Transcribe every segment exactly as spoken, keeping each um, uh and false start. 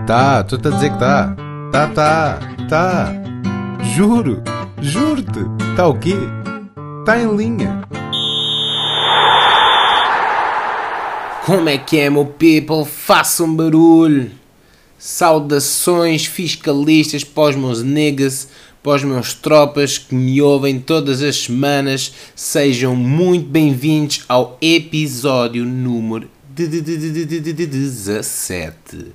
Tá, estou-te a dizer que tá. Tá, tá, tá. Juro, juro-te. Tá o quê? Tá em linha. Como é que é, meu people? Façam barulho. Saudações fiscalistas para os meus niggas, para os meus tropas que me ouvem todas as semanas. Sejam muito bem-vindos ao episódio número dezessete.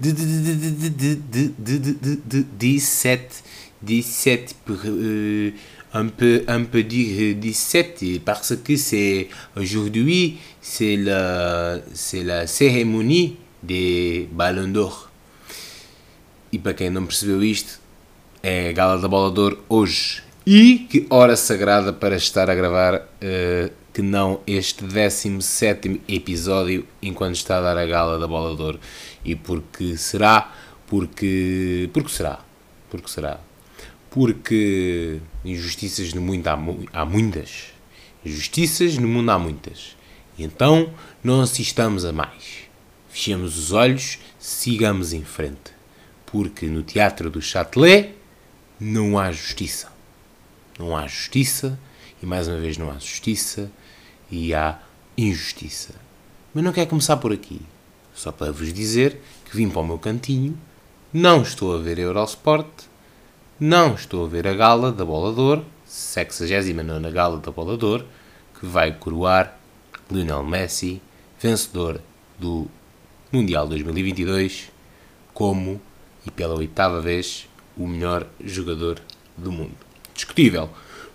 dezessete. dezessete pour euh, un peu un peu dire dix-sept parce que c'est aujourd'hui c'est la c'est la cérémonie des Ballons d'Or. E para quem não percebeu isto, é a Gala da Bola de Ouro hoje. E que hora sagrada para estar a gravar uh, que não este décimo sétimo episódio enquanto está a dar a Gala da Bola de Ouro. E porque será? Porque... Porque será? Porque será? Porque injustiças no mundo há, mu- há muitas. Injustiças no mundo há muitas. E então não assistamos a mais. Fechemos os olhos, sigamos em frente. Porque no Teatro do Châtelet não há justiça. Não há justiça, e mais uma vez não há justiça, e há injustiça. Mas não quero começar por aqui. Só para vos dizer que vim para o meu cantinho, não estou a ver Eurosport, não estou a ver a Gala da Bola de Ouro, sexagésima nona Gala da Bola de Ouro, que vai coroar Lionel Messi, vencedor do Mundial dois mil e vinte e dois, como, e pela oitava vez, o melhor jogador do mundo. Discutível.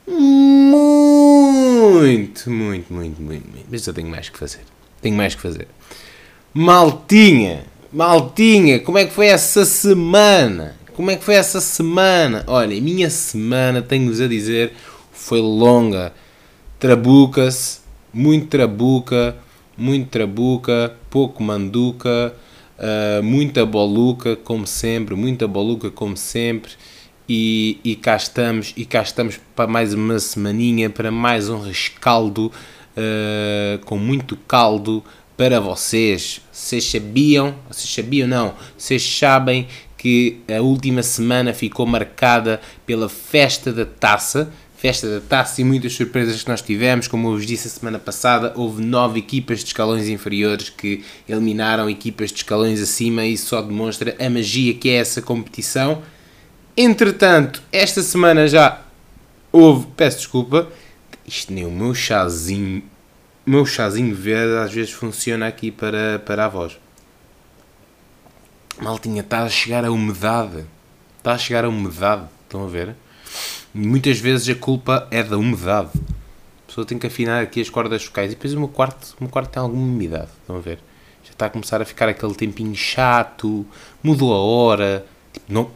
Muito, muito, muito, muito, muito. Mas eu tenho mais que fazer. Tenho mais que fazer. Maltinha, maltinha, como é que foi essa semana? Como é que foi essa semana? Olha, a minha semana, tenho-vos a dizer, foi longa. Trabuca-se, muito trabuca, muito trabuca, pouco manduca, uh, muita boluca, como sempre, muita boluca, como sempre. E, e cá estamos, e cá estamos para mais uma semaninha, para mais um rescaldo, uh, com muito caldo para vocês. Vocês sabiam, vocês sabiam não, vocês sabem que a última semana ficou marcada pela festa da taça, festa da taça e muitas surpresas que nós tivemos. Como eu vos disse a semana passada, houve nove equipas de escalões inferiores que eliminaram equipas de escalões acima, e isso só demonstra a magia que é essa competição. Entretanto, esta semana já houve, peço desculpa, isto nem o meu chazinho, o meu chazinho verde às vezes funciona aqui para, para a voz. Maltinha, está a chegar a umidade, está a chegar a umidade, estão a ver? Muitas vezes a culpa é da umidade. A pessoa tem que afinar aqui as cordas vocais e depois o meu quarto, o meu quarto tem alguma umidade, estão a ver? Já está a começar a ficar aquele tempinho chato, mudou a hora, tipo, não...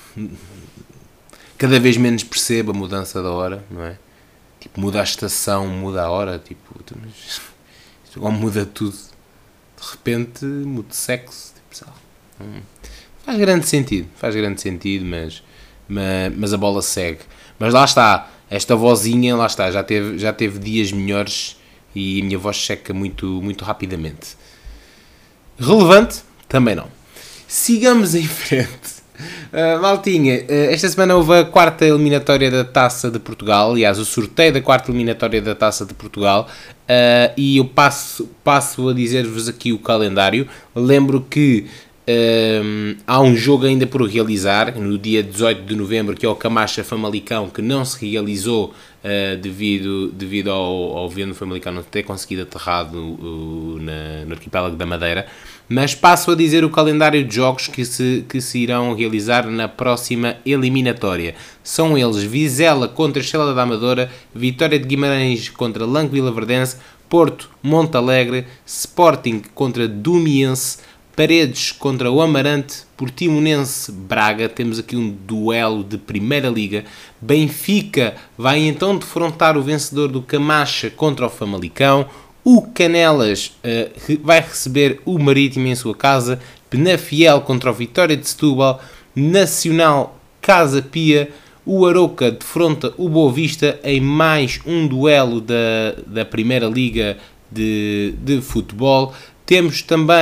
Cada vez menos percebo a mudança da hora, não é? Tipo, muda a estação, muda a hora, tipo, ou muda tudo. De repente, muda de sexo, tipo, sei lá. Hum. Faz grande sentido, faz grande sentido, mas, mas, mas a bola segue. Mas lá está, esta vozinha, lá está, já teve, já teve dias melhores e a minha voz seca muito, muito rapidamente. Relevante? Também não. Sigamos em frente. Uh, maltinha, uh, esta semana houve a quarta eliminatória da Taça de Portugal, aliás, o sorteio da quarta eliminatória da Taça de Portugal, uh, e eu passo, passo a dizer-vos aqui o calendário. Lembro que uh, há um jogo ainda por realizar, no dia dezoito de novembro, que é o Camacha Famalicão, que não se realizou uh, devido, devido ao, ao Vendo Famalicão não ter conseguido aterrar no, uh, na, no arquipélago da Madeira. Mas passo a dizer o calendário de jogos que se, que se irão realizar na próxima eliminatória. São eles: Vizela contra Estrela da Amadora, Vitória de Guimarães contra Lanco Vilaverdense, Porto Montalegre, Sporting contra Dumiense, Paredes contra o Amarante, Portimonense Braga, temos aqui um duelo de Primeira Liga. Benfica vai então defrontar o vencedor do Camacha contra o Famalicão. O Canelas uh, vai receber o Marítimo em sua casa, Penafiel contra o Vitória de Setúbal, Nacional Casa Pia, o Arouca defronta o Boa Vista em mais um duelo da, da Primeira Liga de, de futebol. Temos também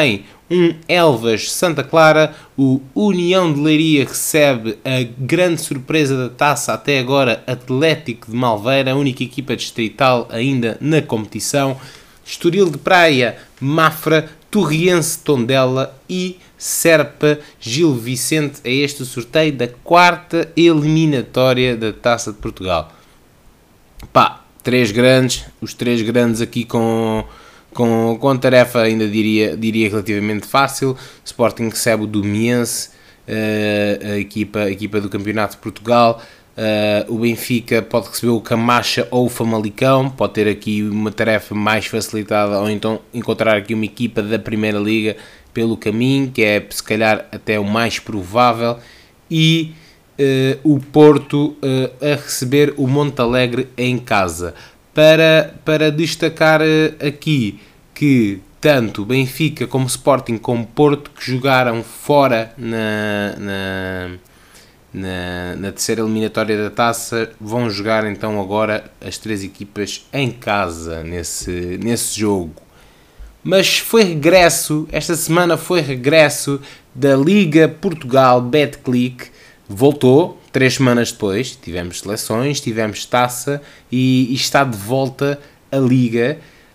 um Elvas Santa Clara. O União de Leiria recebe a grande surpresa da taça até agora, Atlético de Malveira, a única equipa distrital ainda na competição. Estoril de Praia, Mafra, Torriense Tondela e Serpa Gil Vicente. É este o sorteio da quarta eliminatória da Taça de Portugal. Pá, três grandes, os três grandes aqui com, com, com tarefa ainda diria, diria relativamente fácil. Sporting recebe o Domiense, uh, a, equipa, a equipa do Campeonato de Portugal. Uh, o Benfica pode receber o Camacha ou o Famalicão, pode ter aqui uma tarefa mais facilitada, ou então encontrar aqui uma equipa da Primeira Liga pelo caminho, que é se calhar até o mais provável, e uh, o Porto uh, a receber o Montalegre em casa. Para, para destacar uh, aqui que tanto Benfica como Sporting como Porto, que jogaram fora na... na Na, na terceira eliminatória da taça, vão jogar então agora as três equipas em casa nesse, nesse jogo. Mas foi regresso, esta semana foi regresso da Liga Portugal Betclic, voltou três semanas depois, tivemos seleções, tivemos taça e, e está de volta a Liga.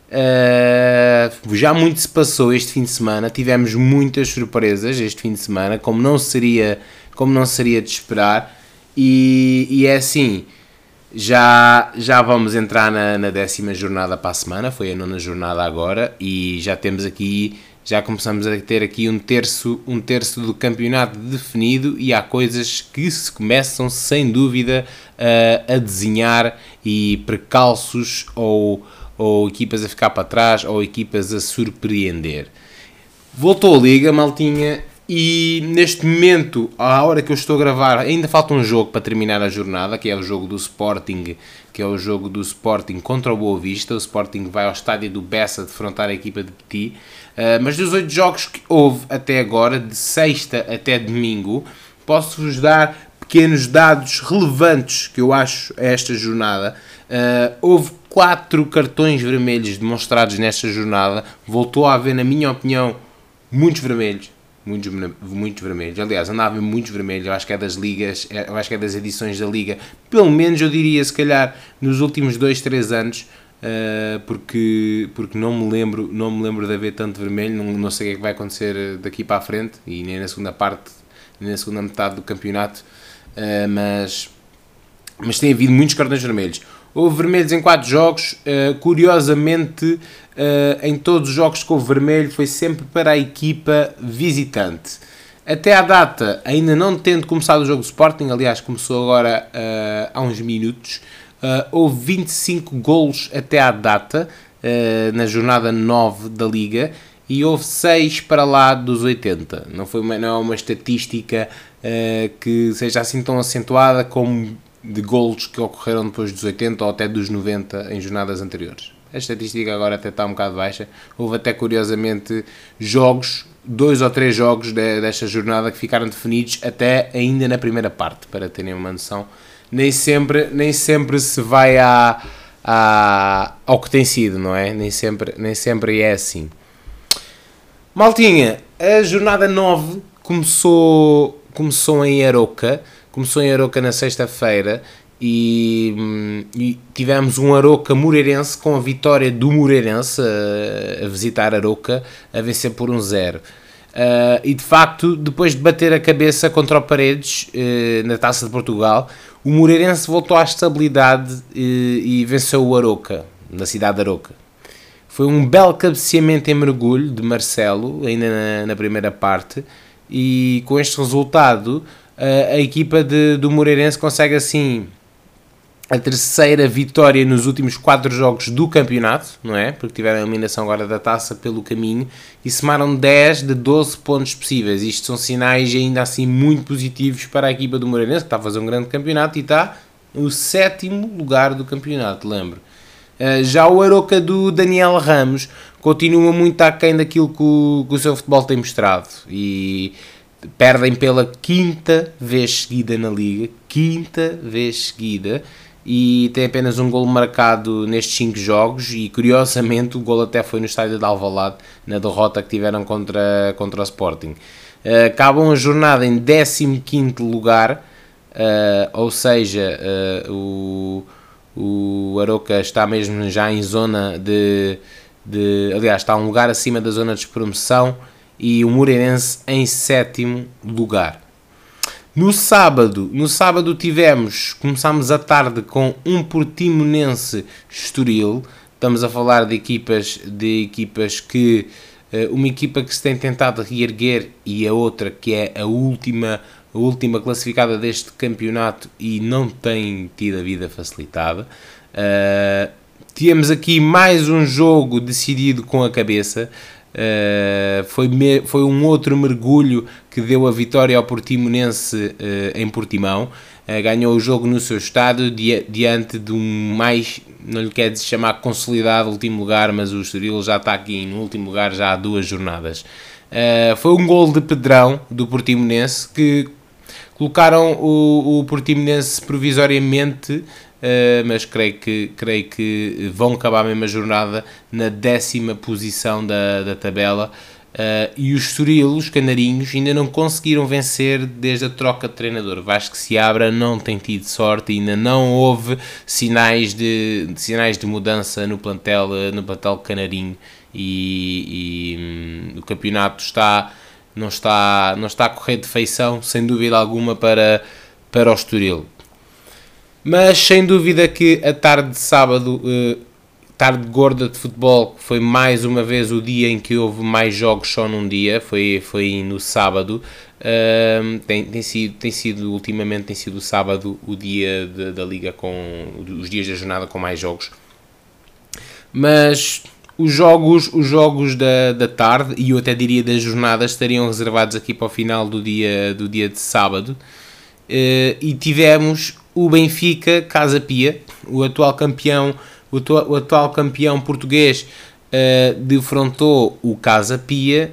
Uh, já muito se passou este fim de semana, tivemos muitas surpresas este fim de semana, como não seria, como não seria de esperar, e, e é assim, já, já vamos entrar na, na décima jornada para a semana, foi a nona jornada agora, e já temos aqui, já começamos a ter aqui um terço, um terço do campeonato definido, e há coisas que se começam sem dúvida uh, a desenhar, e precalços ou ou equipas a ficar para trás, ou equipas a surpreender. Voltou a Liga, maltinha, e neste momento, à hora que eu estou a gravar, ainda falta um jogo para terminar a jornada, que é o jogo do Sporting, que é o jogo do Sporting contra o Boa Vista. O Sporting vai ao estádio do Bessa defrontar a equipa de Petit, uh, mas dos oito jogos que houve até agora, de sexta até domingo, posso-vos dar pequenos dados relevantes que eu acho a esta jornada. Uh, houve quatro cartões vermelhos demonstrados nesta jornada. Voltou a haver, na minha opinião, muitos vermelhos. Muitos, muitos vermelhos. Aliás, andava muitos vermelhos. Eu acho que é das ligas, eu acho que é das edições da Liga. Pelo menos eu diria, se calhar, nos últimos dois, três anos, uh, porque, porque não me lembro, não me lembro de haver tanto vermelho. Não, não sei o que é que vai acontecer daqui para a frente, e nem na segunda parte, nem na segunda metade do campeonato. Uh, mas, mas tem havido muitos cartões vermelhos. Houve vermelhos em quatro jogos, uh, curiosamente, uh, em todos os jogos que houve vermelho foi sempre para a equipa visitante. Até à data, ainda não tendo começado o jogo do Sporting, aliás começou agora uh, há uns minutos, uh, houve vinte e cinco golos até à data, uh, na jornada nove da Liga, e houve seis para lá dos oitenta. Não, foi uma, não é uma estatística uh, que seja assim tão acentuada como de golos que ocorreram depois dos oitenta ou até dos noventa em jornadas anteriores. A estatística agora até está um bocado baixa. Houve até, curiosamente, jogos, dois ou três jogos de, desta jornada que ficaram definidos até ainda na primeira parte, para terem uma noção. Nem sempre, nem sempre se vai à, à, ao que tem sido, não é? Nem sempre, nem sempre é assim. Maltinha, a jornada nove começou, começou em Aroca. Começou em Aroca na sexta-feira e, e tivemos um Aroca Moreirense com a vitória do Moreirense a, a visitar Aroca, a vencer por um zero. Uh, e de facto, depois de bater a cabeça contra o Paredes uh, na Taça de Portugal, o Moreirense voltou à estabilidade uh, e venceu o Aroca, na cidade de Aroca. Foi um belo cabeceamento em mergulho de Marcelo, ainda na, na primeira parte, e com este resultado a equipa de, do Moreirense consegue assim a terceira vitória nos últimos quatro jogos do campeonato, não é? Porque tiveram a eliminação agora da taça pelo caminho e somaram dez de doze pontos possíveis. Isto são sinais ainda assim muito positivos para a equipa do Moreirense, que está a fazer um grande campeonato e está no sétimo lugar do campeonato, lembro. Uh, já o Aroca do Daniel Ramos continua muito aquém daquilo que o, que o seu futebol tem mostrado e perdem pela quinta vez seguida na Liga, quinta vez seguida, e tem apenas um golo marcado nestes cinco jogos, e curiosamente o golo até foi no estádio de Alvalade, na derrota que tiveram contra, contra o Sporting. Uh, acabam a jornada em décimo quinto lugar, uh, ou seja, uh, o, o Arouca está mesmo já em zona de, de... Aliás, está um lugar acima da zona de despromoção, e o Moreirense em sétimo lugar. No sábado, no sábado tivemos, começámos a tarde com um Portimonense Estoril. Estamos a falar de equipas, de equipas que, uma equipa que se tem tentado reerguer e a outra que é a última, a última classificada deste campeonato e não tem tido a vida facilitada. Uh, tínhamos aqui mais um jogo decidido com a cabeça. Uh, foi, me, foi um outro mergulho que deu a vitória ao Portimonense uh, em Portimão. Uh, ganhou o jogo no seu estádio di, diante de um mais, não lhe quer chamar consolidado último lugar, mas o Estoril já está aqui no último lugar já há duas jornadas. Uh, foi um gol de Pedrão do Portimonense que colocaram o, o Portimonense provisoriamente, Uh, mas creio que, creio que vão acabar a mesma jornada na décima posição da, da tabela, uh, e os Estoril, os canarinhos, ainda não conseguiram vencer desde a troca de treinador. Vasco Seabra não tem tido sorte, ainda não houve sinais de, sinais de mudança no plantel, no plantel canarinho, e, e hum, o campeonato está, não, está, não está a correr de feição, sem dúvida alguma, para, para o Estoril. Mas sem dúvida que a tarde de sábado, uh, tarde gorda de futebol, foi mais uma vez o dia em que houve mais jogos só num dia, foi, foi no sábado. Uh, tem, tem, sido, tem sido, ultimamente tem sido o sábado o dia de, da Liga, com os dias da jornada com mais jogos. Mas os jogos, os jogos da, da tarde, e eu até diria das jornadas, estariam reservados aqui para o final do dia, do dia de sábado. Uh, e tivemos o Benfica Casa Pia, o atual campeão, o atual, o atual campeão português, uh, defrontou o Casa Pia,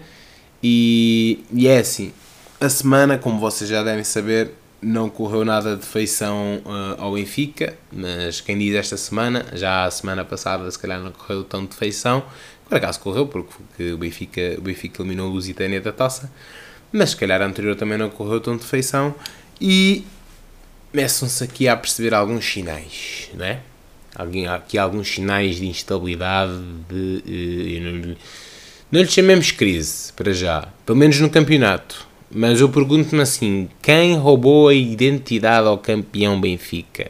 e, e é assim, a semana, como vocês já devem saber, não correu nada de feição uh, ao Benfica, mas quem diz esta semana, já a semana passada se calhar não correu tão de feição, por acaso correu, porque o Benfica, o Benfica eliminou o Lusitânia da taça, mas se calhar a anterior também não correu tão de feição, e começam-se aqui a perceber alguns sinais, não é? Aqui alguns sinais de instabilidade, de, uh, não, não lhe chamemos crise, para já, pelo menos no campeonato, mas eu pergunto-me assim, quem roubou a identidade ao campeão Benfica?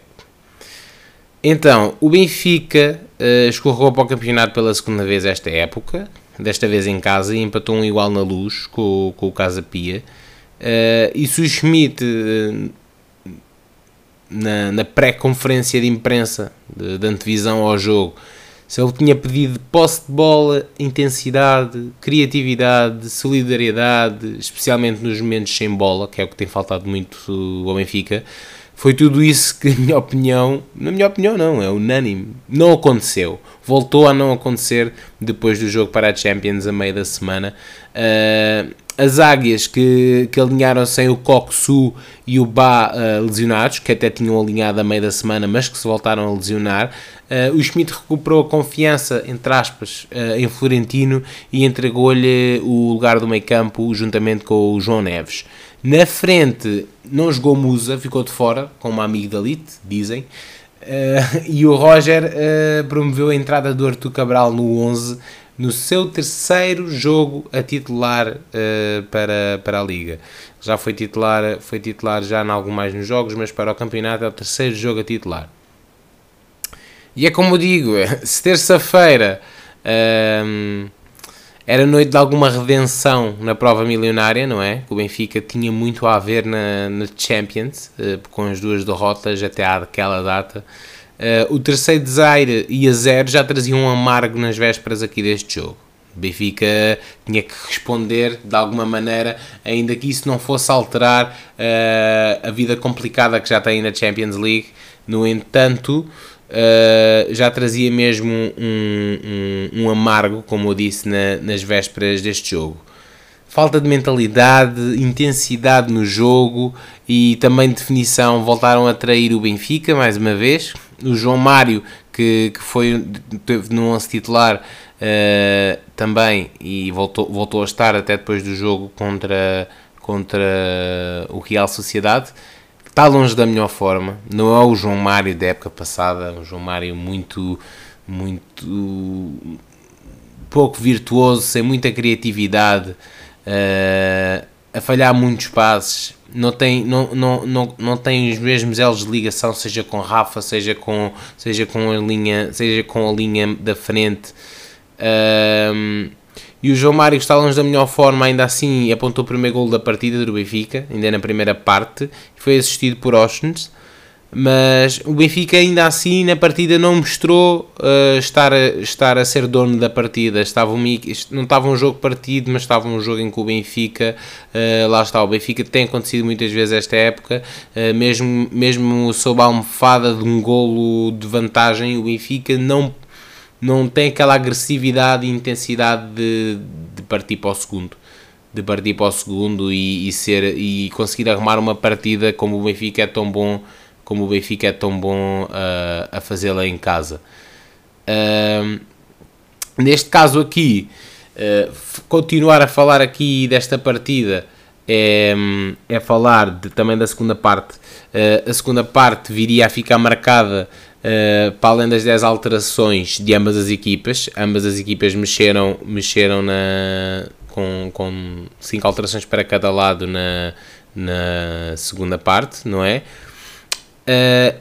Então, o Benfica uh, escorregou para o campeonato pela segunda vez esta época, desta vez em casa, e empatou um igual na Luz com, com o Casa Pia, uh, e se o Schmidt... Uh, na, na pré-conferência de imprensa de, de antevisão ao jogo, se ele tinha pedido posse de bola, intensidade, criatividade, solidariedade, especialmente nos momentos sem bola, que é o que tem faltado muito ao Benfica, foi tudo isso que, na minha opinião, na minha opinião não, é unânime, não aconteceu. Voltou a não acontecer depois do jogo para a Champions a meio da semana. Uh, as águias que, que alinharam sem o Coxu e o Bá uh, lesionados, que até tinham alinhado a meio da semana, mas que se voltaram a lesionar. Uh, o Schmidt recuperou a confiança, entre aspas, uh, em Florentino, e entregou-lhe o lugar do meio campo juntamente com o João Neves. Na frente não jogou Musa, ficou de fora, com uma amigdalite, dizem, uh, e o Roger uh, promoveu a entrada do Artur Cabral no onze, no seu terceiro jogo a titular uh, para, para a Liga. Já foi titular, foi titular já em algo mais nos jogos, mas para o campeonato é o terceiro jogo a titular. E é como eu digo, se terça-feira um, era noite de alguma redenção na prova milionária, não é? O Benfica tinha muito a ver na, na Champions, uh, com as duas derrotas até àquela data. Uh, o terceiro desaire e a zero já trazia um amargo nas vésperas aqui deste jogo. O Benfica tinha que responder de alguma maneira, ainda que isso não fosse alterar uh, a vida complicada que já tem na Champions League. No entanto, uh, já trazia mesmo um, um, um amargo, como eu disse, na, nas vésperas deste jogo. Falta de mentalidade, intensidade no jogo e também definição voltaram a trair o Benfica, mais uma vez. o João Mário, que, que foi, teve no onze titular uh, também, e voltou, voltou a estar até depois do jogo contra, contra o Real Sociedade, está longe da melhor forma. Não é o João Mário da época passada, o João Mário muito, muito pouco virtuoso, sem muita criatividade, uh, a falhar muitos passes, não tem, não, não, não, não tem os mesmos elos de ligação, seja com Rafa, seja com, seja com a linha, seja com a linha da frente. Um, e o João Mário está longe da melhor forma, ainda assim apontou o primeiro golo da partida do Benfica, ainda na primeira parte, e foi assistido por Oshens. Mas o Benfica ainda assim na partida não mostrou uh, estar, a, estar a ser dono da partida. Estava um, não estava um jogo partido, mas estava um jogo em que o Benfica, uh, lá está, o Benfica tem acontecido muitas vezes esta época, uh, mesmo, mesmo sob a almofada de um golo de vantagem, o Benfica não, não tem aquela agressividade e intensidade de, de partir para o segundo. De partir para o segundo e, e, ser, e conseguir arrumar uma partida como o Benfica é tão bom como o Benfica é tão bom uh, a fazê-la em casa. Uh, neste caso aqui, uh, continuar a falar aqui desta partida é, é falar de, também da segunda parte. Uh, a segunda parte viria a ficar marcada uh, para além das dez alterações de ambas as equipas. Ambas as equipas mexeram, mexeram na, com, com cinco alterações para cada lado na, na segunda parte, não é? Uh,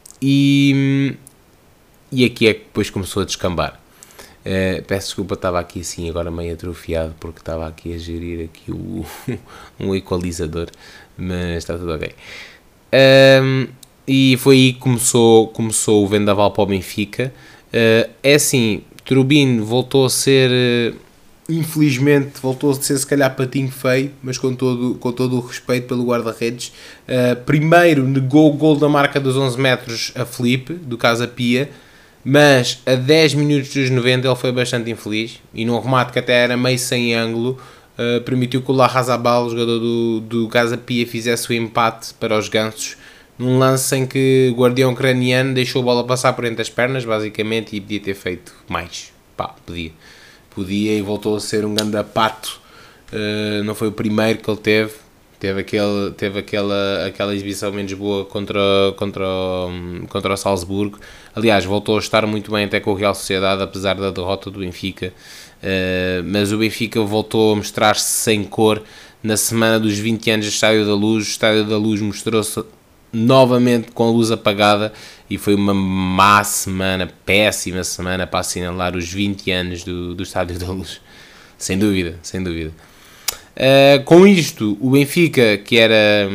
e, e aqui é que depois começou a descambar. Uh, peço desculpa, estava aqui assim agora meio atrofiado porque estava aqui a gerir aqui o, um equalizador, mas está tudo ok. Uh, e foi aí que começou, começou o vendaval para o Benfica. Uh, é assim, Turbine voltou a ser... Uh, infelizmente voltou a ser se calhar patinho feio, mas com todo, com todo o respeito pelo guarda-redes. Uh, primeiro negou o gol da marca dos onze metros a Felipe, do Casa Pia, mas a dez minutos dos noventa ele foi bastante infeliz, e num remate que até era meio sem ângulo, uh, permitiu que o Larrazabal, o jogador do, do Casa Pia, fizesse o empate para os gansos, num lance em que o guardião ucraniano deixou a bola passar por entre as pernas, basicamente, e podia ter feito mais. Pá, podia. Podia e voltou a ser um grande pato. Uh, não foi o primeiro que ele teve. Teve, aquele, teve aquela, aquela exibição menos boa contra, contra, contra o Salzburgo. Aliás, voltou a estar muito bem até com o Real Sociedade, apesar da derrota do Benfica. Uh, mas o Benfica voltou a mostrar-se sem cor na semana dos vinte anos do Estádio da Luz. O Estádio da Luz mostrou-se novamente com a luz apagada e foi uma má semana, péssima semana para assinalar os vinte anos do, do Estádio da Luz, sem dúvida, sem dúvida. Uh, com isto, o Benfica, que era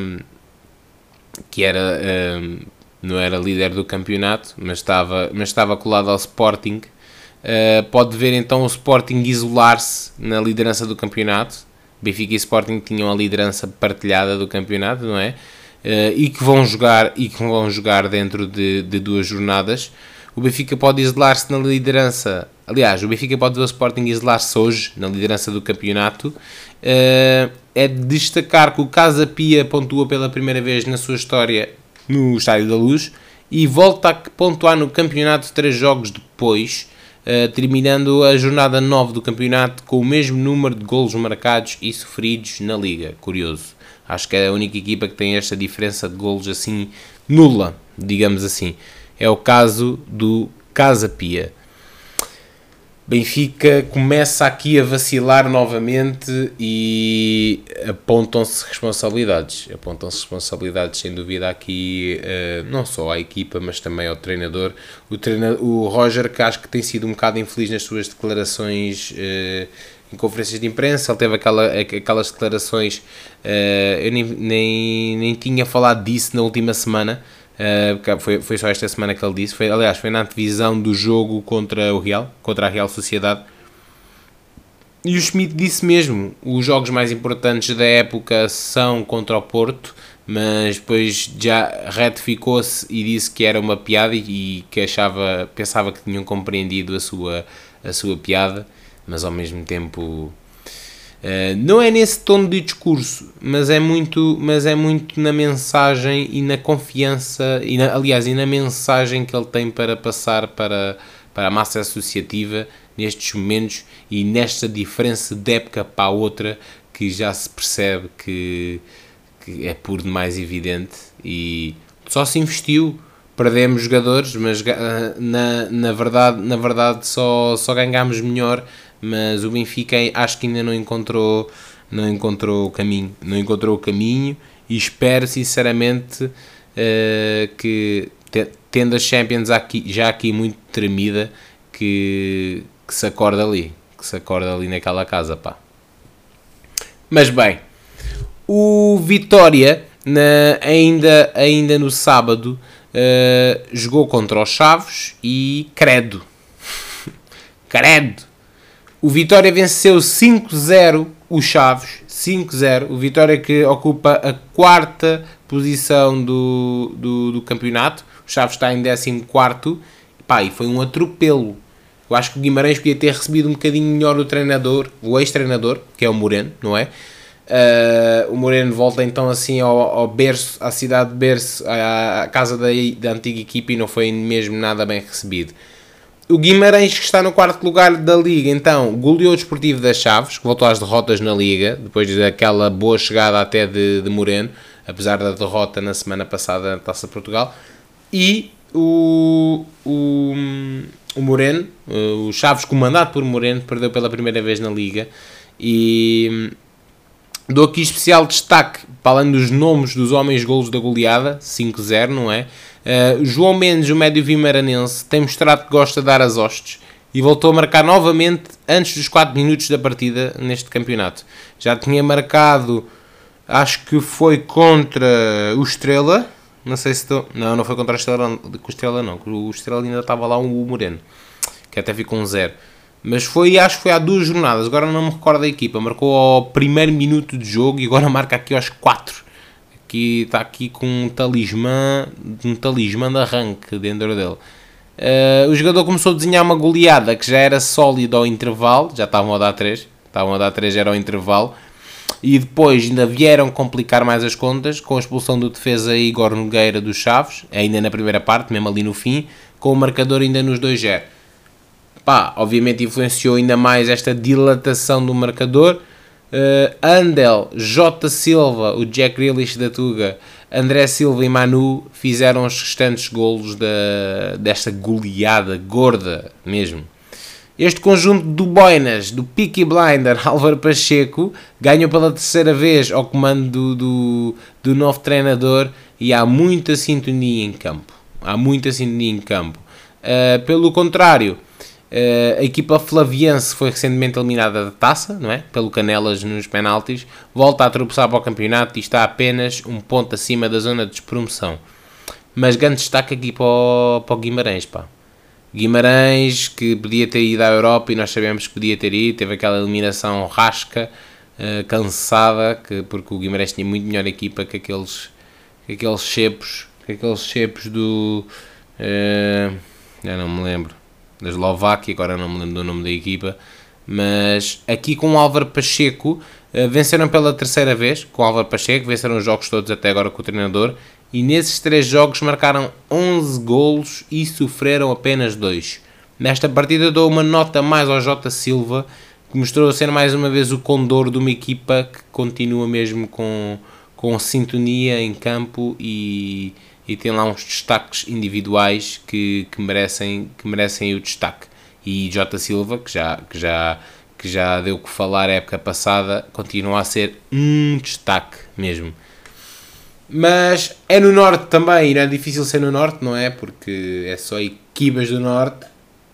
que era uh, não era líder do campeonato, mas estava, mas estava colado ao Sporting, uh, pode ver então o Sporting isolar-se na liderança do campeonato. Benfica e Sporting tinham a liderança partilhada do campeonato, não é? Uh, e que vão jogar e que vão jogar dentro de, de duas jornadas. O Benfica pode isolar-se na liderança. Aliás, o Benfica pode ver o Sporting isolar-se hoje na liderança do campeonato. Uh, é de destacar que o Casa Pia pontua pela primeira vez na sua história no Estádio da Luz e volta a pontuar no campeonato três jogos depois, uh, terminando a jornada nove do campeonato com o mesmo número de golos marcados e sofridos na Liga. Curioso. Acho que é a única equipa que tem esta diferença de golos assim nula, digamos assim. É o caso do Casa Pia. Benfica começa aqui a vacilar novamente e apontam-se responsabilidades. Apontam-se responsabilidades, sem dúvida, aqui, uh, não só à equipa, mas também ao treinador. O, treinador, o Roger, que acho que tem sido um bocado infeliz nas suas declarações uh, em conferências de imprensa. Ele teve aquela, aquelas declarações, uh, eu nem, nem, nem tinha falado disso na última semana, uh, foi, foi só esta semana que ele disse, foi, aliás foi na antevisão do jogo contra o Real, contra a Real Sociedade, e o Schmidt disse mesmo, os jogos mais importantes da época são contra o Porto, mas depois já retificou-se e disse que era uma piada e que achava, pensava que tinham compreendido a sua, a sua piada, mas ao mesmo tempo Uh, não é nesse tom de discurso, mas é muito, mas é muito na mensagem e na confiança, e na, aliás, e na mensagem que ele tem para passar para, para a massa associativa nestes momentos e nesta diferença de época para a outra que já se percebe que, que é por demais evidente e só se investiu. Perdemos jogadores, mas na, na verdade, na verdade só, só ganhámos melhor, mas o Benfica acho que ainda não encontrou, não encontrou o caminho, não encontrou o caminho e espero sinceramente uh, que, tendo a Champions aqui, já aqui muito tremida, que, que se acorde ali, que se acorde ali naquela casa, pá. Mas bem, o Vitória, na, ainda, ainda no sábado, Uh, jogou contra os Chaves e credo, credo, o Vitória venceu cinco zero o Chaves, cinco zero, o Vitória que ocupa a quarta posição do, do, do campeonato, o Chaves está em décimo quarto, pá, e foi um atropelo. Eu acho que o Guimarães podia ter recebido um bocadinho melhor o treinador, o ex-treinador, que é o Moreno, não é? Uh, o Moreno volta então assim ao, ao berço, à cidade de berço, à, à casa da, da antiga equipa e não foi mesmo nada bem recebido. O Guimarães, que está no quarto lugar da Liga, então goleou o Desportivo das Chaves, que voltou às derrotas na Liga, depois daquela boa chegada até de, de Moreno, apesar da derrota na semana passada na Taça de Portugal. E o, o, o Moreno, o Chaves, comandado por Moreno, perdeu pela primeira vez na Liga. E dou aqui especial destaque, para além dos nomes dos homens golos da goleada, cinco zero, não é? Uh, João Mendes, o médio vimaranense, tem mostrado que gosta de dar as hostes e voltou a marcar novamente antes dos quatro minutos da partida neste campeonato. Já tinha marcado, acho que foi contra o Estrela, não sei se estou... Não, não foi contra o Estrela, com o Estrela não, o Estrela ainda estava lá o Moreno, que até ficou um zero. Mas foi, acho que foi há duas jornadas, agora não me recordo da equipa, marcou ao primeiro minuto de jogo e agora marca aqui aos quatro. Aqui, está aqui com um talismã, um talismã de arranque dentro dele. Uh, o jogador começou a desenhar uma goleada que já era sólida ao intervalo, já estavam a dar três, estavam a dar três, era ao intervalo, e depois ainda vieram complicar mais as contas, com a expulsão do defesa Igor Nogueira dos Chaves, ainda na primeira parte, mesmo ali no fim, com o marcador ainda nos dois zero. Pá, obviamente influenciou ainda mais esta dilatação do marcador. Uh, Andel, J. Silva, o Jack Grealish da Tuga, André Silva e Manu fizeram os restantes golos da, desta goleada gorda mesmo. Este conjunto do Boinas, do Peaky Blinder, Álvaro Pacheco, ganhou pela terceira vez ao comando do, do, do novo treinador e há muita sintonia em campo. Há muita sintonia em campo. Uh, pelo contrário, Uh, a equipa flaviense foi recentemente eliminada da taça, não é? Pelo Canelas nos penaltis, volta a tropeçar para o campeonato e está apenas um ponto acima da zona de despromoção. Mas grande destaque aqui para o, para o Guimarães, pá. Guimarães, que podia ter ido à Europa e nós sabemos que podia ter ido, teve aquela eliminação rasca, uh, cansada, que, porque o Guimarães tinha muito melhor equipa que aqueles, que aqueles chepos, que aqueles chepos do... Uh, já não me lembro. Da Eslováquia, agora não me lembro do nome da equipa, mas aqui com o Álvaro Pacheco, uh, venceram pela terceira vez, com o Álvaro Pacheco, venceram os jogos todos até agora com o treinador, e nesses três jogos marcaram onze golos e sofreram apenas dois. Nesta partida dou uma nota mais ao J. Silva, que mostrou ser mais uma vez o condor de uma equipa que continua mesmo com, com sintonia em campo e... e tem lá uns destaques individuais que, que, merecem, que merecem o destaque. E J. Silva, que já, que, já, que já deu o que falar a época passada, continua a ser um destaque mesmo. Mas é no Norte também, e não é difícil ser no Norte, não é? Porque é só equipas do Norte.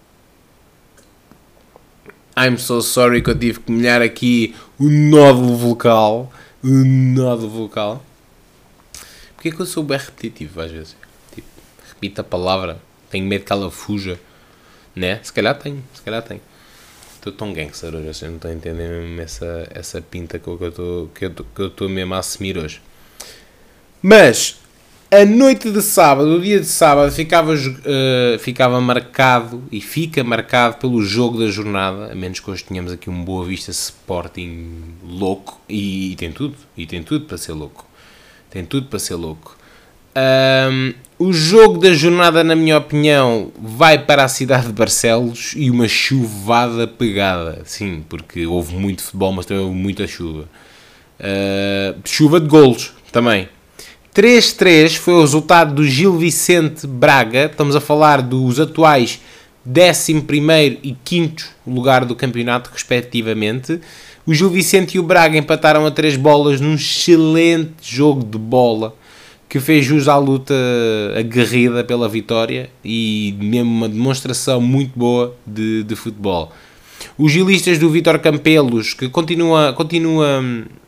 I'm so sorry que eu tive que molhar aqui o nódulo vocal. O nódulo vocal. Porque é que eu sou bem repetitivo às vezes? Tipo, repito a palavra, tenho medo que ela fuja, né? Se calhar tenho, se calhar tenho. Estou tão gangster hoje, vocês não estão a entender mesmo essa, essa pinta que eu estou que eu estou mesmo a assumir hoje. Mas, A noite de sábado, o dia de sábado, ficava, uh, ficava marcado e fica marcado pelo jogo da jornada, a menos que hoje tenhamos aqui um Boa Vista Sporting louco, e, e tem tudo, e tem tudo para ser louco, tem tudo para ser louco. Um, o jogo da jornada, na minha opinião, vai para a cidade de Barcelos e uma chuvada pegada, sim, porque houve muito futebol, mas também houve muita chuva. Uh, chuva de golos, também. três a três foi o resultado do Gil Vicente Braga. Estamos a falar dos atuais décimo primeiro e quinto lugar do campeonato, respectivamente. O Gil Vicente e o Braga empataram a três bolas num excelente jogo de bola que fez jus à luta aguerrida pela vitória e mesmo uma demonstração muito boa de, de futebol. Os gilistas do Vítor Campelos, que continua... continua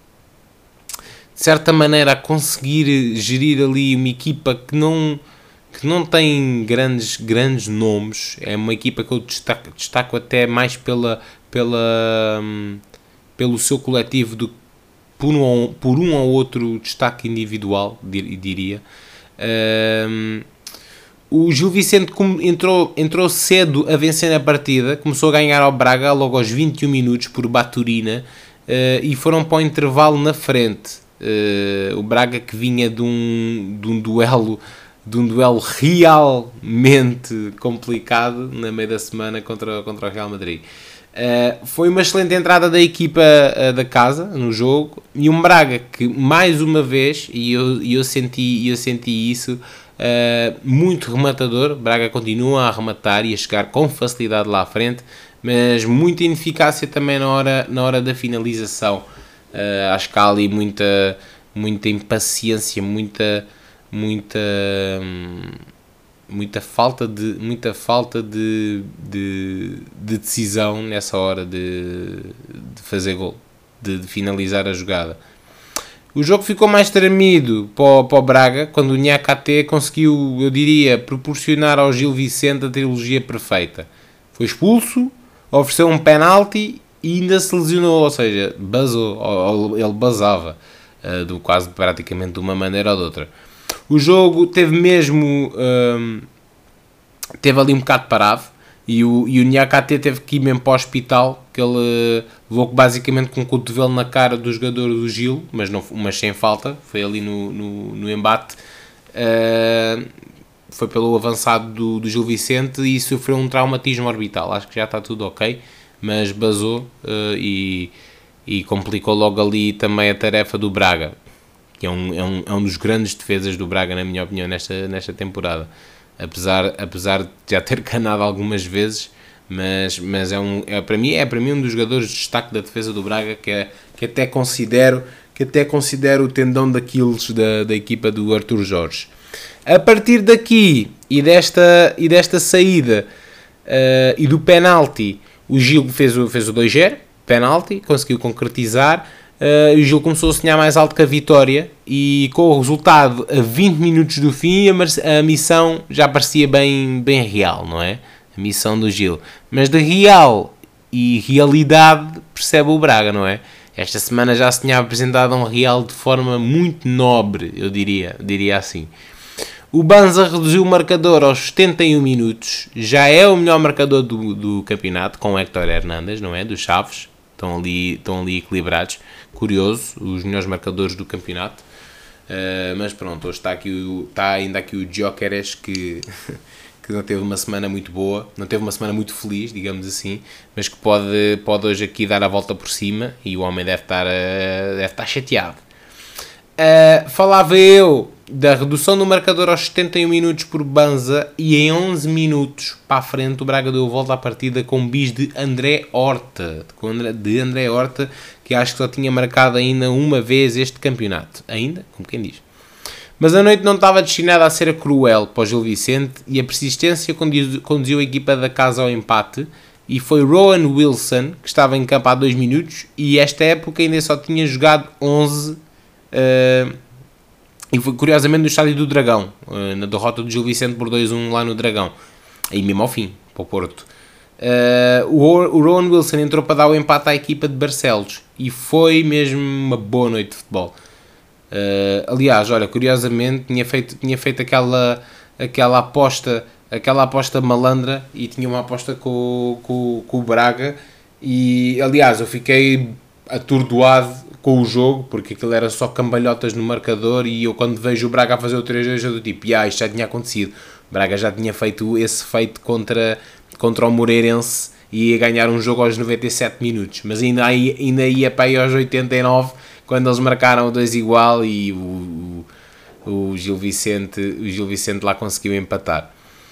de certa maneira a conseguir gerir ali uma equipa que não, que não tem grandes, grandes nomes, é uma equipa que eu destaco, destaco até mais pela, pela, pelo seu coletivo do que por um, por um ou outro destaque individual, diria. Um, o Gil Vicente entrou, entrou cedo a vencer na partida, começou a ganhar ao Braga logo aos vinte e um minutos por Baturina, uh, e foram para o intervalo na frente. Uh, o Braga, que vinha de um, de um duelo de um duelo realmente complicado na meio da semana contra, contra o Real Madrid. Uh, foi uma excelente entrada da equipa uh, da casa no jogo, e um Braga que mais uma vez, e eu, eu, senti, eu senti isso, uh, muito rematador. Braga continua a arrematar e a chegar com facilidade lá à frente, mas muita ineficácia também na hora, na hora da finalização. Uh, acho que há ali muita, muita impaciência, muita, muita, muita falta de, muita falta de, de, de decisão nessa hora de, de fazer gol, de, de finalizar a jogada. O jogo ficou mais tremido para o, para o Braga, quando o Niakate conseguiu, eu diria, proporcionar ao Gil Vicente a trilogia perfeita. Foi expulso, ofereceu um penalti e ainda se lesionou, ou seja, basou, ou ele basava, uh, do, quase praticamente de uma maneira ou de outra. O jogo teve mesmo, um, teve ali um bocado parado, e o, e o Niakate teve que ir mesmo para o hospital, que ele uh, levou basicamente com o cotovelo na cara do jogador do Gil, mas, não, mas sem falta, foi ali no, no, no embate, uh, foi pelo avançado do, do Gil Vicente e sofreu um traumatismo orbital. Acho que já está tudo ok, mas basou uh, e, e complicou logo ali também a tarefa do Braga, que é um, é um, é um dos grandes defesas do Braga, na minha opinião, nesta, nesta temporada. Apesar, apesar de já ter canado algumas vezes, mas, mas é, um, é, para mim, é para mim um dos jogadores de destaque da defesa do Braga, que, é, que, até, considero, que até considero o tendão daqueles da, da equipa do Arthur Jorge. A partir daqui e desta, e desta saída uh, e do penalti, o Gil fez o, fez o dois a zero, penalti, conseguiu concretizar. Uh, o Gil começou a sonhar mais alto que a vitória, e com o resultado a vinte minutos do fim, a, a missão já parecia bem, bem real, não é? A missão do Gil. Mas de real e realidade percebe o Braga, não é? Esta semana já se tinha apresentado um Real de forma muito nobre, eu diria, diria assim. O Banza reduziu o marcador aos setenta e um minutos, já é o melhor marcador do, do campeonato, com o Héctor Hernández, não é? Dos Chaves, estão ali, estão ali equilibrados. Curioso, os melhores marcadores do campeonato. Uh, mas pronto, hoje está, aqui o, está ainda aqui o Gyökeres, que, que não teve uma semana muito boa, não teve uma semana muito feliz, digamos assim, mas que pode, pode hoje aqui dar a volta por cima, e o homem deve estar, uh, deve estar chateado. Uh, falava eu da redução do marcador aos setenta e um minutos por Banza, e em onze minutos para a frente o Braga deu a volta à partida com um bis de André Horta, de André Horta, que acho que só tinha marcado ainda uma vez este campeonato, ainda, como quem diz. Mas a noite não estava destinada a ser cruel para o Gil Vicente, e a persistência conduziu a equipa da casa ao empate, e foi Rowan Wilson, que estava em campo há dois minutos, e esta época ainda só tinha jogado onze. Uh, e foi curiosamente no estádio do Dragão, uh, na derrota do Gil Vicente por dois a um lá no Dragão, aí mesmo ao fim, para o Porto. Uh, o, o Rowan Wilson entrou para dar o empate à equipa de Barcelos, e foi mesmo uma boa noite de futebol. Uh, aliás, olha, curiosamente tinha feito, tinha feito aquela, aquela aposta, aquela aposta malandra e tinha uma aposta com, com, com o Braga e aliás eu fiquei atordoado com o jogo porque aquilo era só cambalhotas no marcador e eu quando vejo o Braga a fazer o três a dois eu do tipo, ah, isto já tinha acontecido, o Braga já tinha feito esse feito contra, contra o Moreirense e ia ganhar um jogo aos noventa e sete minutos, mas ainda, ainda ia para aí aos oitenta e nove quando eles marcaram o dois igual e o, o, o, Gil Vicente, o Gil Vicente lá conseguiu empatar.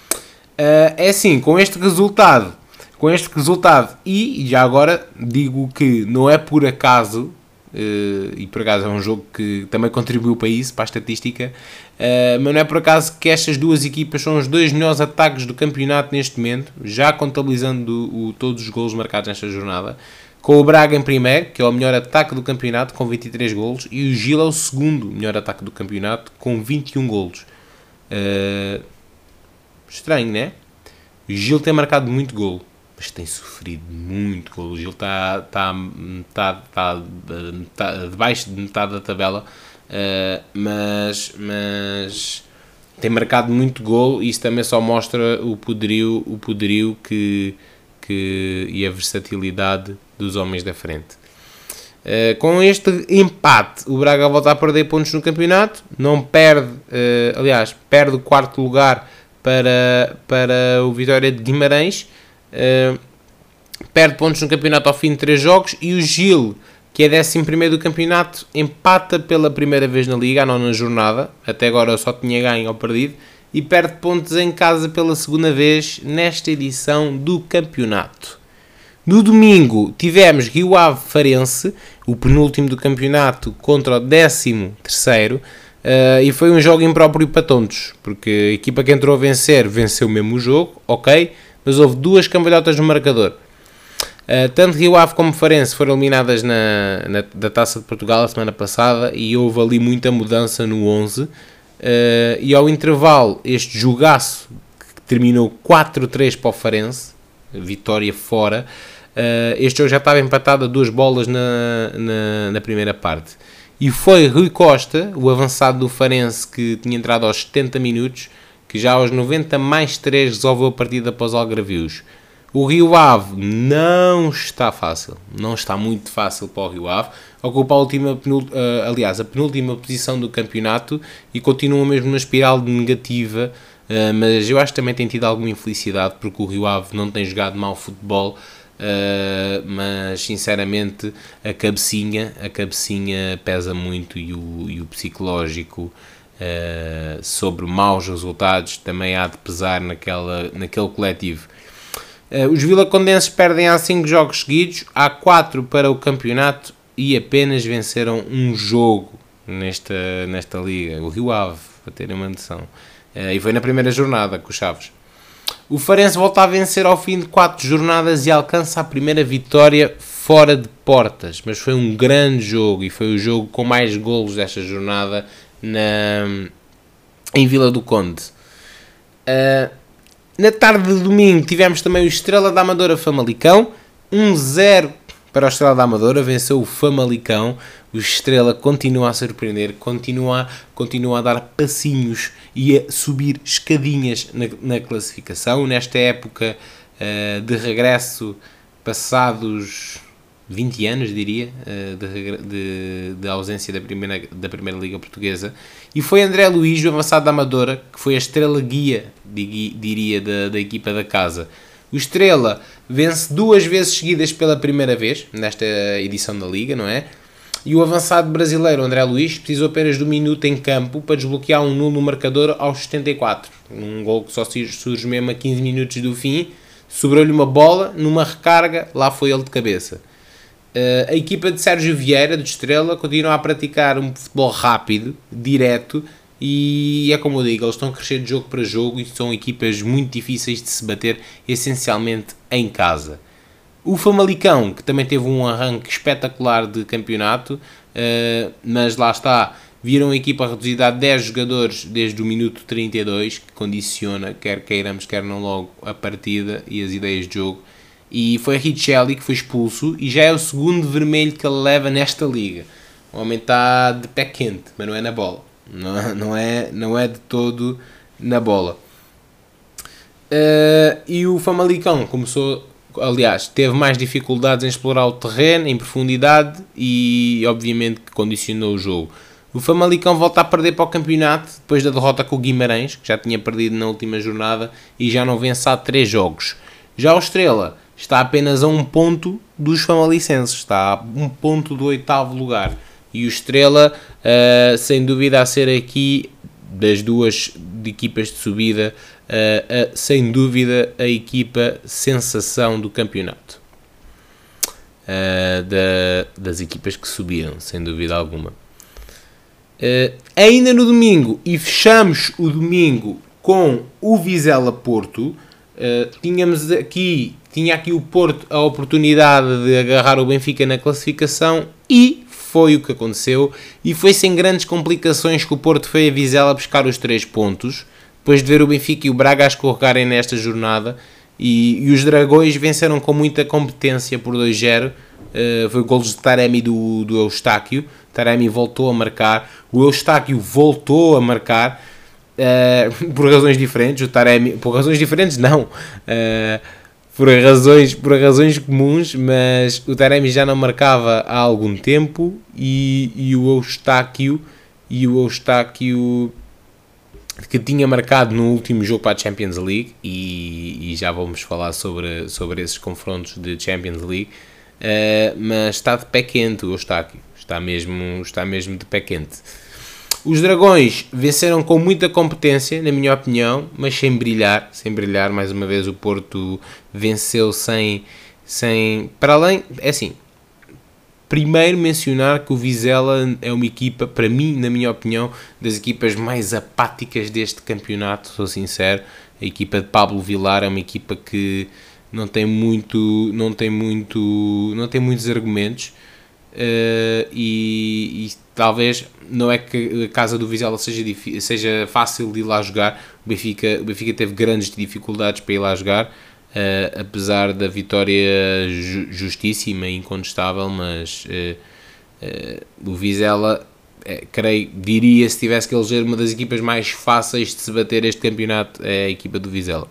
Uh, é assim, com este resultado, com este resultado, e já agora digo que não é por acaso, uh, e por acaso é um jogo que também contribuiu para isso, para a estatística, uh, mas não é por acaso que estas duas equipas são os dois melhores ataques do campeonato neste momento, já contabilizando o, o, todos os golos marcados nesta jornada, com o Braga em primeiro, que é o melhor ataque do campeonato, com vinte e três golos, e o Gil é o segundo melhor ataque do campeonato, com vinte e um golos. Uh, estranho, né? O Gil tem marcado muito golo, mas tem sofrido muito golo. O Gil está tá, tá, tá, tá debaixo de metade da tabela, uh, mas, mas tem marcado muito golo, e isso também só mostra o poderio, o poderio que, que, e a versatilidade dos homens da frente. Uh, com este empate, o Braga volta a perder pontos no campeonato, não perde, uh, aliás, perde o quarto lugar para, para o Vitória de Guimarães, uh, perde pontos no campeonato ao fim de três jogos, e o Gil, que é décimo primeiro do campeonato, empata pela primeira vez na Liga, a nona jornada, até agora só tinha ganho ou perdido, e perde pontos em casa pela segunda vez nesta edição do campeonato. No domingo tivemos Rio Ave Farense, o penúltimo do campeonato, contra o décimo terceiro, uh, e foi um jogo impróprio para tontos, porque a equipa que entrou a vencer, venceu mesmo o jogo, ok, mas houve duas cambalhotas no marcador. Uh, tanto Rio Ave como Farense foram eliminadas na, na, da Taça de Portugal a semana passada, e houve ali muita mudança no onze, uh, e ao intervalo este jogaço, que terminou quatro a três para o Farense, vitória fora. Uh, este jogo já estava empatado a duas bolas na, na, na primeira parte. E foi Rui Costa, o avançado do Farense, que tinha entrado aos setenta minutos, que já aos noventa mais três resolveu a partida após algarvios. O Rio Ave não está fácil. Não está muito fácil para o Rio Ave. Ocupa a última, penult, uh, aliás, a penúltima posição do campeonato e continua mesmo na espiral negativa. Uh, mas eu acho que também tem tido alguma infelicidade porque o Rio Ave não tem jogado mau futebol, uh, mas sinceramente a cabecinha, a cabecinha pesa muito, e o, e o psicológico uh, sobre maus resultados também há de pesar naquela, naquele coletivo. Uh, os vilacondenses perdem há cinco jogos seguidos, há quatro para o campeonato e apenas venceram um jogo nesta, nesta liga, o Rio Ave, para terem uma noção. Uh, e foi na primeira jornada com os Chaves. O Farense volta a vencer ao fim de quatro jornadas e alcança a primeira vitória fora de portas. Mas foi um grande jogo e foi o jogo com mais golos desta jornada na, em Vila do Conde. Uh, na tarde de domingo tivemos também o Estrela da Amadora Famalicão. um zero para o Estrela da Amadora, venceu o Famalicão. O Estrela continua a surpreender, continua, continua a dar passinhos e a subir escadinhas na, na classificação. Nesta época uh, de regresso, passados vinte anos, diria, uh, de, de, de ausência da primeira, da primeira Liga Portuguesa. E foi André Luís, o avançado da Amadora, que foi a estrela guia, diria, da, da equipa da casa. O Estrela vence duas vezes seguidas pela primeira vez, nesta edição da Liga, não é? E o avançado brasileiro André Luís precisou apenas de um minuto em campo para desbloquear um nulo no marcador aos setenta e quatro. Um gol que só surge mesmo a quinze minutos do fim. Sobrou-lhe uma bola, numa recarga, lá foi ele de cabeça. Uh, a equipa de Sérgio Vieira, do Estrela, continua a praticar um futebol rápido, direto, e é como eu digo, eles estão a crescer de jogo para jogo e são equipas muito difíceis de se bater, essencialmente em casa. O Famalicão, que também teve um arranque espetacular de campeonato, uh, mas lá está, viram a equipa reduzida a dez jogadores desde o minuto trinta e dois, que condiciona, quer queiramos, quer não logo, a partida e as ideias de jogo. E foi a Richelli que foi expulso e já é o segundo vermelho que ele leva nesta liga. O homem está de pé quente, mas não é na bola. Não, não, é, não é de todo na bola. Uh, e o Famalicão começou, aliás, teve mais dificuldades em explorar o terreno, em profundidade, e obviamente que condicionou o jogo. O Famalicão volta a perder para o campeonato, depois da derrota com o Guimarães, que já tinha perdido na última jornada, e já não vence há três jogos. Já o Estrela está apenas a um ponto dos famalicenses, está a um ponto do oitavo lugar. E o Estrela, uh, sem dúvida a ser aqui, das duas de equipas de subida, uh, uh, sem dúvida a equipa sensação do campeonato. Uh, da, das equipas que subiram, sem dúvida alguma. Uh, ainda no domingo, e fechamos o domingo com o Vizela Porto, uh, tínhamos aqui, tinha aqui o Porto a oportunidade de agarrar o Benfica na classificação, e foi o que aconteceu, e foi sem grandes complicações que o Porto foi a Vizela buscar os três pontos, depois de ver o Benfica e o Braga a escorregarem nesta jornada, e, e os Dragões venceram com muita competência por dois zero, uh, foi golos de Taremi e do, do Eustáquio. Taremi voltou a marcar, o Eustáquio voltou a marcar, uh, por razões diferentes, o Taremi, por razões diferentes não, uh, por razões, por razões comuns, mas o Taremi já não marcava há algum tempo, e, e o Eustáquio, e o Eustáquio que tinha marcado no último jogo para a Champions League, e, e já vamos falar sobre, sobre esses confrontos de Champions League, uh, mas está de pé quente o Eustáquio, está mesmo, está mesmo de pé quente. Os Dragões venceram com muita competência, na minha opinião, mas sem brilhar, sem brilhar, mais uma vez o Porto venceu sem, sem, para além, é assim, primeiro mencionar que o Vizela é uma equipa, para mim, na minha opinião, das equipas mais apáticas deste campeonato, sou sincero. A equipa de Pablo Vilar é uma equipa que não tem muito, não tem muito, não tem muitos argumentos, uh, e, e talvez não é que a casa do Vizela seja, seja fácil de ir lá jogar. O Benfica, o Benfica teve grandes dificuldades para ir lá jogar, Uh, apesar da vitória ju- justíssima e incontestável, mas uh, uh, o Vizela, uh, creio, diria, se tivesse que eleger uma das equipas mais fáceis de se bater este campeonato, é a equipa do Vizela.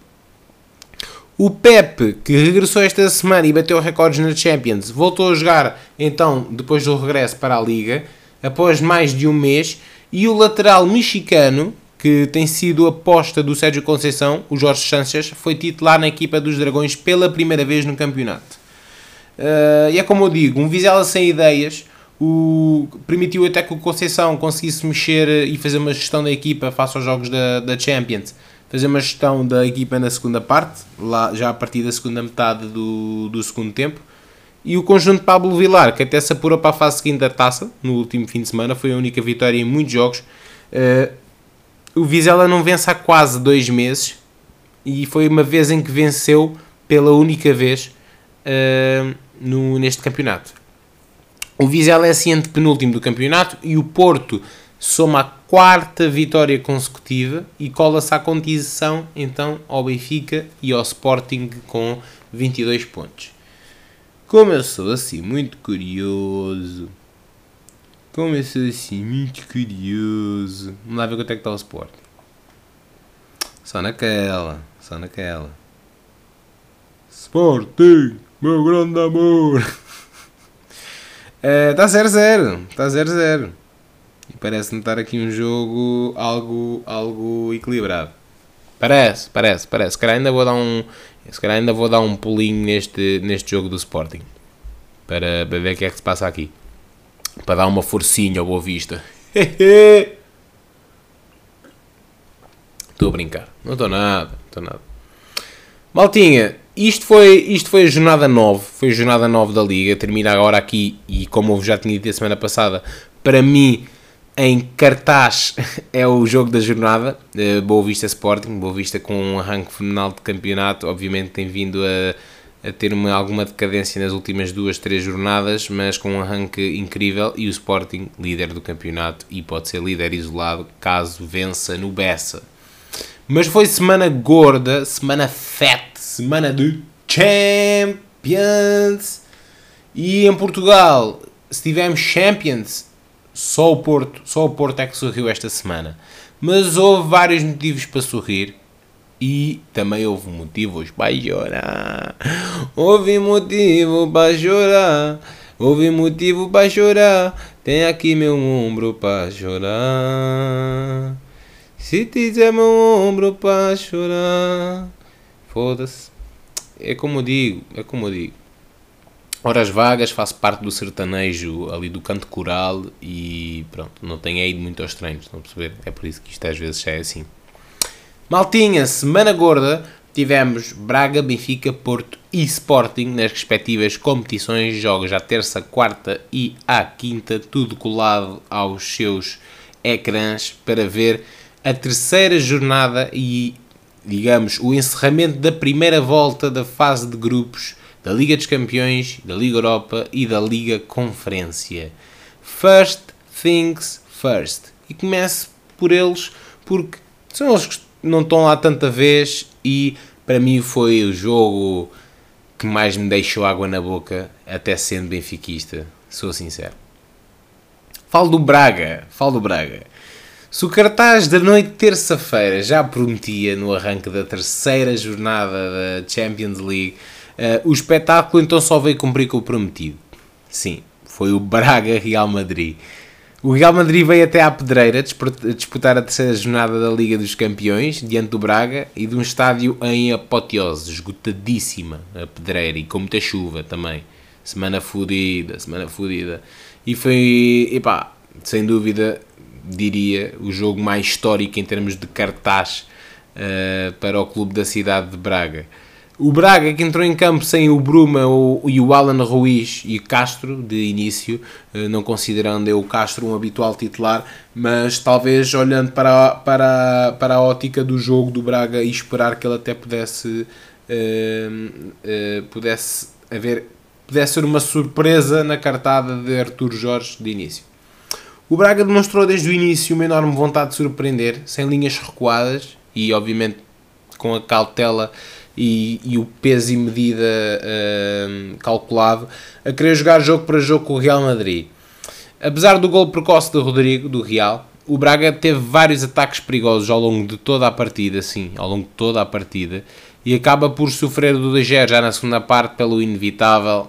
O Pepe, que regressou esta semana e bateu recordes na Champions, voltou a jogar então depois do regresso para a Liga, após mais de um mês, e o lateral mexicano, que tem sido aposta do Sérgio Conceição, o Jorge Sanchez, foi titular na equipa dos Dragões pela primeira vez no campeonato. Uh, e é como eu digo, um Vizela sem ideias, o, permitiu até que o Conceição conseguisse mexer e fazer uma gestão da equipa face aos jogos da, da Champions, fazer uma gestão da equipa na segunda parte, lá, já a partir da segunda metade do, do segundo tempo, e o conjunto de Pablo Vilar, que até se apurou para a fase seguinte da taça, no último fim de semana, foi a única vitória em muitos jogos. Uh, O Vizela não vence há quase dois meses, e foi uma vez em que venceu pela única vez uh, no, neste campeonato. O Vizela é assim antepenúltimo do campeonato, e o Porto soma a quarta vitória consecutiva e cola-se à condição então ao Benfica e ao Sporting com vinte e dois pontos. Como eu sou assim muito curioso... Como eu sou assim, muito curioso. Vamos lá ver quanto é que está o Sporting. Só naquela, só naquela. Sporting, meu grande amor. Está zero zero, está zero zero. E parece-me estar aqui um jogo algo, algo equilibrado. Parece, parece, parece. Se calhar ainda vou dar um, se calhar ainda vou dar um pulinho neste, neste jogo do Sporting. Para, para ver o que é que se passa aqui. Para dar uma forcinha ao Boa Vista. Estou a brincar. Não estou nada. Estou nada. Maltinha, isto foi, isto foi a jornada nove. Foi a jornada nove da Liga. Termina agora aqui. E como eu já tinha dito a semana passada, para mim, em cartaz, é o jogo da jornada. Boa Vista Sporting. Boa Vista com um arranque fenomenal de campeonato. Obviamente tem vindo a... a ter uma, alguma decadência nas últimas duas, três jornadas, mas com um arranque incrível, e o Sporting, líder do campeonato, e pode ser líder isolado caso vença no Bessa. Mas foi semana gorda, semana fat, semana de Champions, e em Portugal, se tivermos Champions, só o Porto, só o Porto é que sorriu esta semana. Mas houve vários motivos para sorrir e também houve motivos para chorar. Houve motivo para chorar. Houve motivo para chorar. Tem aqui meu ombro para chorar. Se tiver meu ombro para chorar. Foda-se. É como eu digo, é como eu digo. Horas vagas, faço parte do sertanejo ali do canto coral e pronto, não tenho ido muito aos treinos, estão a perceber? É por isso que isto às vezes já é assim. Maltinha, semana gorda, tivemos Braga, Benfica, Porto e Sporting nas respectivas competições, jogos à terça, quarta e à quinta, tudo colado aos seus ecrãs para ver a terceira jornada e, digamos, o encerramento da primeira volta da fase de grupos da Liga dos Campeões, da Liga Europa e da Liga Conferência. First things first. E começo por eles, porque são eles que não estão lá tanta vez e para mim foi o jogo que mais me deixou água na boca, até sendo benfiquista, sou sincero. Falo do Braga, falo do Braga. Se o cartaz da noite de terça-feira já prometia no arranque da terceira jornada da Champions League, uh, o espetáculo então só veio cumprir com o prometido. Sim, foi o Braga-Real Madrid. O Real Madrid veio até à Pedreira disputar a terceira jornada da Liga dos Campeões, diante do Braga, e de um estádio em apoteose, esgotadíssima, a Pedreira, e com muita chuva também. Semana fodida, semana fodida. E foi, epá, sem dúvida, diria, o jogo mais histórico em termos de cartaz uh, para o clube da cidade de Braga. O Braga, que entrou em campo sem o Bruma o, e o Alan Ruiz e o Castro de início, não considerando eu o Castro um habitual titular, mas talvez olhando para a, para, para a ótica do jogo do Braga e esperar que ele até pudesse, uh, uh, pudesse, haver, pudesse ser uma surpresa na cartada de Artur Jorge de início. O Braga demonstrou desde o início uma enorme vontade de surpreender, sem linhas recuadas e obviamente com a cautela E, e o peso e medida uh, calculado, a querer jogar jogo para jogo com o Real Madrid. Apesar do gol precoce de Rodrigo, do Real, o Braga teve vários ataques perigosos ao longo de toda a partida, sim, ao longo de toda a partida, e acaba por sofrer do dois a zero já na segunda parte pelo inevitável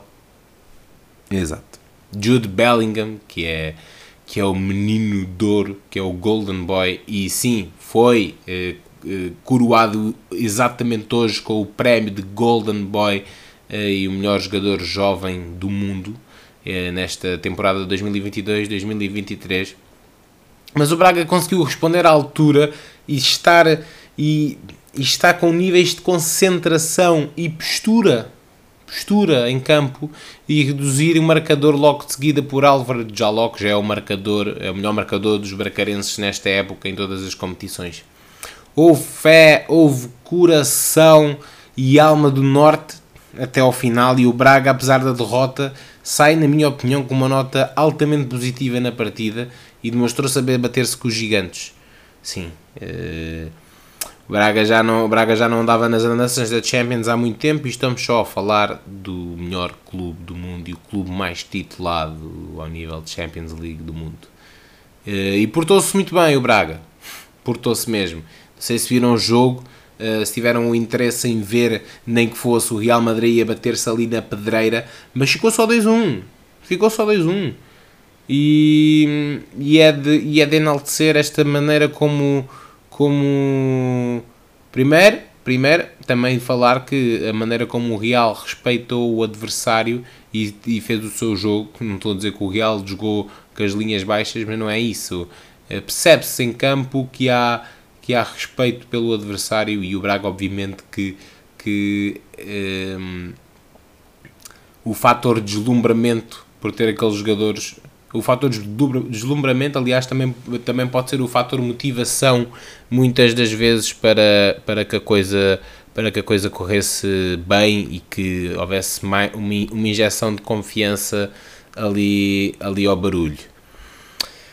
exato Jude Bellingham, que é, que é o menino de ouro, que é o Golden Boy, e sim, foi uh, coroado exatamente hoje com o prémio de Golden Boy eh, e o melhor jogador jovem do mundo eh, nesta temporada de dois mil e vinte e dois dois mil e vinte e três. Mas o Braga conseguiu responder à altura e estar, e, e estar com níveis de concentração e postura, postura em campo e reduzir o marcador logo de seguida por Álvaro Jaló, que já é o, marcador, é o melhor marcador dos bracarenses nesta época em todas as competições. Houve fé, houve coração e alma do Norte até ao final, e o Braga, apesar da derrota, sai, na minha opinião, com uma nota altamente positiva na partida e demonstrou saber bater-se com os gigantes. Sim, uh, o, Braga já não, o Braga já não andava nas andanças da Champions há muito tempo e estamos só a falar do melhor clube do mundo e o clube mais titulado ao nível de Champions League do mundo. Uh, e portou-se muito bem o Braga, portou-se mesmo. Não sei se viram o jogo, uh, se tiveram o interesse em ver, nem que fosse o Real Madrid a bater-se ali na Pedreira, mas ficou só dois a um. Ficou só dois a um. E, e, é de, e é de enaltecer esta maneira como... como primeiro, primeiro, também falar que a maneira como o Real respeitou o adversário e, e fez o seu jogo. Não estou a dizer que o Real jogou com as linhas baixas, mas não é isso. Uh, percebe-se em campo que há... que há respeito pelo adversário e o Braga, obviamente, que, que um, o fator de deslumbramento por ter aqueles jogadores, o fator de deslumbramento, aliás, também, também pode ser o fator motivação, muitas das vezes, para, para, que a coisa, para que a coisa corresse bem e que houvesse mais, uma, uma injeção de confiança ali, ali ao barulho.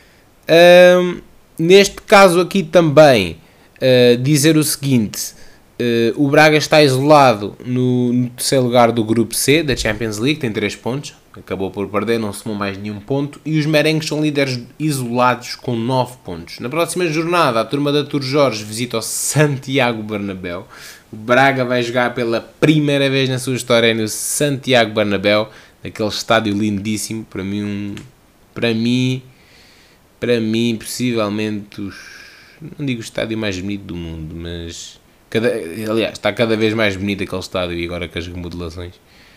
Um, Neste caso aqui também, uh, dizer o seguinte, Uh, o Braga está isolado no, no terceiro lugar do grupo C da Champions League, tem três pontos, acabou por perder, não somou mais nenhum ponto, e os merengues são líderes isolados com nove pontos. Na próxima jornada, a turma da Tour Jorge visita o Santiago Bernabéu. O Braga vai jogar pela primeira vez na sua história no Santiago Bernabéu, naquele estádio lindíssimo, para mim, um, para mim, para mim, possivelmente, os, não digo o estádio mais bonito do mundo, mas... Cada, aliás, está cada vez mais bonito aquele estádio e agora com as remodelações,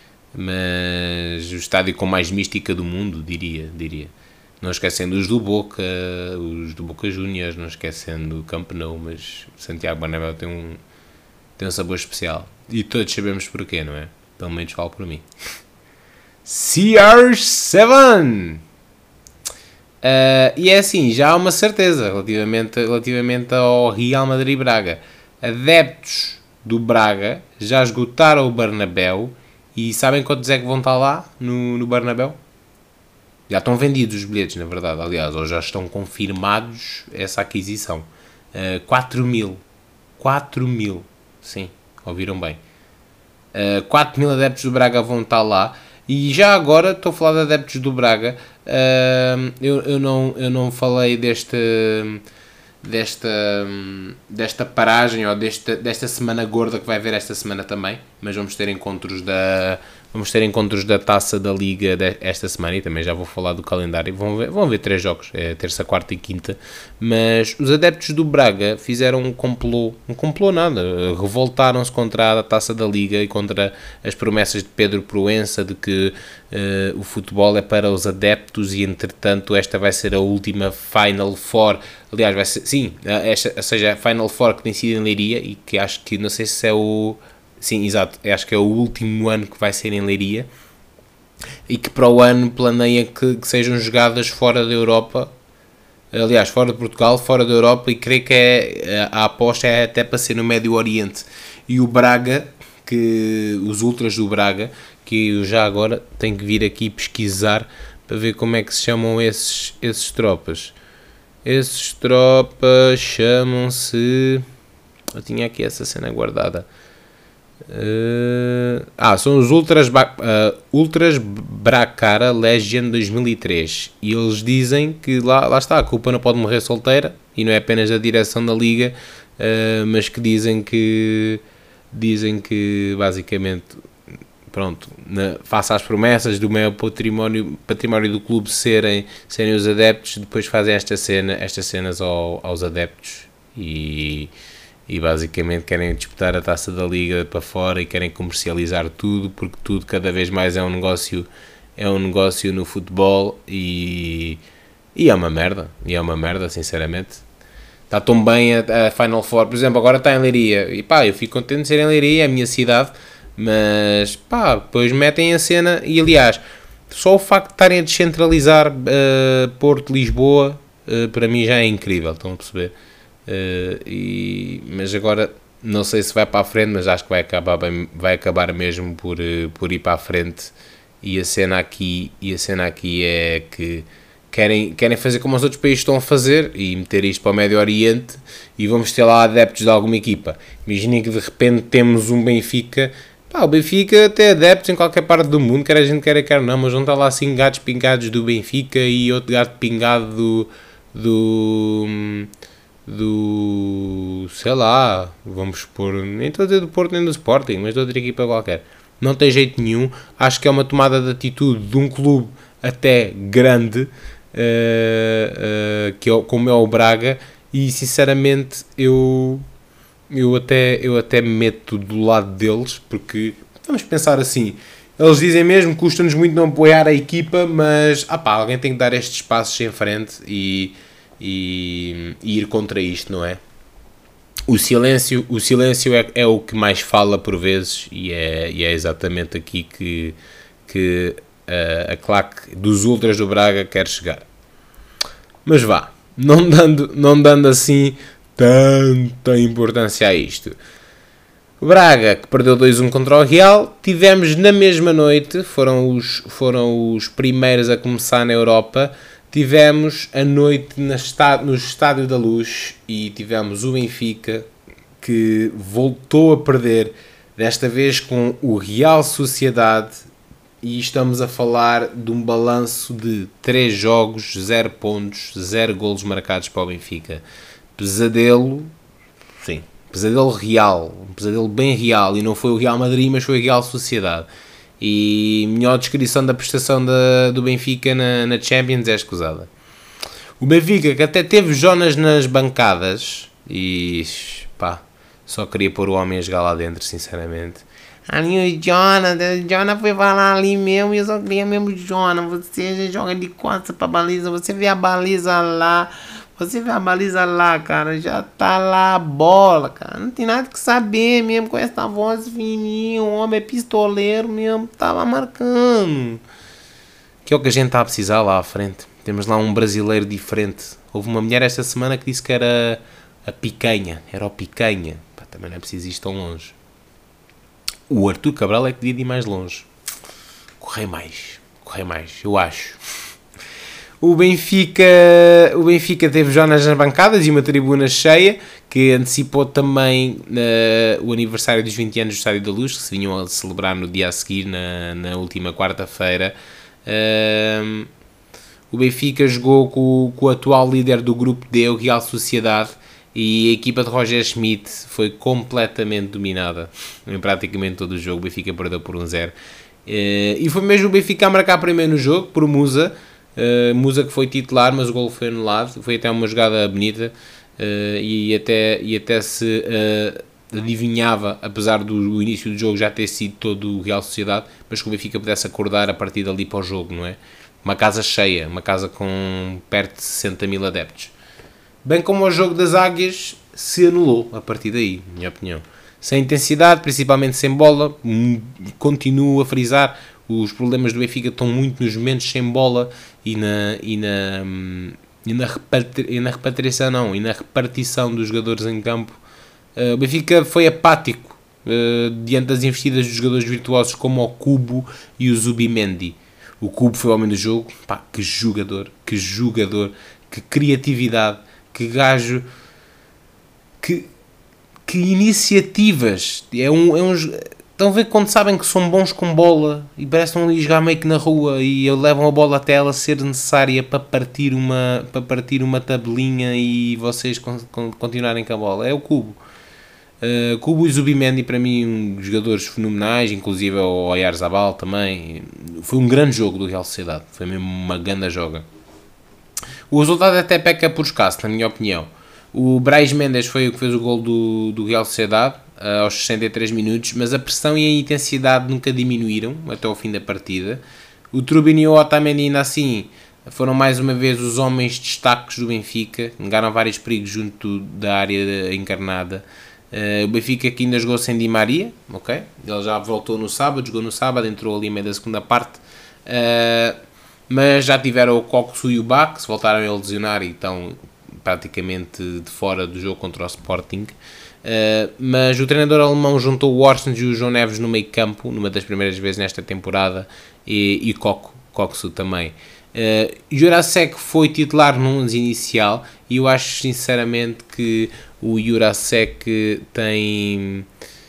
mas o estádio com mais mística do mundo, diria, diria. Não esquecendo os do Boca, os do Boca Juniors, não esquecendo o Camp Nou, mas Santiago Bernabéu tem um, tem um sabor especial. E todos sabemos porquê, não é? Pelo menos falo por mim. C R sete! Uh, e é assim, já há uma certeza relativamente, relativamente ao Real Madrid-Braga. Adeptos do Braga já esgotaram o Bernabéu e sabem quantos é que vão estar lá no, no Bernabéu? Já estão vendidos os bilhetes, na verdade, aliás, ou já estão confirmados essa aquisição. Uh, quatro mil. quatro mil. Sim, ouviram bem. Uh, quatro mil adeptos do Braga vão estar lá. E já agora, estou a falar de adeptos do Braga, uh, eu, eu, não, eu não falei deste... Desta, desta paragem ou desta, desta semana gorda que vai haver esta semana também, mas vamos ter encontros da, vamos ter encontros da Taça da Liga de, esta semana e também já vou falar do calendário. Vão ver, vão ver três jogos, é terça, quarta e quinta, mas os adeptos do Braga fizeram um complô, um complô nada, revoltaram-se contra a Taça da Liga e contra as promessas de Pedro Proença de que uh, o futebol é para os adeptos e entretanto esta vai ser a última Final Four. Aliás, vai ser, sim, esta, ou seja, a Final Four que tem sido em Leiria e que acho que, não sei se é o... Sim, exato, acho que é o último ano que vai ser em Leiria e que para o ano planeia que, que sejam jogadas fora da Europa, aliás, fora de Portugal, fora da Europa e creio que é, a aposta é até para ser no Médio Oriente. E o Braga, que os ultras do Braga, que eu já agora tenho que vir aqui pesquisar para ver como é que se chamam esses, esses tropas. Esses tropas chamam-se... Eu tinha aqui essa cena guardada. Uh... Ah, são os Ultras, ba... uh, Ultras Bracara Legion dois mil e três. E eles dizem que lá, lá está, a culpa não pode morrer solteira. E não é apenas da direção da Liga, uh, mas que dizem que... Dizem que, basicamente... Pronto, na, face às promessas do maior património, património do clube serem, serem os adeptos, depois fazem esta cena, estas cenas ao, aos adeptos e, e basicamente querem disputar a Taça da Liga para fora e querem comercializar tudo, porque tudo cada vez mais é um negócio, é um negócio no futebol e, e é uma merda, e é uma merda, sinceramente. Está tão bem a, a Final Four, por exemplo, agora está em Leiria, e pá, eu fico contente de ser em Leiria, é a minha cidade. Mas pá, depois metem a cena e aliás, só o facto de estarem a descentralizar uh, Porto, Lisboa, uh, para mim já é incrível, estão a perceber? Uh, e, mas agora não sei se vai para a frente, mas acho que vai acabar, bem, vai acabar mesmo por, uh, por ir para a frente. E a cena aqui, e a cena aqui é que querem, querem fazer como os outros países estão a fazer e meter isto para o Médio Oriente e vamos ter lá adeptos de alguma equipa. Imaginem que de repente temos um Benfica. Pá, o Benfica tem adeptos em qualquer parte do mundo, quer a gente queira, quer não, mas não está lá assim gatos pingados do Benfica e outro gato pingado do, do, do, sei lá, vamos pôr, nem estou a dizer do Porto nem do Sporting, mas de outra equipa qualquer. Não tem jeito nenhum, acho que é uma tomada de atitude de um clube até grande, uh, uh, que é, como é o Braga, e sinceramente eu... Eu até, eu até me meto do lado deles, porque vamos pensar assim, eles dizem mesmo que custa-nos muito não apoiar a equipa, mas ah pá, alguém tem que dar estes passos em frente e, e, e ir contra isto, não é? O silêncio, o silêncio é, é o que mais fala por vezes e é, e é exatamente aqui que, que a, a claque dos Ultras do Braga quer chegar. Mas vá, não dando, não dando assim... tanta importância a isto. O Braga, que perdeu dois a um contra o Real, tivemos na mesma noite, foram os, foram os primeiros a começar na Europa, tivemos a noite na está, no Estádio da Luz e tivemos o Benfica, que voltou a perder, desta vez com o Real Sociedade, e estamos a falar de um balanço de três jogos, zero pontos, zero golos marcados para o Benfica. Pesadelo, sim, pesadelo real, um pesadelo bem real, e não foi o Real Madrid, mas foi o Real Sociedade. E a melhor descrição da prestação da, do Benfica na, na Champions é escusada. O Benfica, que até teve Jonas nas bancadas, e pá, só queria pôr o homem a jogar lá dentro, sinceramente. Ali o Jonas, o Jonas foi falar ali mesmo, e eu só queria mesmo o Jonas. Você já joga de costas pra baliza, você vê a baliza lá, você vê a baliza lá, cara, já tá lá a bola, cara. Não tem nada que saber mesmo com essa voz fininha, o homem é pistoleiro mesmo, tava marcando. Que é o que a gente tá a precisar lá à frente. Temos lá um brasileiro diferente. Houve uma mulher esta semana que disse que era a Picanha, era o Picanha. Pá, também não é preciso ir tão longe. O Arthur Cabral é que devia ir mais longe. Correr mais. Correr mais, eu acho. O Benfica, o Benfica teve Jonas nas bancadas e uma tribuna cheia, que antecipou também uh, o aniversário dos vinte anos do Estádio da Luz, que se vinham a celebrar no dia a seguir, na, na última quarta-feira. Uh, o Benfica jogou com, com o atual líder do grupo D, o Real Sociedade, e a equipa de Roger Schmidt foi completamente dominada em praticamente todo o jogo. O Benfica perdeu por um zero. Uh, e foi mesmo o Benfica a marcar primeiro no jogo, por Musa. Uh, Musa que foi titular, mas o gol foi anulado. Foi até uma jogada bonita, uh, e, até, e até se uh, adivinhava, apesar do início do jogo já ter sido todo o Real Sociedade, mas que o Benfica pudesse acordar a partir dali para o jogo, não é? Uma casa cheia, uma casa com perto de sessenta mil adeptos. Bem como o jogo das Águias se anulou a partir daí, na minha opinião. Sem intensidade, principalmente sem bola. Continuo a frisar, os problemas do Benfica estão muito nos momentos sem bola e na, e na, e na, repatri, e na repatriação, não, e na repartição dos jogadores em campo. Uh, o Benfica foi apático uh, diante das investidas dos jogadores virtuosos como o Kubo e o Zubimendi. O Kubo foi o homem do jogo. Pá, que jogador, que jogador, que criatividade, que gajo, que, que iniciativas. É um, é um, estão a ver quando sabem que são bons com bola e parecem ali jogar meio que na rua e levam a bola até ela ser necessária para partir uma, para partir uma tabelinha e vocês con, con, continuarem com a bola. É o Kubo. Uh, Kubo e Zubimendi, para mim, um, jogadores fenomenais, inclusive o Oyarzabal também. Foi um grande jogo do Real Sociedade, foi mesmo uma grande joga. O resultado até peca por escasso, na minha opinião. O Brais Mendes foi o que fez o gol do, do Real Sociedade, uh, aos sessenta e três minutos, mas a pressão e a intensidade nunca diminuíram até ao fim da partida. O Trubin e o Otamendi, ainda assim, foram mais uma vez os homens destaques do Benfica, negaram vários perigos junto da área encarnada. Uh, o Benfica que ainda jogou sem Di Maria, ok? Ele já voltou no sábado, jogou no sábado, entrou ali em meio da segunda parte. Uh, mas já tiveram o Coxu e o Bach, que se voltaram a lesionar e estão praticamente de fora do jogo contra o Sporting. Uh, mas o treinador alemão juntou o Orsens e o João Neves no meio campo, numa das primeiras vezes nesta temporada, e, e Coco, Coxu também. Uh, Jurasek foi titular no onze inicial e eu acho sinceramente que o Jurasek tem,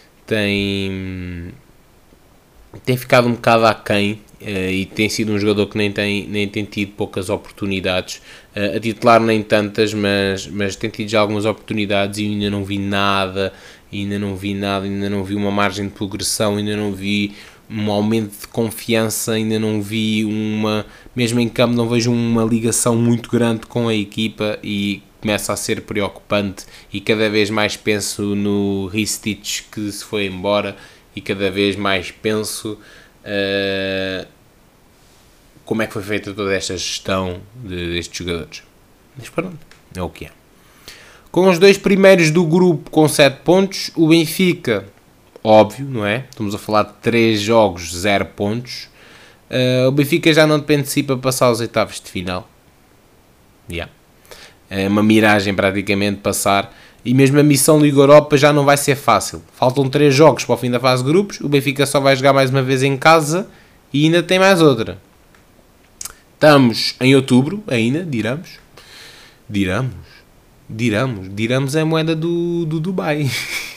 tem, tem ficado um bocado aquém. Uh, e tem sido um jogador que nem tem, nem tem tido poucas oportunidades, uh, a titular nem tantas, mas, mas tem tido já algumas oportunidades e ainda não vi nada, ainda não vi nada, ainda não vi uma margem de progressão, ainda não vi um aumento de confiança, ainda não vi uma, mesmo em campo não vejo uma ligação muito grande com a equipa e começa a ser preocupante e cada vez mais penso no Ristich que se foi embora e cada vez mais penso Uh, como é que foi feita toda esta gestão de, destes jogadores. Mas pronto, é o que é. Com os dois primeiros do grupo com sete pontos, o Benfica, óbvio, não é? Estamos a falar de três jogos, zero pontos. Uh, o Benfica já não depende de si para passar aos oitavos de final. Yeah. É uma miragem praticamente passar. E mesmo a missão Liga Europa já não vai ser fácil. Faltam três jogos para o fim da fase de grupos. O Benfica só vai jogar mais uma vez em casa e ainda tem mais outra. Estamos em outubro ainda, diramos. Diramos. Dirhams. Dirhams é a moeda do, do Dubai.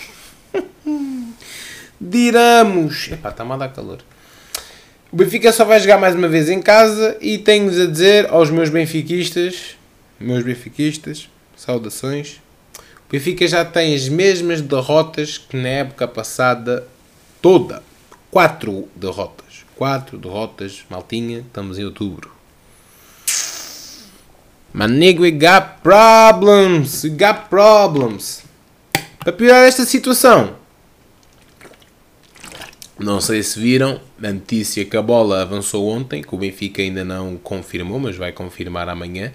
Dirhams. Epá, está-me a dar calor. O Benfica só vai jogar mais uma vez em casa e tenho-vos a dizer aos meus benfiquistas, meus benfiquistas, saudações, o Benfica já tem as mesmas derrotas que na época passada toda. Quatro derrotas. Quatro derrotas, maltinha, estamos em outubro. My nigga, we got problems, we got problems. Para piorar esta situação, não sei se viram a notícia que a bola avançou ontem, que o Benfica ainda não confirmou, mas vai confirmar amanhã.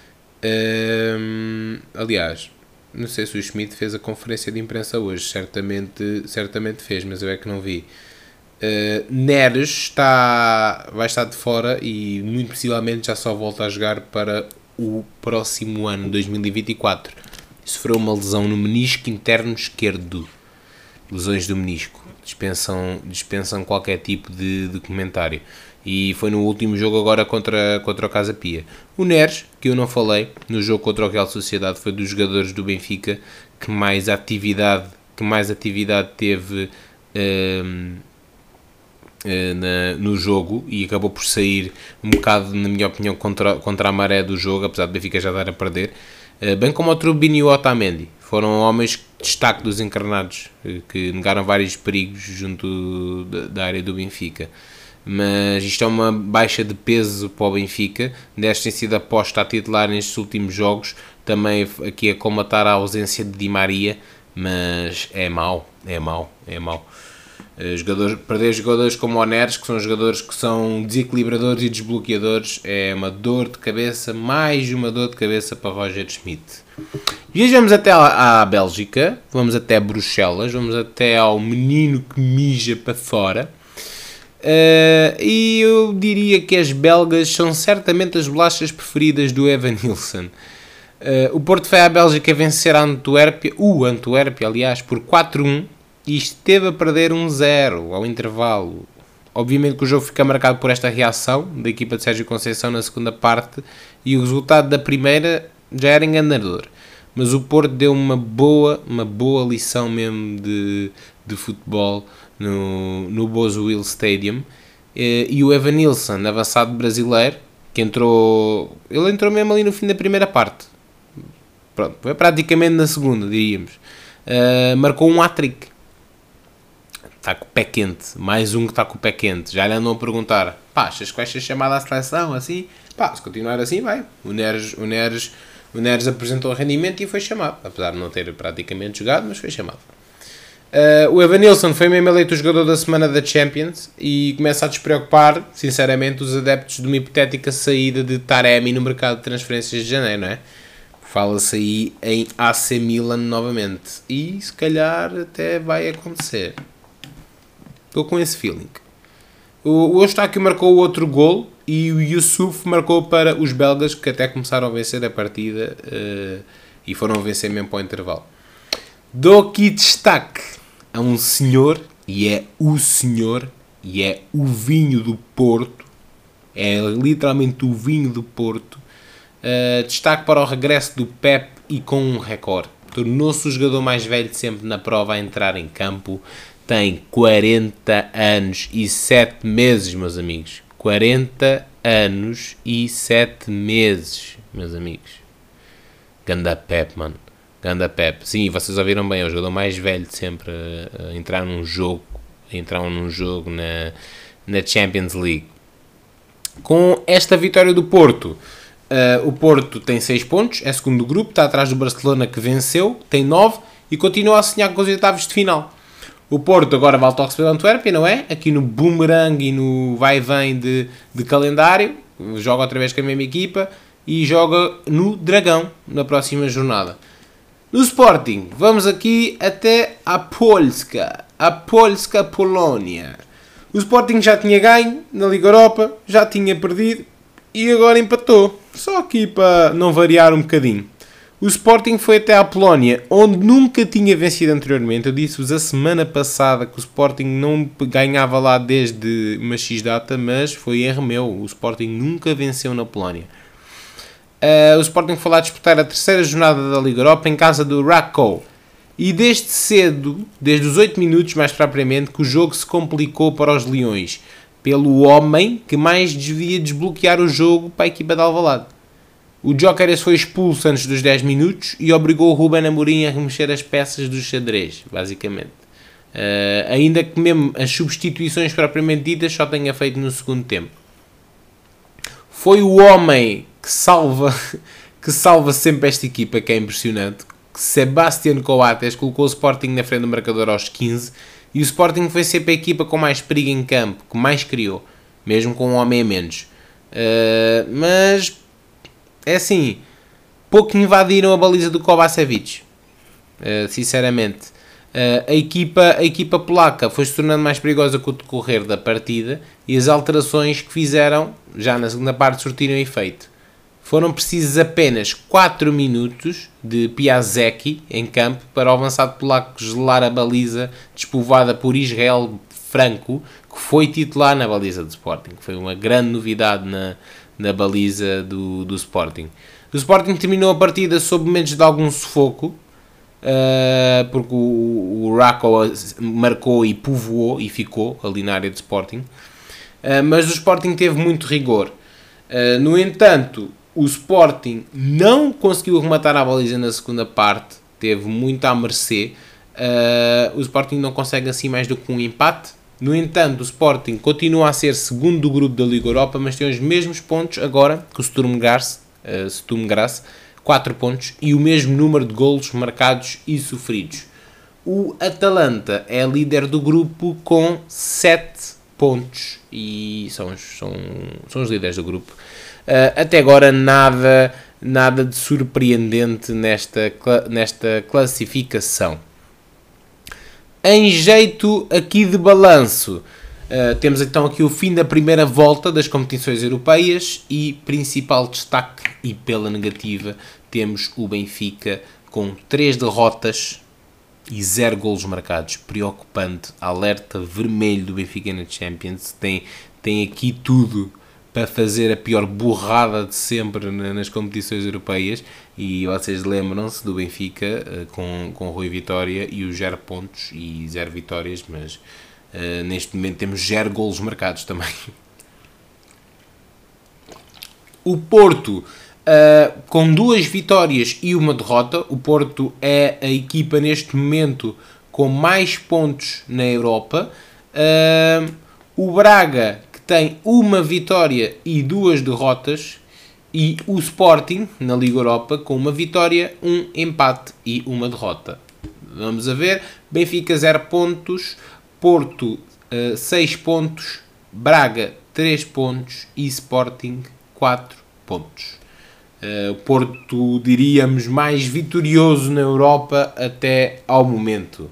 Um, aliás, não sei se o Schmidt fez a conferência de imprensa hoje, certamente, certamente fez, mas eu é que não vi. Uh, Neres está, vai estar de fora e muito possivelmente já só volta a jogar para o próximo ano, dois mil e vinte e quatro. Sofreu uma lesão no menisco interno esquerdo. Lesões do menisco. Dispensam, dispensam qualquer tipo de, de comentário. E foi no último jogo agora contra, contra o Casa Pia. O Neres, que eu não falei, no jogo contra o Real Sociedade, foi dos jogadores do Benfica que mais atividade, que mais atividade teve um, na, no jogo e acabou por sair um bocado, na minha opinião, contra, contra a maré do jogo, apesar do Benfica já dar a perder. Bem como o Trubin e o Otamendi. Foram homens de destaque dos encarnados, que negaram vários perigos junto da, da área do Benfica. Mas isto é uma baixa de peso para o Benfica. Desta tem sido aposta a titular nestes últimos jogos. Também aqui a colmatar a ausência de Di Maria. Mas é mau, é mau, é mau. Jogadores, perder jogadores como o Neres, que são jogadores que são desequilibradores e desbloqueadores, é uma dor de cabeça, mais uma dor de cabeça para Roger Schmidt. Viajamos até à Bélgica, vamos até Bruxelas, vamos até ao menino que mija para fora. Uh, e eu diria que as belgas são certamente as bolachas preferidas do Evan Nilsson. Uh, o Porto foi à Bélgica vencer a Antuérpia, o Antuérpia, aliás, por quatro a um. E esteve a perder um zero ao intervalo. Obviamente que o jogo fica marcado por esta reação da equipa de Sérgio Conceição na segunda parte e o resultado da primeira já era enganador. Mas o Porto deu uma boa, uma boa lição mesmo de, de futebol no, no Boswil Stadium. E o Evan Nilsson, avançado brasileiro, que entrou... Ele entrou mesmo ali no fim da primeira parte. Pronto, foi praticamente na segunda, diríamos. Uh, marcou um hat-trick. Está com o pé quente, mais um que está com o pé quente. Já lhe andam a perguntar, pá, achas que vai ser chamado à seleção assim? Pá, se continuar assim, vai. O Neres, o Neres, o Neres apresentou rendimento e foi chamado, apesar de não ter praticamente jogado, mas foi chamado. Uh, o Evan Nilsson foi mesmo eleito o jogador da semana da Champions e começa a despreocupar, sinceramente, os adeptos de uma hipotética saída de Taremi no mercado de transferências de janeiro, não é? Fala-se aí em A C Milan novamente e se calhar até vai acontecer. Estou com esse feeling. O Eustáquio marcou o outro gol e o Yusuf marcou para os belgas, que até começaram a vencer a partida uh, e foram a vencer mesmo para o intervalo. Dou aqui destaque a um senhor, e é o senhor, e é o vinho do Porto, é literalmente o vinho do Porto. Uh, destaque para o regresso do Pep e com um recorde. Tornou-se o jogador mais velho de sempre na prova a entrar em campo. Tem quarenta anos e sete meses, meus amigos. quarenta anos e sete meses, meus amigos. Ganda Pep, mano. Ganda Pep. Sim, vocês ouviram bem, é o jogador mais velho de sempre a, a entrar num jogo, a entrar num jogo na, na Champions League. Com esta vitória do Porto, uh, o Porto tem seis pontos, é segundo do grupo, está atrás do Barcelona que venceu, tem nove e continua a sonhar com os oitavos de final. O Porto agora volta ao receber o Antuérpia, não é? Aqui no boomerang e no vai e vem de, de calendário. Joga outra vez com a mesma equipa e joga no Dragão na próxima jornada. No Sporting, vamos aqui até a Polska. A Polska Polónia. O Sporting já tinha ganho na Liga Europa, já tinha perdido e agora empatou. Só aqui para não variar um bocadinho. O Sporting foi até à Polónia, onde nunca tinha vencido anteriormente. Eu disse-vos a semana passada que o Sporting não ganhava lá desde uma X data, mas foi erro meu. O Sporting nunca venceu na Polónia. Uh, o Sporting foi lá disputar a terceira jornada da Liga Europa em casa do Rakow. E desde cedo, desde os oito minutos mais propriamente, que o jogo se complicou para os Leões, pelo homem que mais devia desbloquear o jogo para a equipa de Alvalade. O Gyökeres foi expulso antes dos dez minutos e obrigou o Ruben Amorim a remexer as peças do xadrez, basicamente. Uh, ainda que mesmo as substituições propriamente ditas só tenha feito no segundo tempo. Foi o homem que salva, que salva sempre esta equipa, que é impressionante. Sebastián Coates colocou o Sporting na frente do marcador aos quinze e o Sporting foi sempre a equipa com mais perigo em campo, que mais criou, mesmo com um homem a menos. Uh, mas, é assim, pouco invadiram a baliza do Kovacevic, uh, sinceramente. Uh, a, equipa, a equipa polaca foi se tornando mais perigosa com o decorrer da partida e as alterações que fizeram, já na segunda parte, surtiram efeito. Foram precisos apenas quatro minutos de Piasecki em campo para o avançado polaco gelar a baliza despovoada por Israel Franco, que foi titular na baliza do Sporting. Foi uma grande novidade na, na baliza do, do Sporting. O Sporting terminou a partida sob momentos de algum sufoco, uh, porque o, o Rakow marcou e povoou e ficou ali na área do Sporting. Uh, mas o Sporting teve muito rigor. Uh, no entanto, o Sporting não conseguiu rematar a baliza na segunda parte, teve muito à mercê. Uh, o Sporting não consegue assim mais do que um empate. No entanto, o Sporting continua a ser segundo do grupo da Liga Europa, mas tem os mesmos pontos agora que o Sturm Graz, uh, Sturm Graz, quatro pontos, e o mesmo número de golos marcados e sofridos. O Atalanta é líder do grupo com sete pontos e são, são, são os líderes do grupo. Uh, até agora nada, nada de surpreendente nesta, nesta classificação. Em jeito aqui de balanço, uh, temos então aqui o fim da primeira volta das competições europeias e principal destaque, e pela negativa, temos o Benfica com três derrotas e zero golos marcados. Preocupante, alerta vermelho do Benfica na Champions. Tem, tem aqui tudo para fazer a pior burrada de sempre nas competições europeias, e vocês lembram-se do Benfica com, com Rui Vitória e os zero pontos e zero vitórias, mas uh, neste momento temos zero golos marcados também. O Porto, uh, com duas vitórias e uma derrota. O Porto é a equipa neste momento com mais pontos na Europa. Uh, o Braga, tem uma vitória e duas derrotas, e o Sporting, na Liga Europa, com uma vitória, um empate e uma derrota. Vamos a ver. Benfica zero pontos, Porto uh, seis pontos, Braga três pontos e Sporting quatro pontos. Uh, Porto, diríamos, mais vitorioso na Europa até ao momento.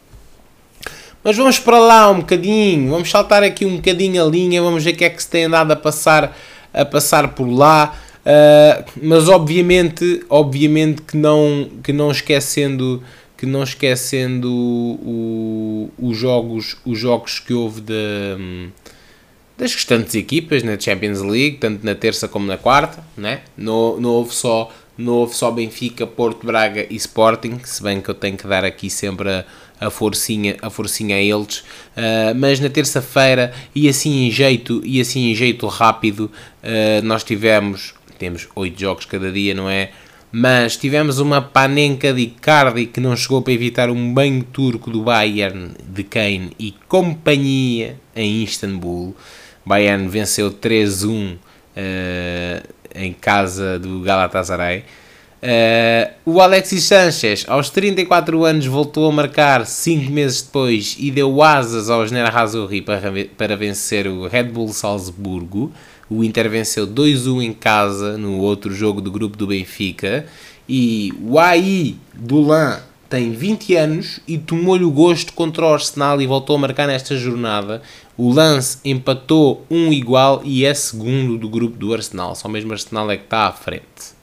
Mas vamos para lá um bocadinho, vamos saltar aqui um bocadinho a linha, vamos ver o que é que se tem andado a passar, a passar por lá, uh, mas obviamente, obviamente que não, que não esquecendo, que não esquecendo o, o, os, jogos, os jogos que houve de, das restantes equipas na Champions League, tanto na terça como na quarta, né? não, não houve só, não houve só Benfica, Porto, Braga e Sporting, se bem que eu tenho que dar aqui sempre a a forcinha, a forcinha a eles, uh, mas na terça-feira, e assim em jeito, e assim em jeito rápido, uh, nós tivemos, temos oito jogos cada dia, não é? Mas tivemos uma panenca de Icardi que não chegou para evitar um banho turco do Bayern de Kane e companhia em Istambul. Bayern venceu três a um uh, em casa do Galatasaray. Uh, o Alexis Sanchez, aos trinta e quatro anos, voltou a marcar cinco meses depois e deu asas ao Nerazzurri para, para vencer o Red Bull Salzburgo. O Inter venceu dois a um em casa no outro jogo do grupo do Benfica. E o A I do Lan tem vinte anos e tomou-lhe o gosto contra o Arsenal e voltou a marcar nesta jornada. O Lance empatou um igual e é segundo do grupo do Arsenal. Só mesmo o Arsenal é que está à frente.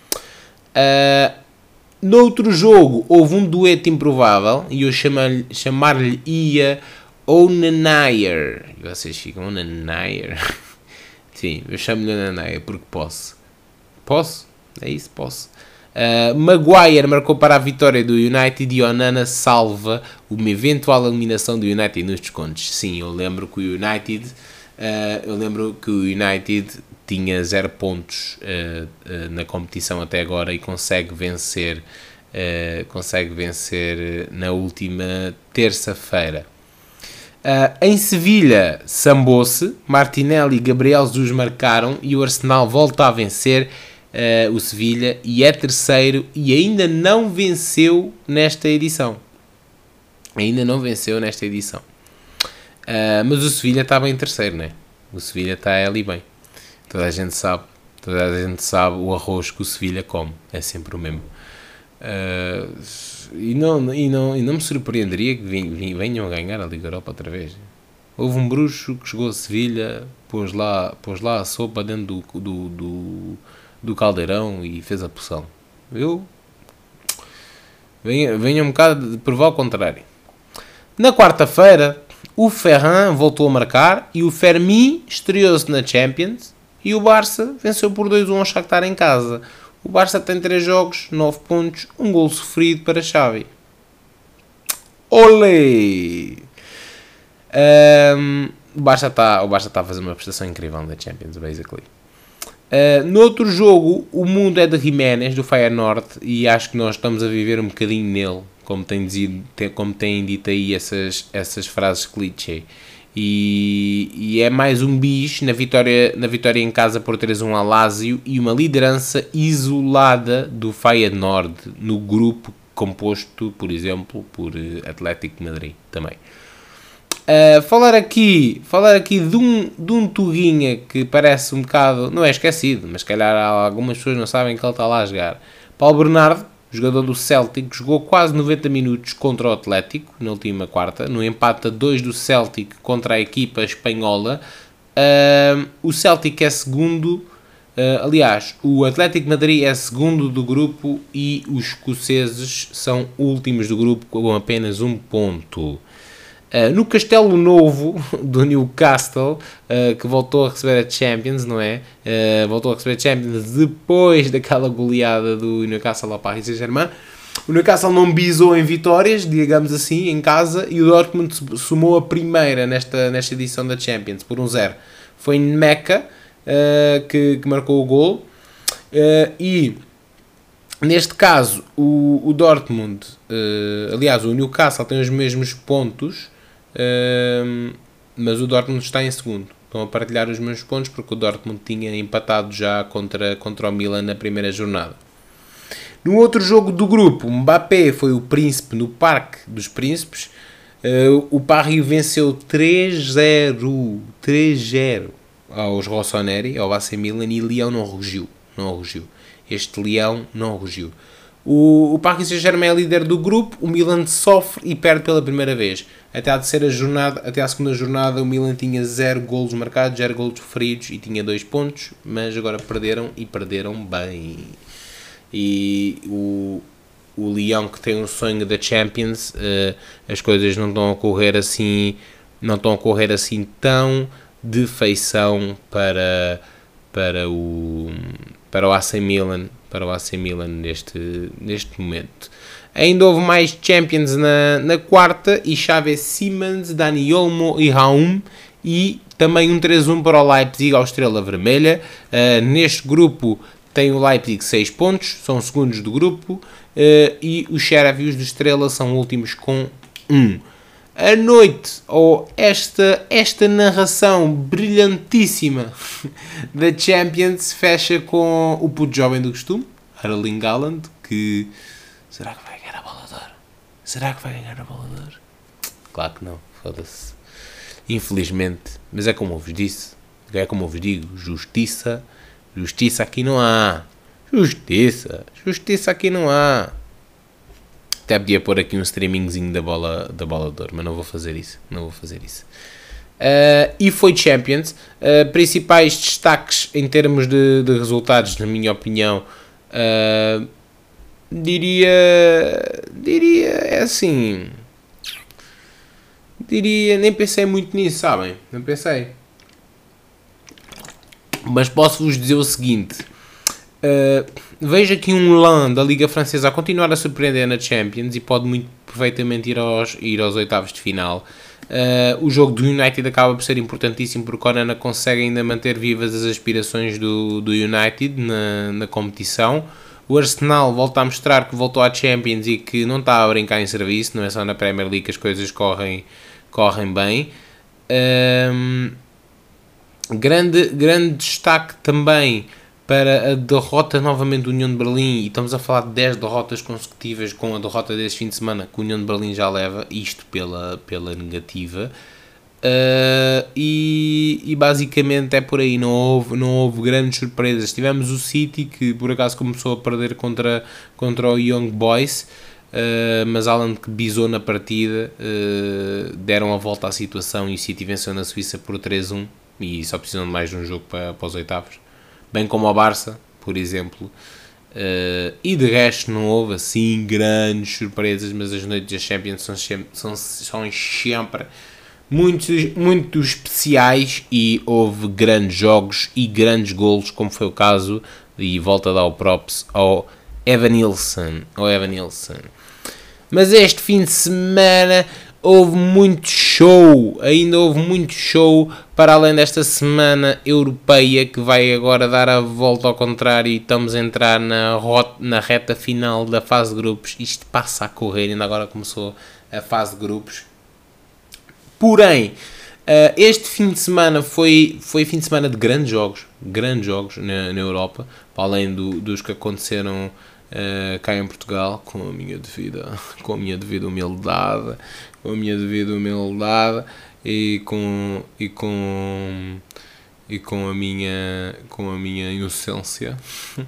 Uh, noutro jogo houve um dueto improvável e eu chamar-lhe, chamar-lhe ia Onanayer. E vocês ficam Onanayer? Sim, eu chamo-lhe Onanayer porque posso. Posso? É isso, posso. Uh, Maguire marcou para a vitória do United e Onana salva uma eventual eliminação do United nos descontos. Sim, eu lembro que o United, uh, eu lembro que o United tinha zero pontos uh, uh, na competição até agora e consegue vencer, uh, consegue vencer na última terça-feira. Uh, em Sevilha, sambou-se, Martinelli e Gabriel Jesus marcaram e o Arsenal volta a vencer Uh, o Sevilha e é terceiro e ainda não venceu nesta edição. Ainda não venceu nesta edição. Uh, mas o Sevilha está bem em terceiro, né? O Sevilha está ali bem. Toda a gente sabe, toda a gente sabe o arroz que o Sevilha come. É sempre o mesmo. Uh, e, não, e, não, e não me surpreenderia que venham a ganhar a Liga Europa outra vez. Houve um bruxo que chegou a Sevilha, pôs lá, pôs lá a sopa dentro do... do, do do caldeirão e fez a poção. Eu venho, venho um bocado de provar o contrário. Na quarta-feira o Ferran voltou a marcar e o Fermin estreou-se na Champions e o Barça venceu por dois a um ao Shakhtar em casa. O Barça tem três jogos, nove pontos, um gol sofrido para Xavi. Olé! Um, o Barça está tá a fazer uma prestação incrível na Champions, basically. Uh, no outro jogo, o mundo é de Jiménez, do Feyenoord, e acho que nós estamos a viver um bocadinho nele, como têm, dizido, como têm dito aí essas, essas frases clichê. E, e é mais um bis na vitória, na vitória em casa por três a um a Lazio e uma liderança isolada do Feyenoord no grupo composto, por exemplo, por Atlético de Madrid também. Uh, falar aqui, falar aqui de um, de um Tuguinha que parece um bocado, não é esquecido, mas se calhar algumas pessoas não sabem que ele está lá a jogar. Paulo Bernardo, jogador do Celtic, jogou quase noventa minutos contra o Atlético, na última quarta, no empate a dois do Celtic contra a equipa espanhola. Uh, o Celtic é segundo, uh, aliás, o Atlético de Madrid é segundo do grupo e os escoceses são últimos do grupo com apenas um ponto. Uh, no Castelo Novo do Newcastle, uh, que voltou a receber a Champions, não é? Uh, voltou a receber a Champions depois daquela goleada do Newcastle ao Paris Saint-Germain. O Newcastle não bisou em vitórias, digamos assim, em casa, e o Dortmund somou a primeira nesta, nesta edição da Champions, por um zero. Foi em Meca uh, que, que marcou o gol, uh, e... Neste caso, o, o Dortmund, uh, aliás, o Newcastle tem os mesmos pontos, uh, mas o Dortmund está em segundo. Estão a partilhar os mesmos pontos porque o Dortmund tinha empatado já contra, contra o Milan na primeira jornada. No outro jogo do grupo, Mbappé foi o príncipe no Parque dos Príncipes. Uh, o Paris venceu três zero, três zero aos Rossoneri, ao A C Milan, e Leão não rugiu, não rugiu. Este Leão não rugiu. O, o Paris Saint-Germain é líder do grupo, o Milan sofre e perde pela primeira vez. Até à terceira jornada, até à segunda jornada, o Milan tinha zero golos marcados, zero golos sofridos e tinha dois pontos, mas agora perderam e perderam bem. E o, o Leão, que tem um sonho da Champions, uh, as coisas não estão a correr assim, não estão a correr assim tão de feição para, para o... para o A C Milan, para o A C Milan neste, neste momento. Ainda houve mais Champions na, na quarta, e Xavi Simons, Dani Olmo e Raum, e também um três a um para o Leipzig ao Estrela Vermelha. Uh, neste grupo tem o Leipzig seis pontos, são segundos do grupo, uh, e os Sheriff e os do Estrela são últimos com um. A noite, ou esta, esta narração brilhantíssima da Champions, fecha com o puto jovem do costume, Erling Haaland, que... Será que vai ganhar a Bola de Ouro? Será que vai ganhar a Bola de Ouro? Claro que não, foda-se. Infelizmente, mas é como eu vos disse, é como eu vos digo, justiça, justiça aqui não há. Justiça, justiça aqui não há. Até podia pôr aqui um streamingzinho da bola, da bola de ouro, mas não vou fazer isso. Não vou fazer isso. Uh, e foi Champions. Uh, principais destaques em termos de, de resultados, na minha opinião, uh, diria, diria, é assim, diria, nem pensei muito nisso, sabem? Não pensei. Mas posso-vos dizer o seguinte. Uh, vejo aqui um Lan da Liga Francesa a continuar a surpreender na Champions e pode muito perfeitamente ir aos, ir aos oitavos de final. Uh, o jogo do United acaba por ser importantíssimo porque o Onana consegue ainda manter vivas as aspirações do, do United na, na competição. O Arsenal volta a mostrar que voltou à Champions e que não está a brincar em serviço, não é só na Premier League que as coisas correm, correm bem. Um, grande, grande destaque também para a derrota novamente do União de Berlim, e estamos a falar de dez derrotas consecutivas com a derrota deste fim de semana que o União de Berlim já leva, isto pela, pela negativa. Uh, e, e basicamente é por aí, não houve, não houve grandes surpresas. Tivemos o City que por acaso começou a perder contra, contra o Young Boys, uh, mas Haaland que bisou na partida, uh, deram a volta à situação e o City venceu na Suíça por três a um e só precisam de mais de um jogo para, para os oitavos, bem como ao Barça, por exemplo. Uh, e de resto não houve assim grandes surpresas, mas as noites da Champions são, são, são sempre muito, muito especiais e houve grandes jogos e grandes golos, como foi o caso, e volta a dar o props ao Evanilson, ao Evanilson. Mas este fim de semana houve muito show, ainda houve muito show, para além desta semana europeia que vai agora dar a volta ao contrário e estamos a entrar na, rota, na reta final da fase de grupos. Isto passa a correr, ainda agora começou a fase de grupos. Porém, este fim de semana foi, foi fim de semana de grandes jogos, grandes jogos na, na Europa, para além do, dos que aconteceram Uh, cá em Portugal, com a minha devida, com a minha devida humildade, com a minha devida humildade e com e com e com a minha com a minha inocência.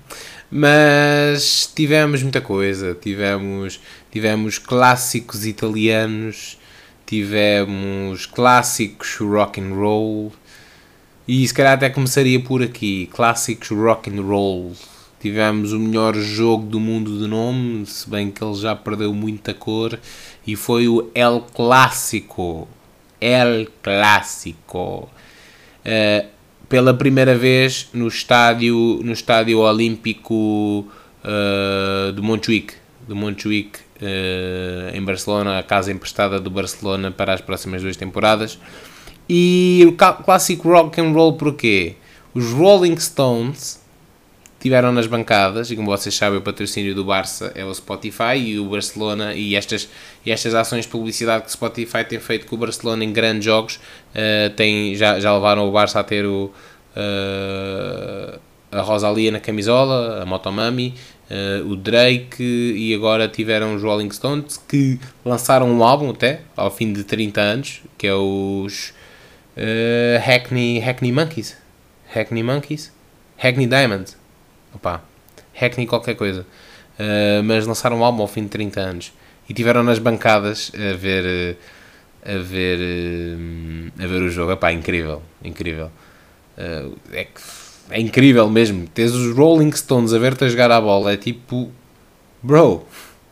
Mas tivemos muita coisa, tivemos tivemos clássicos italianos, tivemos clássicos rock and roll e se calhar até começaria por aqui, clássicos rock and roll. Tivemos o melhor jogo do mundo de nome, se bem que ele já perdeu muita cor, e foi o El Clássico. El Clássico. Uh, pela primeira vez no estádio, no estádio olímpico uh, de Montjuic, de Montjuic uh, em Barcelona, a casa emprestada do Barcelona para as próximas duas temporadas. E o clássico rock and roll porquê? Os Rolling Stones tiveram nas bancadas, e como vocês sabem o patrocínio do Barça é o Spotify, e o Barcelona, e estas, e estas ações de publicidade que o Spotify tem feito com o Barcelona em grandes jogos, uh, tem, já, já levaram o Barça a ter o, uh, a Rosalía na camisola, a Motomami, uh, o Drake, e agora tiveram os Rolling Stones, que lançaram um álbum até, ao fim de trinta anos, que é os uh, Hackney, Hackney Monkeys, Hackney Monkeys, Hackney Diamonds, opa, Hackney qualquer coisa, uh, mas lançaram um álbum ao fim de trinta anos e tiveram nas bancadas a ver a ver a ver o jogo. Epá, incrível, incrível, uh, é, é incrível mesmo, tens os Rolling Stones a ver-te a jogar a bola, é tipo, bro,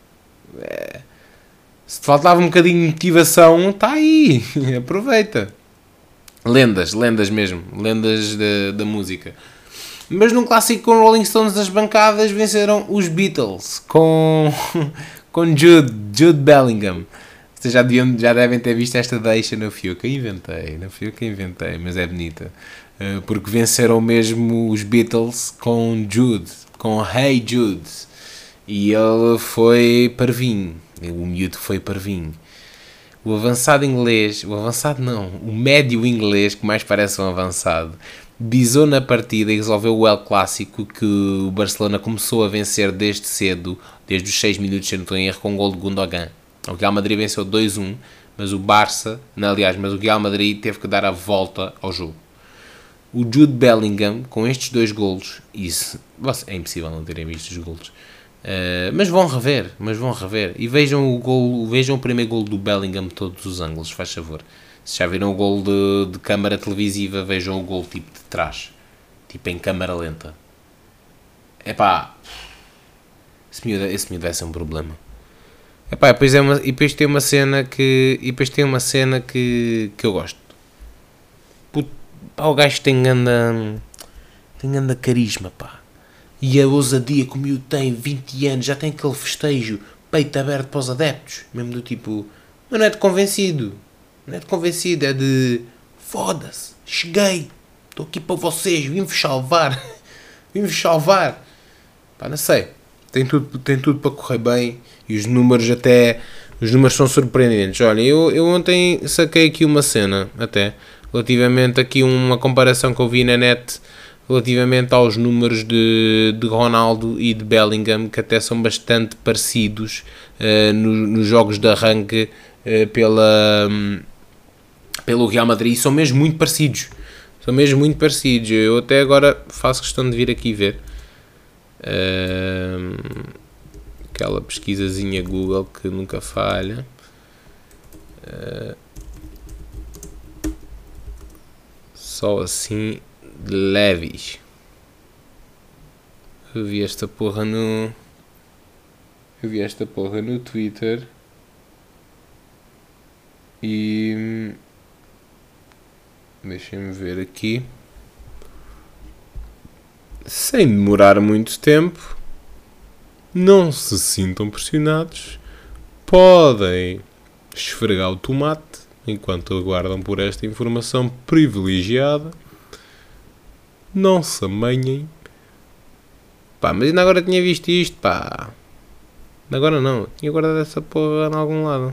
é, se te faltava um bocadinho de motivação, está aí, aproveita. Lendas, lendas mesmo, lendas da, da música. Mas num clássico com Rolling Stones nas bancadas venceram os Beatles com, com Jude, Jude Bellingham. Vocês já, deviam, já devem ter visto esta deixa, não fui eu que inventei, não fui eu que inventei, mas é bonita. Uh, porque venceram mesmo os Beatles com Jude, com Hey Jude. E ele foi parvinho, o miúdo foi parvinho. O avançado inglês, o avançado não, o médio inglês, que mais parece um avançado, bisou na partida e resolveu o El Clássico, que o Barcelona começou a vencer desde cedo, desde os seis minutos, se não estou em erro, com um gol de Gundogan. O Real Madrid venceu dois a um, mas o Barça, não, aliás, mas o Real Madrid teve que dar a volta ao jogo. O Jude Bellingham, com estes dois golos, isso, é impossível não terem visto os golos, uh, mas vão rever, mas vão rever, e vejam o, gol, vejam o primeiro golo do Bellingham de todos os ângulos, faz favor. Se já viram o gol de, de câmara televisiva, vejam o gol tipo de trás, tipo em câmara lenta. Epá, esse miúdo, esse miúdo vai ser um problema. Epá, depois é uma, e depois tem uma cena que, e depois tem uma cena que, que eu gosto. Puto, pá, o gajo tem ganda, tem ganda carisma, pá. E a ousadia que o miúdo tem, vinte anos, já tem aquele festejo, peito aberto para os adeptos, mesmo do tipo, mas não é de convencido, não é de convencido, é de foda-se, cheguei, estou aqui para vocês, vim-vos salvar, vim-vos salvar, pá, não sei, tem tudo, tem tudo para correr bem, e os números até, os números são surpreendentes. Olha, eu, eu ontem saquei aqui uma cena, até, relativamente aqui uma comparação que eu vi na net, relativamente aos números de, de Ronaldo e de Bellingham, que até são bastante parecidos uh, no, nos jogos de arranque uh, pela, um, pelo Real Madrid, são mesmo muito parecidos, são mesmo muito parecidos. Eu até agora faço questão de vir aqui ver uh, aquela pesquisazinha Google que nunca falha. Uh, só assim de leves. Eu vi esta porra no... Eu vi esta porra no Twitter. E... Deixem-me ver aqui. Sem demorar muito tempo. Não se sintam pressionados. Podem esfregar o tomate enquanto aguardam por esta informação privilegiada. Não se amanhem. Pá, mas ainda agora tinha visto isto, pá. Agora não, tinha guardado essa porra em algum lado.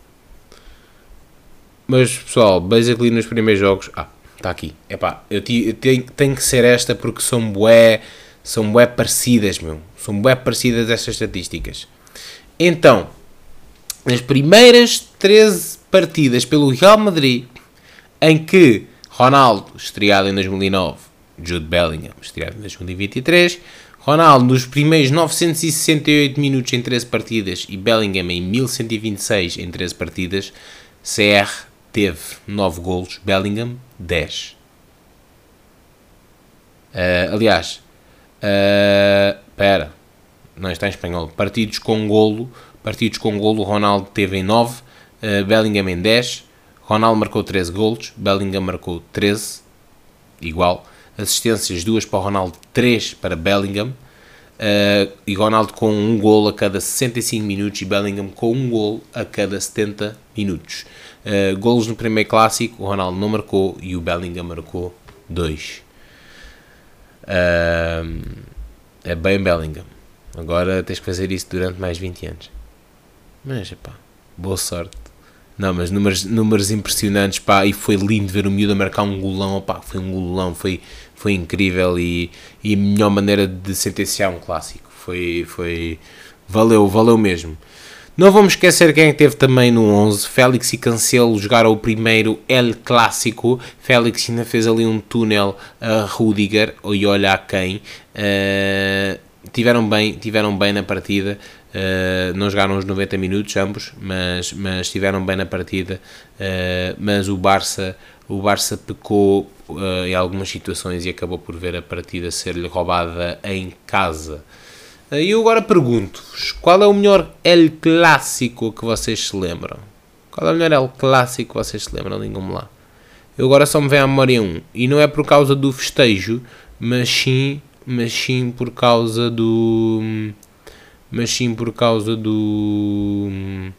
Mas pessoal, basically nos primeiros jogos... Ah, está aqui. Epá, eu, eu tenho, tenho que ser esta porque são bué... São bué parecidas, meu. São bué parecidas estas estatísticas. Então, nas primeiras treze partidas pelo Real Madrid, em que Ronaldo, estreado em dois mil e nove, Jude Bellingham, estreado em dois mil e vinte e três, Ronaldo nos primeiros novecentos e sessenta e oito minutos em treze partidas e Bellingham em mil cento e vinte e seis em treze partidas, C R teve nove golos, Bellingham dez. Uh, aliás, espera, uh, não está em espanhol, partidos com golo, partidos com golo, Ronaldo teve em nove, uh, Bellingham em dez, Ronaldo marcou treze golos, Bellingham marcou treze, igual. Assistências, duas para o Ronaldo, três para Bellingham, uh, e Ronaldo com um golo a cada sessenta e cinco minutos e Bellingham com um golo a cada setenta minutos. Uh, golos no primeiro clássico, o Ronaldo não marcou e o Bellingham marcou dois. Uh, é bem Bellingham. Agora tens que fazer isso durante mais vinte anos. Mas, pá, boa sorte. Não, mas números, números impressionantes, pá, e foi lindo ver o miúdo a marcar um golão, pá, foi um golão, foi, foi incrível e, e a melhor maneira de sentenciar um clássico, foi, foi, valeu, valeu mesmo. Não vamos esquecer quem teve também no onze, Félix e Cancelo jogaram o primeiro El Clássico, Félix ainda fez ali um túnel a Rudiger, e olha a quem, uh, tiveram bem, tiveram bem na partida. Uh, não jogaram os noventa minutos ambos, mas, mas estiveram bem na partida, uh, mas o Barça, o Barça pecou uh, em algumas situações e acabou por ver a partida ser-lhe roubada em casa. E uh, eu agora pergunto-vos, qual é o melhor El Clássico que vocês se lembram? Qual é o melhor El Clássico que vocês se lembram? Digam-me lá. Eu agora só me vem à memória um, e não é por causa do festejo, mas sim, mas sim por causa do... mas sim por causa do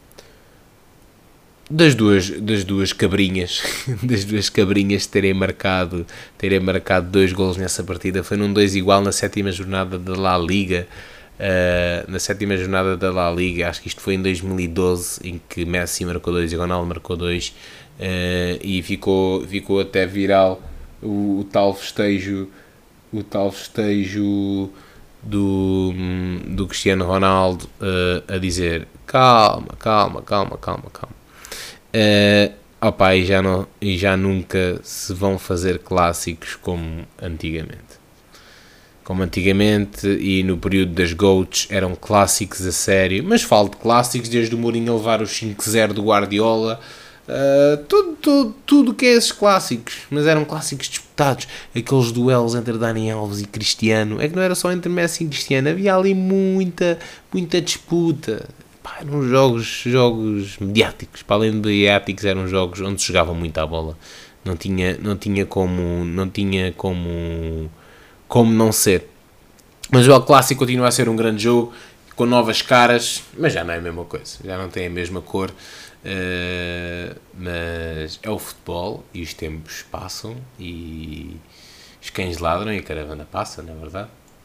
das duas das duas cabrinhas das duas cabrinhas terem marcado terem marcado dois golos nessa partida. Foi num dois igual na sétima jornada da La Liga, uh, na sétima jornada da La Liga, acho que isto foi em dois mil e doze, em que Messi marcou dois e Ronaldo marcou dois, uh, e ficou ficou até viral o, o tal festejo o tal festejo do, do Cristiano Ronaldo uh, a dizer calma, calma, calma, calma, calma. Uh, opa, e, já não, e já nunca se vão fazer clássicos como antigamente. Como antigamente e no período das GOATs eram clássicos a sério, mas falo de clássicos desde o Mourinho a levar os cinco zero do Guardiola. Uh, tudo, tudo, tudo que é esses clássicos, mas eram clássicos disputados, aqueles duelos entre Dani Alves e Cristiano, é que não era só entre Messi e Cristiano, havia ali muita, muita disputa. Pá, eram jogos, jogos mediáticos, para além de mediáticos eram jogos onde se jogava muito a bola, não tinha, não tinha como, não tinha como, como não ser. Mas o El Clássico continua a ser um grande jogo, com novas caras, mas já não é a mesma coisa, já não tem a mesma cor, uh, mas é o futebol e os tempos passam e os cães ladram e a caravana passa, não é verdade?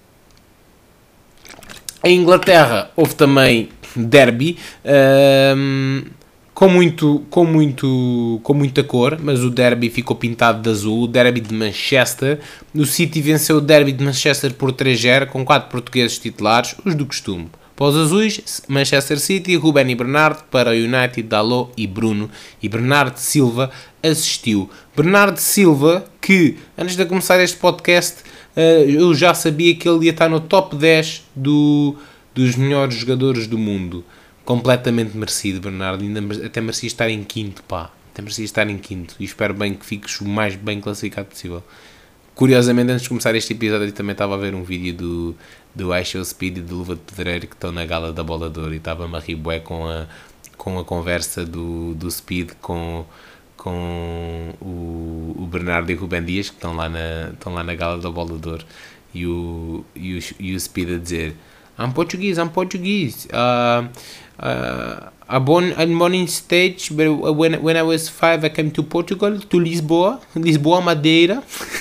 Em Inglaterra houve também derby, uh, com, muito, com, muito, com muita cor, mas o derby ficou pintado de azul, o derby de Manchester. O City venceu o derby de Manchester por três a zero, com quatro portugueses titulares, os do costume. Para os azuis, Manchester City, Ruben e Bernardo. Para o United, Dalot e Bruno. E Bernardo Silva assistiu. Bernardo Silva, que antes de começar este podcast, eu já sabia que ele ia estar no top dez do, dos melhores jogadores do mundo. Completamente merecido, Bernardo. Ainda até merecia estar em quinto, pá. Até merecia estar em quinto. E espero bem que fiques o mais bem classificado possível. Curiosamente, antes de começar este episódio, eu também estava a ver um vídeo do, do I Show Speed e do Luva de Pedreiro, que estão na gala da Bola de Ouro, e estava-me a rir bué com a, com a conversa do, do Speed com, com o, o Bernardo e o Rubem Dias, que estão lá na, estão lá na gala da Bola de Ouro, e o, e o, e o Speed a dizer: I'm Portuguese, I'm Portuguese. Uh, uh, I born, I'm born in States, but when, when I was five I came to Portugal, to Lisboa, Lisboa, Madeira.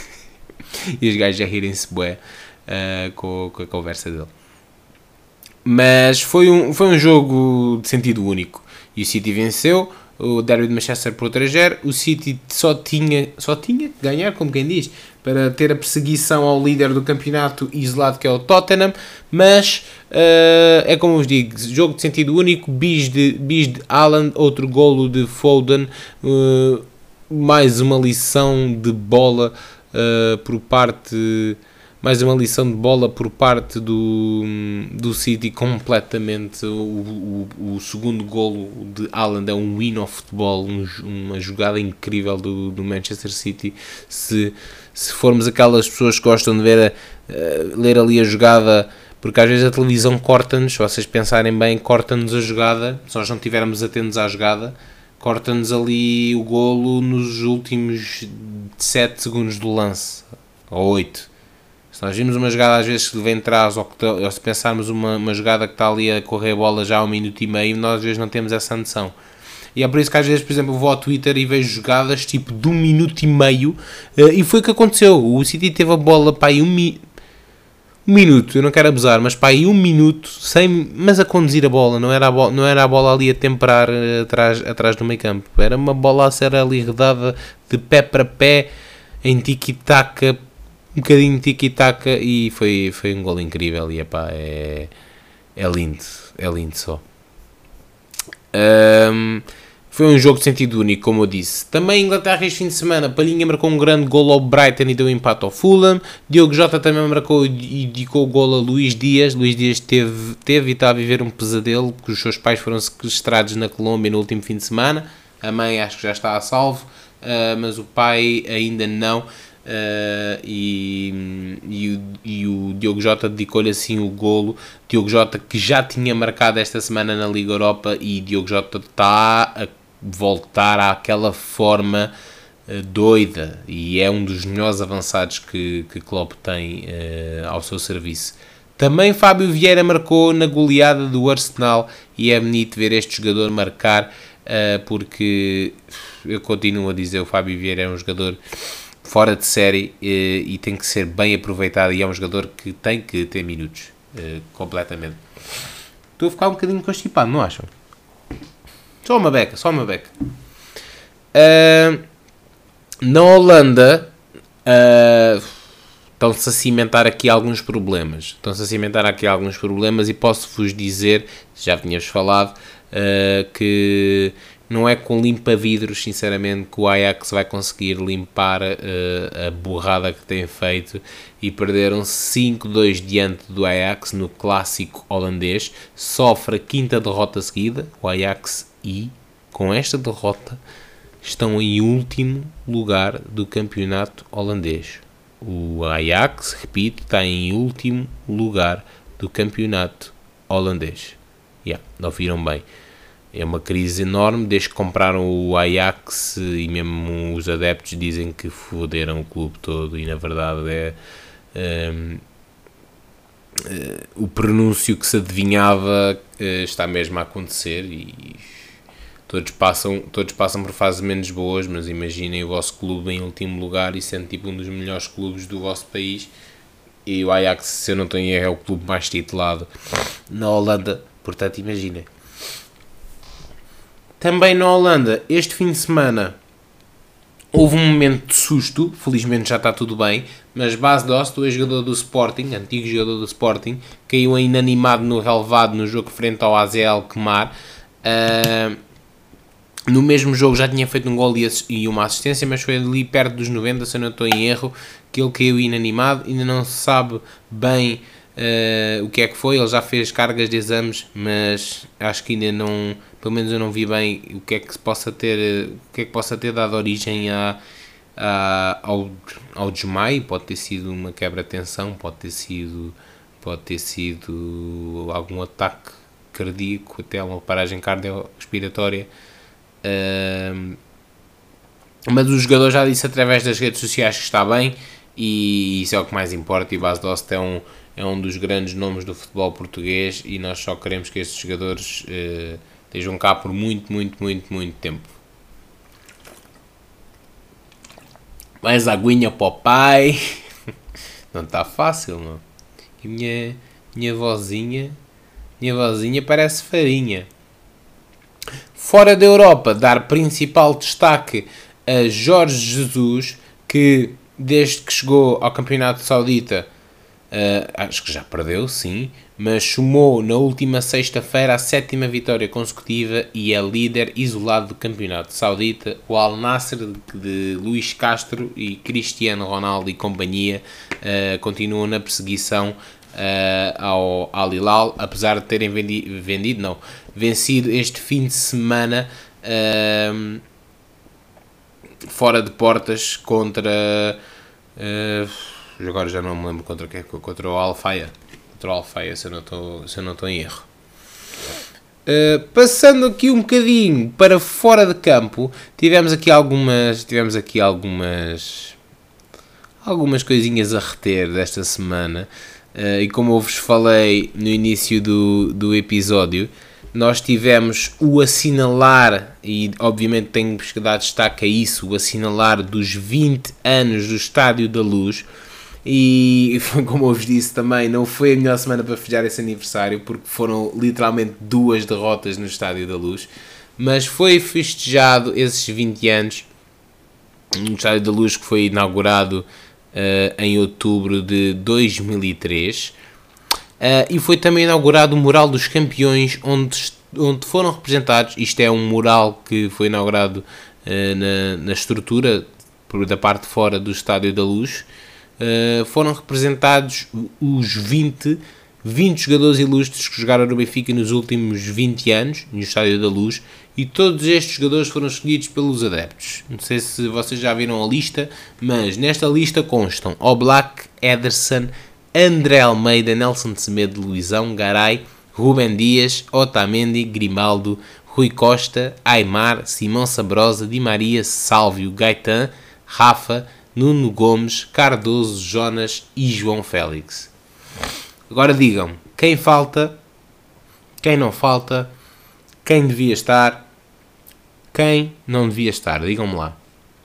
E os gajos já rirem-se bué uh, com, com a conversa dele. Mas foi um, foi um jogo de sentido único. E o City venceu o derby de Manchester por três a zero. O City só tinha, só tinha que ganhar, como quem diz, para ter a perseguição ao líder do campeonato isolado, que é o Tottenham. Mas uh, é como vos digo, jogo de sentido único. Bis de, bis de Haaland, outro golo de Foden, uh, mais uma lição de bola Uh, por parte, mais uma lição de bola por parte do, do City, completamente. O, o, o segundo golo de Haaland é um win of futebol, um, uma jogada incrível do, do Manchester City. Se, se formos aquelas pessoas que gostam de ver a, uh, ler ali a jogada, porque às vezes a televisão corta-nos, se vocês pensarem bem, corta-nos a jogada, se nós não estivermos atentos à jogada, corta-nos ali o golo nos últimos sete segundos do lance, ou oito. Se nós vimos uma jogada às vezes que vem atrás, ou, que, ou se pensarmos uma, uma jogada que está ali a correr a bola já há um minuto e meio, nós às vezes não temos essa noção. E é por isso que às vezes, por exemplo, eu vou ao Twitter e vejo jogadas tipo de um minuto e meio, e foi o que aconteceu. O City teve a bola para aí um minuto. Um minuto, eu não quero abusar, mas pá, aí um minuto, sem, mas a conduzir a bola, não era a bola, não era a bola ali a temperar atrás, atrás do meio campo, era uma bola a ser ali rodada de pé para pé, em tiki-taka, um bocadinho de tiki-taka, e foi, foi um golo incrível, e epá, é, é lindo, é lindo só. Um, Foi um jogo de sentido único, como eu disse. Também em Inglaterra este fim de semana, Palhinha marcou um grande golo ao Brighton e deu empate ao Fulham. Diogo Jota também marcou e dedicou o golo a Luís Dias. Luís Dias teve, teve e está a viver um pesadelo, porque os seus pais foram sequestrados na Colômbia no último fim de semana. A mãe acho que já está a salvo, uh, mas o pai ainda não. Uh, e, e, o, e o Diogo Jota dedicou-lhe assim o golo. Diogo Jota que já tinha marcado esta semana na Liga Europa, e Diogo Jota está a voltar àquela forma uh, doida, e é um dos melhores avançados que, que Klopp tem uh, ao seu serviço. Também Fábio Vieira marcou na goleada do Arsenal, e é bonito ver este jogador marcar, uh, porque eu continuo a dizer, o Fábio Vieira é um jogador fora de série uh, e tem que ser bem aproveitado, e é um jogador que tem que ter minutos, uh, completamente. Estou a ficar um bocadinho constipado, não acham? Só uma beca, só uma beca. Uh, na Holanda, uh, estão-se a cimentar aqui alguns problemas. Estão-se a cimentar aqui alguns problemas e posso-vos dizer, já tínhamos falado, uh, que não é com limpa-vidros, sinceramente, que o Ajax vai conseguir limpar uh, a borrada que tem feito, e perderam cinco a dois diante do Ajax no clássico holandês. Sofre a quinta derrota seguida, o Ajax, e com esta derrota estão em último lugar do campeonato holandês. O Ajax, repito, está em último lugar do campeonato holandês. Yeah, não viram bem. É uma crise enorme, desde que compraram o Ajax, e mesmo os adeptos dizem que foderam o clube todo, e na verdade é, um, o prenúncio que se adivinhava está mesmo a acontecer e todos passam, todos passam por fases menos boas, mas imaginem o vosso clube em último lugar e sendo tipo um dos melhores clubes do vosso país, e o Ajax, se eu não estou em erro, é o clube mais titulado na Holanda, portanto imaginem. Também na Holanda, este fim de semana houve um momento de susto, felizmente já está tudo bem, mas Bas Dost, o jogador do Sporting, antigo jogador do Sporting, caiu inanimado no relevado no jogo frente ao A Z L Kemar. Uh, no mesmo jogo já tinha feito um gol e uma assistência, mas foi ali perto dos noventa, se eu não estou em erro, que ele caiu inanimado. Ainda não se sabe bem uh, o que é que foi, ele já fez cargas de exames, mas acho que ainda não, pelo menos eu não vi bem o que é que possa ter, o que é que possa ter dado origem a, a, ao, ao desmaio. Pode ter sido uma quebra de tensão, pode ter sido, pode ter sido algum ataque cardíaco, até uma paragem cardiorrespiratória. Uh, mas o jogador já disse através das redes sociais que está bem e isso é o que mais importa. E Bas Dost é um, é um dos grandes nomes do futebol português e nós só queremos que estes jogadores uh, estejam cá por muito, muito, muito, muito tempo. Mais aguinha para o pai. Não está fácil, não. E minha, minha vozinha minha vozinha parece farinha. Fora da Europa, dar principal destaque a Jorge Jesus, que desde que chegou ao Campeonato Saudita, uh, acho que já perdeu, sim, mas somou na última sexta-feira a sétima vitória consecutiva e é líder isolado do Campeonato Saudita. O Al Nassr de, de Luís Castro e Cristiano Ronaldo e companhia uh, continuam na perseguição Uh, ao Al Hilal, apesar de terem vendido, vendido não, vencido este fim de semana uh, fora de portas contra uh, agora já não me lembro contra quem, contra o Al-Faya, contra o Al-Faya, se eu não estou, se eu não estou em erro. Uh, passando aqui um bocadinho para fora de campo, tivemos aqui algumas tivemos aqui algumas algumas coisinhas a reter desta semana. Uh, e como eu vos falei no início do, do episódio, nós tivemos o assinalar, e obviamente tenho que dar destaque a isso, o assinalar dos vinte anos do Estádio da Luz, e como eu vos disse também, não foi a melhor semana para festejar esse aniversário, porque foram literalmente duas derrotas no Estádio da Luz, mas foi festejado esses vinte anos, no Estádio da Luz que foi inaugurado Uh, em outubro de dois mil e três, uh, e foi também inaugurado o Mural dos Campeões, onde, onde foram representados, isto é um mural que foi inaugurado uh, na, na estrutura da parte de fora do Estádio da Luz, uh, foram representados os vinte, vinte jogadores ilustres que jogaram no Benfica nos últimos vinte anos, no Estádio da Luz, e todos estes jogadores foram escolhidos pelos adeptos. Não sei se vocês já viram a lista, mas nesta lista constam Oblak, Ederson, André Almeida, Nelson Semedo, Luizão, Garay, Rubem Dias, Otamendi, Grimaldo, Rui Costa, Aimar, Simão Sabrosa, Di Maria, Sálvio, Gaetan, Rafa, Nuno Gomes, Cardoso, Jonas e João Félix. Agora digam, quem falta, quem não falta, quem devia estar, quem não devia estar, digam-me lá.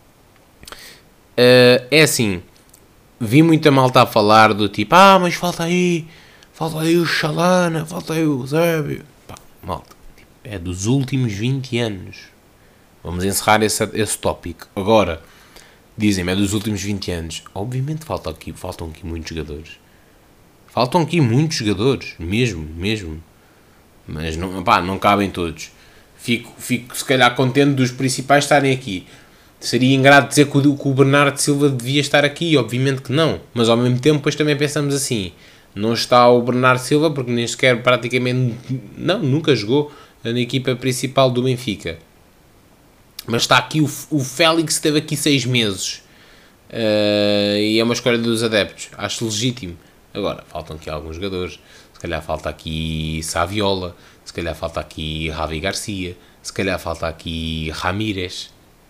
Uh, é assim, vi muita malta a falar do tipo, ah, mas falta aí, falta aí o Chalana, falta aí o Zébio. Pá, malta, é dos últimos vinte anos. Vamos encerrar esse, esse tópico. Agora, dizem-me, é dos últimos vinte anos. Obviamente faltam aqui, faltam aqui muitos jogadores. Faltam aqui muitos jogadores, mesmo, mesmo. Mas não, pá, não cabem todos. Fico, fico se calhar contente dos principais estarem aqui. Seria ingrato dizer que o, que o Bernardo Silva devia estar aqui, obviamente que não. Mas ao mesmo tempo depois também pensamos assim, não está o Bernardo Silva porque nem sequer praticamente, não, nunca jogou na equipa principal do Benfica. Mas está aqui o, o Félix, esteve aqui seis meses. Uh, e é uma escolha dos adeptos. Acho legítimo. Agora, faltam aqui alguns jogadores. Se calhar falta aqui Saviola, se calhar falta aqui Javi Garcia, se calhar falta aqui Ramírez.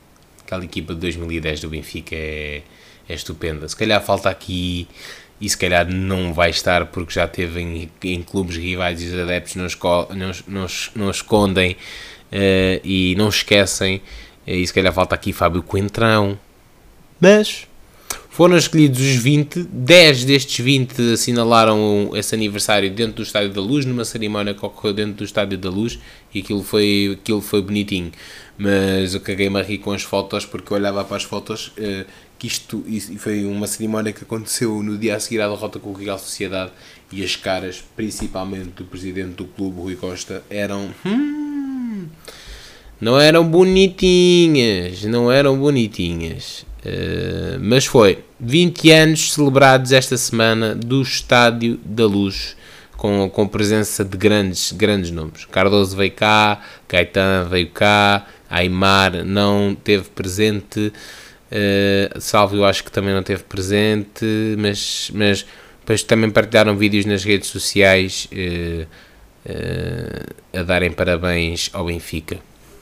aquela equipa de dois mil e dez do Benfica é, é estupenda. Se calhar falta aqui, e se calhar não vai estar porque já teve em, em clubes rivais e os adeptos não, esco, não, não, não escondem uh, e não esquecem, e se calhar falta aqui Fábio Coentrão. Mas foram escolhidos os vinte, dez destes vinte assinalaram esse aniversário dentro do Estádio da Luz, numa cerimónia que ocorreu dentro do Estádio da Luz, e aquilo foi, aquilo foi bonitinho. Mas eu caguei-me a rir com as fotos, porque eu olhava para as fotos, uh, que isto, isto foi uma cerimónia que aconteceu no dia a seguir à derrota com o Real Sociedade, e as caras, principalmente do presidente do clube, Rui Costa, eram... Hum, não eram bonitinhas, não eram bonitinhas. Uh, mas foi vinte anos celebrados esta semana do Estádio da Luz, com, com presença de grandes, grandes nomes. Cardoso veio cá, Caetano veio cá, Aimar não teve presente, uh, Salvo eu acho que também não teve presente, mas, mas depois também partilharam vídeos nas redes sociais uh, uh, a darem parabéns ao Benfica.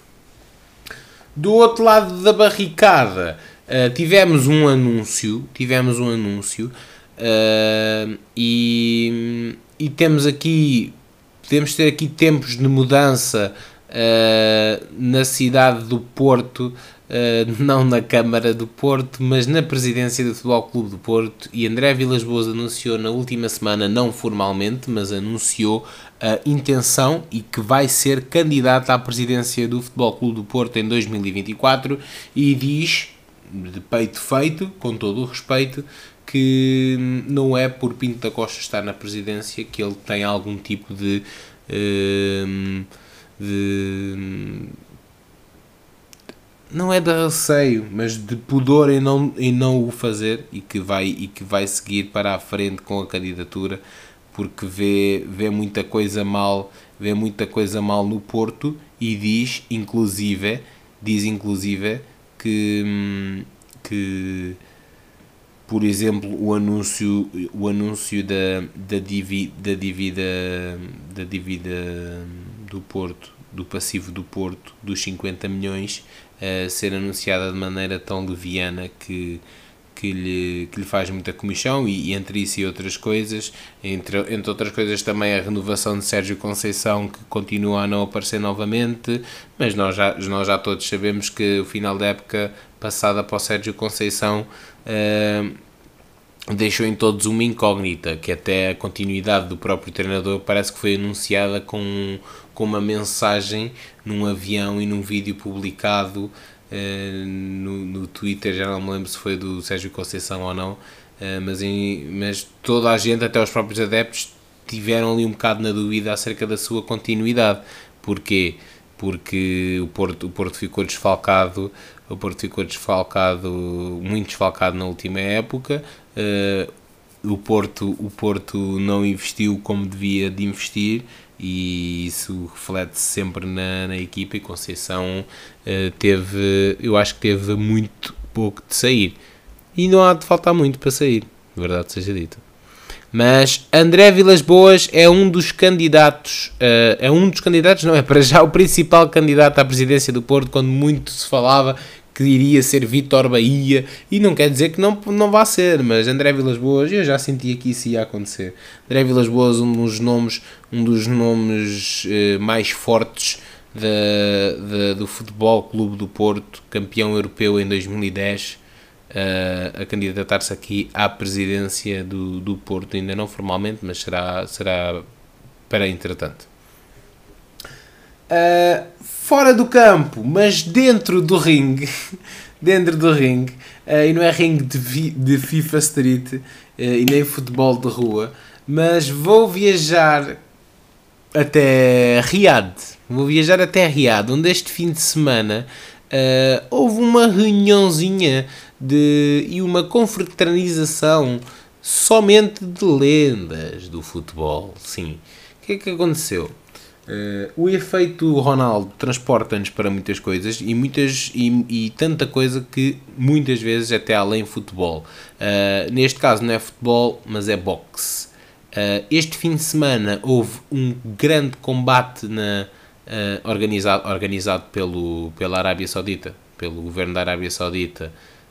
Do outro lado da barricada, Uh, tivemos um anúncio, tivemos um anúncio uh, e, e temos aqui, podemos ter aqui tempos de mudança uh, na cidade do Porto, uh, não na Câmara do Porto, mas na presidência do Futebol Clube do Porto, e André Vilas-Boas anunciou na última semana, não formalmente, mas anunciou a intenção e que vai ser candidato à presidência do Futebol Clube do Porto em dois mil e vinte e quatro, e diz, de peito feito, com todo o respeito, que não é por Pinto da Costa estar na presidência que ele tem algum tipo de, de não é de receio, mas de pudor em não, em não o fazer, e que vai, e que vai seguir para a frente com a candidatura, porque vê, vê muita coisa mal, vê muita coisa mal no Porto, e diz inclusive, diz inclusive que, que por exemplo, o anúncio, o anúncio da, da, divi, da, dívida, da dívida do Porto, do passivo do Porto, dos cinquenta milhões, a ser anunciada de maneira tão leviana que, que, lhe, que lhe faz muita comichão, e, e entre isso e outras coisas, entre, entre outras coisas também a renovação de Sérgio Conceição, que continua a não aparecer novamente, mas nós já, nós já todos sabemos que o final da época passada para o Sérgio Conceição uh, deixou em todos uma incógnita, que até a continuidade do próprio treinador parece que foi anunciada com, com uma mensagem num avião e num vídeo publicado Uh, no, no Twitter, já não me lembro se foi do Sérgio Conceição ou não, uh, mas, em, mas toda a gente, até os próprios adeptos, tiveram ali um bocado na dúvida acerca da sua continuidade. Porquê? Porque o Porto, o Porto ficou desfalcado, o Porto ficou desfalcado, muito desfalcado na última época, uh, o Porto, o Porto não investiu como devia de investir, e isso reflete-se sempre na, na equipa, e Conceição uh, teve, eu acho que teve muito pouco de sair, e não há de faltar muito para sair, verdade seja dita. Mas André Vilas-Boas é um dos candidatos, uh, é um dos candidatos, não é para já o principal candidato à presidência do Porto, quando muito se falava que iria ser Vítor Bahia, e não quer dizer que não, não vá ser, mas André Vilas-Boas, eu já sentia que isso ia acontecer. André Vilas-Boas, um dos nomes, um dos nomes uh, mais fortes da, da, do Futebol Clube do Porto, campeão europeu em dois mil e dez, uh, a candidatar-se aqui à presidência do, do Porto, ainda não formalmente, mas será, será para entretanto. Uh, fora do campo, mas dentro do ringue, dentro do ringue, uh, e não é ringue de, vi, de FIFA Street uh, e nem futebol de rua, mas vou viajar até Riad, vou viajar até Riad, onde este fim de semana uh, houve uma reuniãozinha de, e uma confraternização somente de lendas do futebol. Sim, o que é que aconteceu? Uh, o efeito Ronaldo transporta-nos para muitas coisas, e, muitas, e, e tanta coisa que muitas vezes até além futebol. Uh, neste caso não é futebol, mas é boxe. Uh, este fim de semana houve um grande combate na, uh, organizado, organizado pelo, pela Arábia Saudita, pelo governo da Arábia Saudita,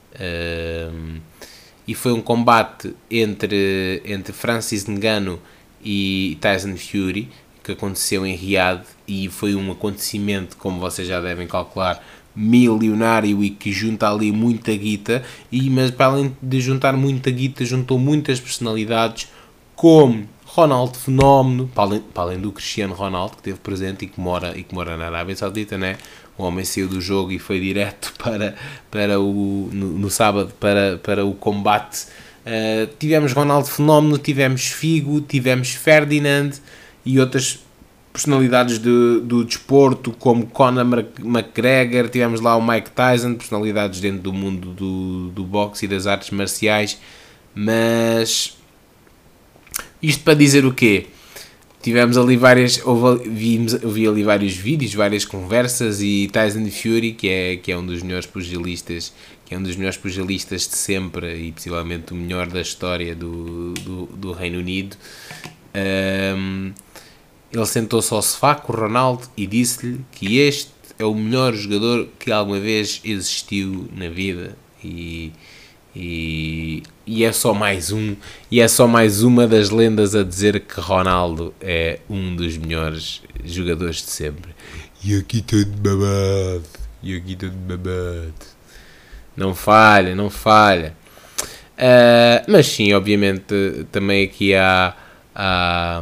uh, e foi um combate entre, entre Francis Ngannou e Tyson Fury, que aconteceu em Riad, e foi um acontecimento, como vocês já devem calcular, milionário e que junta ali muita guita, e, mas para além de juntar muita guita, juntou muitas personalidades, como Ronaldo Fenómeno, para além, para além do Cristiano Ronaldo, que esteve presente e que mora, e que mora na Arábia Saudita, né? O homem saiu do jogo e foi direto para, para o, no, no sábado para, para o combate. Uh, tivemos Ronaldo Fenómeno, tivemos Figo, tivemos Ferdinand e outras personalidades de, do desporto, como Conor McGregor, tivemos lá o Mike Tyson, personalidades dentro do mundo do, do boxe e das artes marciais. Mas isto para dizer o quê? Tivemos ali várias, houve, vimos, vi ali vários vídeos, várias conversas, e Tyson Fury, que é, que é um dos melhores pugilistas, que é um dos melhores pugilistas de sempre e possivelmente o melhor da história do, do, do Reino Unido. Um, ele sentou-se ao sofá com o Ronaldo e disse-lhe que este é o melhor jogador que alguma vez existiu na vida, e, e, e é só mais um e é só mais uma das lendas a dizer que Ronaldo é um dos melhores jogadores de sempre. E aqui todo babado, e aqui todo babado, não falha, não falha. Uh, mas sim, obviamente também aqui há há,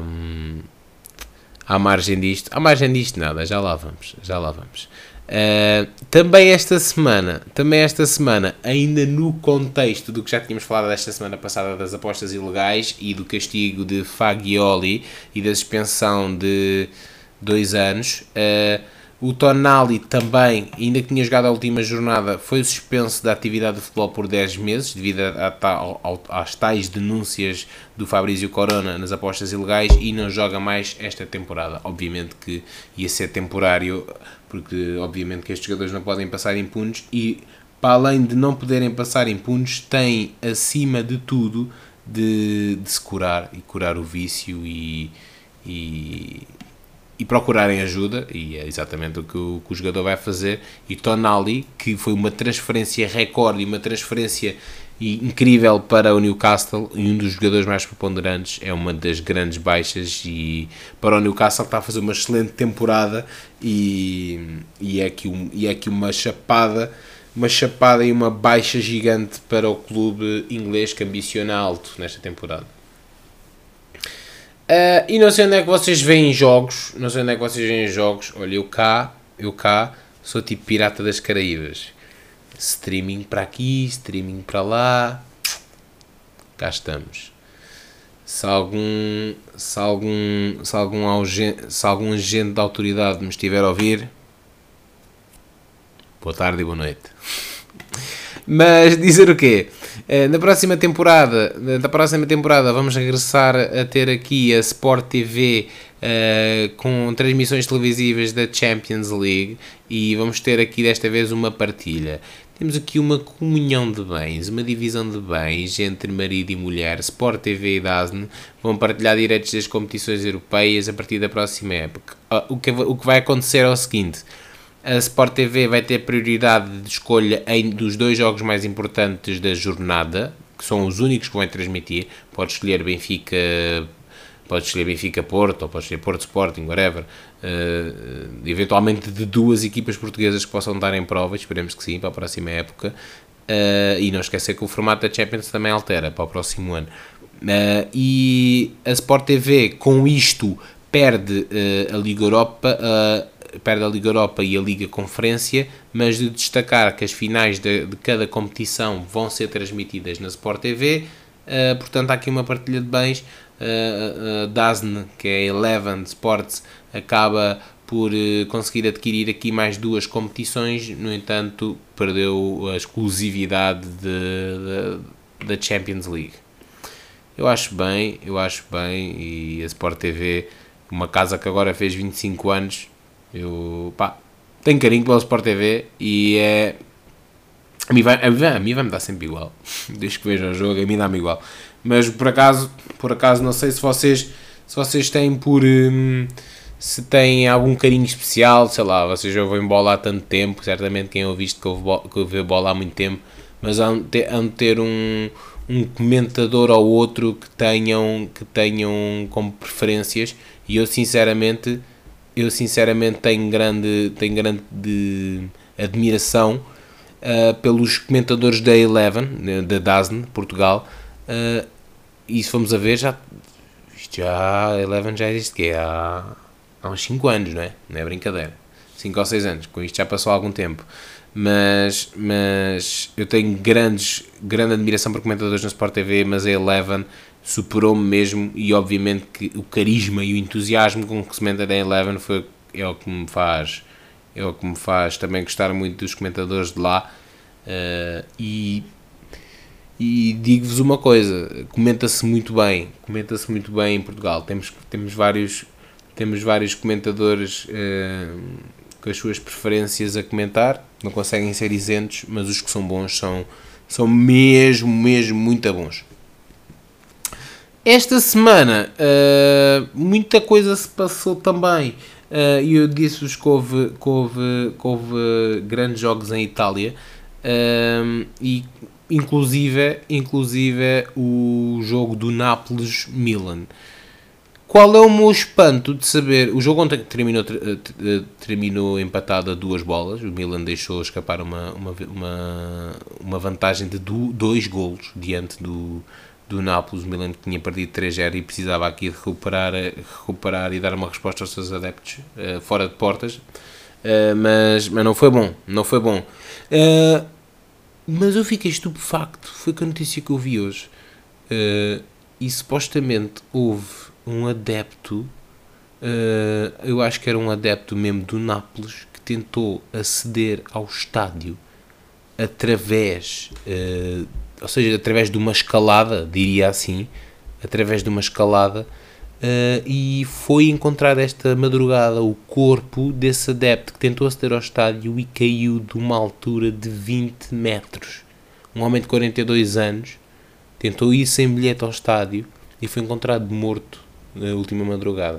à margem disto, à margem disto nada, já lá vamos, já lá vamos. Uh, também esta semana, também esta semana, ainda no contexto do que já tínhamos falado esta semana passada das apostas ilegais e do castigo de Fagioli e da suspensão de dois anos, uh, o Tonali também, ainda que tinha jogado a última jornada, foi suspenso da atividade de futebol por dez meses, devido a, a, às tais denúncias do Fabrício Corona nas apostas ilegais, e não joga mais esta temporada. Obviamente que ia ser temporário, porque obviamente que estes jogadores não podem passar impunes, e para além de não poderem passar impunes, têm acima de tudo de, de se curar, e curar o vício e... e e procurarem ajuda, e é exatamente o que o, que o jogador vai fazer. E Tonali, que foi uma transferência recorde e uma transferência incrível para o Newcastle, e um dos jogadores mais preponderantes, é uma das grandes baixas, e para o Newcastle, que está a fazer uma excelente temporada, e, e, é, aqui um, e é aqui uma chapada uma chapada e uma baixa gigante para o clube inglês, que ambiciona alto nesta temporada. Uh, e não sei onde é que vocês veem jogos, não sei onde é que vocês veem jogos. Olha, eu cá, eu cá sou tipo pirata das Caraíbas, streaming para aqui, streaming para lá, cá estamos. Se algum, se algum, se algum, agente, se algum agente da autoridade me estiver a ouvir, boa tarde e boa noite. Mas dizer o quê? Na próxima temporada, na próxima temporada vamos regressar a ter aqui a Sport T V uh, com transmissões televisivas da Champions League, e vamos ter aqui desta vez uma partilha. Temos aqui uma comunhão de bens, uma divisão de bens entre marido e mulher. Sport T V e D A Z N vão partilhar direitos das competições europeias a partir da próxima época. O que, o que vai acontecer é o seguinte: a Sport T V vai ter prioridade de escolha em, dos dois jogos mais importantes da jornada, que são os únicos que vão transmitir. Pode escolher Benfica, pode escolher Benfica Porto, ou pode escolher Porto Sporting, whatever. Uh, eventualmente de duas equipas portuguesas que possam dar em prova, esperemos que sim, para a próxima época. Uh, e não esquecer que o formato da Champions também altera para o próximo ano. Uh, e a Sport T V, com isto, perde uh, a Liga Europa, uh, perde a Liga Europa e a Liga Conferência, mas de destacar que as finais de, de cada competição vão ser transmitidas na Sport T V, uh, portanto há aqui uma partilha de bens. uh, uh, D A Z N, que é Eleven Sports, acaba por uh, conseguir adquirir aqui mais duas competições, no entanto perdeu a exclusividade da Champions League. Eu acho bem, eu acho bem, e a Sport T V, uma casa que agora fez vinte e cinco anos, eu, pá, tenho carinho pela Sport T V, e é... A mim vai, a mim vai-me dar sempre igual. Desde que vejo o jogo, a mim dá-me igual. Mas por acaso, por acaso, não sei se vocês, se vocês têm por... Hum, se têm algum carinho especial, sei lá, vocês já ouvem bola há tanto tempo, certamente quem ouve isto que ouve, bo- que ouve bola há muito tempo, mas hão de ter, hão de ter um, um comentador ou outro que tenham, que tenham como preferências, e eu sinceramente, eu sinceramente tenho grande, tenho grande de admiração uh, pelos comentadores da Eleven, da DAZN, Portugal, uh, e se formos a ver, já, isto já, a Eleven já existe, que é há, há uns cinco anos, não é? Não é brincadeira. cinco ou seis anos, com isto já passou algum tempo. Mas, mas eu tenho grandes, grande admiração por comentadores na Sport T V, mas a Eleven superou-me mesmo, e obviamente que o carisma e o entusiasmo com que se comenta da Eleven foi, é o que me faz, é o que me faz também gostar muito dos comentadores de lá. Uh, e e digo-vos uma coisa, comenta-se muito bem, comenta-se muito bem em Portugal. Temos, temos, vários, temos vários comentadores uh, com as suas preferências a comentar, não conseguem ser isentos, mas os que são bons são, são mesmo, mesmo muito bons. Esta semana uh, muita coisa se passou também, e uh, eu disse-vos que houve, que, houve, que houve grandes jogos em Itália, uh, e inclusive, inclusive o jogo do Nápoles-Milan. Qual é o meu espanto de saber... O jogo ontem terminou, terminou empatado a duas bolas. O Milan deixou escapar uma, uma, uma, uma vantagem de do, dois golos diante do, do Nápoles. O Milan tinha perdido três a zero e precisava aqui de recuperar, recuperar e dar uma resposta aos seus adeptos uh, fora de portas. Uh, mas, mas não foi bom. Não foi bom. Uh, mas eu fiquei estupefacto. Foi com a notícia que eu vi hoje. Uh, e supostamente houve um adepto, uh, eu acho que era um adepto mesmo do Nápoles, que tentou aceder ao estádio através, uh, ou seja, através de uma escalada, diria assim, através de uma escalada, uh, e foi encontrar esta madrugada o corpo desse adepto que tentou aceder ao estádio e caiu de uma altura de vinte metros. Um homem de quarenta e dois anos tentou ir sem bilhete ao estádio e foi encontrado morto na última madrugada.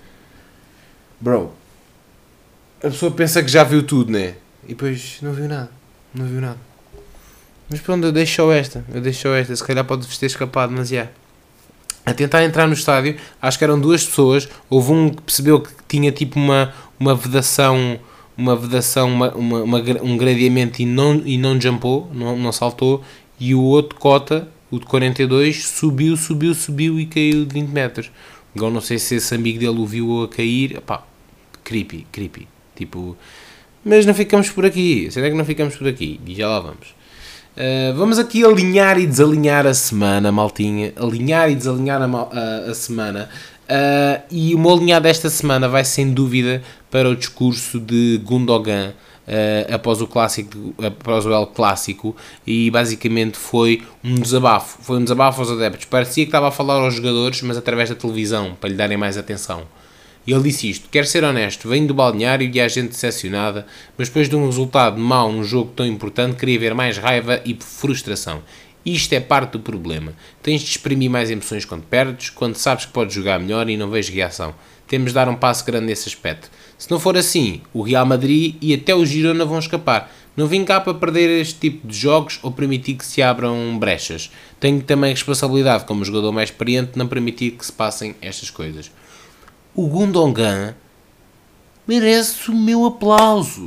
Bro, a pessoa pensa que já viu tudo, né? E depois não viu nada. Não viu nada. Mas pronto, eu deixo só esta. Eu deixo só esta. Se calhar pode-vos ter escapado, mas já. Yeah. A tentar entrar no estádio, acho que eram duas pessoas. Houve um que percebeu que tinha tipo uma, uma vedação, uma vedação, uma, uma, uma, um gradeamento e não, e não jumpou, não, não saltou. E o outro cota, o de quarenta e dois, subiu, subiu, subiu e caiu de vinte metros. Igual não sei se esse amigo dele o viu a cair. Epá, creepy, creepy. Tipo, mas não ficamos por aqui. Será que não ficamos por aqui? E já lá vamos. Uh, vamos aqui alinhar e desalinhar a semana, maltinha. Alinhar e desalinhar a, a, a semana. Uh, e o meu alinhar desta semana vai sem dúvida para o discurso de Gundogan. Uh, após o clássico, após o El Clássico, e basicamente foi um desabafo, foi um desabafo aos adeptos. Parecia que estava a falar aos jogadores, mas através da televisão, para lhe darem mais atenção. E ele disse isto: quero ser honesto, venho do balneário e há gente decepcionada, mas depois de um resultado mau num jogo tão importante, queria ver mais raiva e frustração. Isto é parte do problema. Tens de exprimir mais emoções quando perdes, quando sabes que podes jogar melhor e não vejo reação. Temos de dar um passo grande nesse aspecto. Se não for assim, o Real Madrid e até o Girona vão escapar. Não vim cá para perder este tipo de jogos ou permitir que se abram brechas. Tenho também responsabilidade como jogador mais experiente de não permitir que se passem estas coisas. O Gundogan merece o meu aplauso.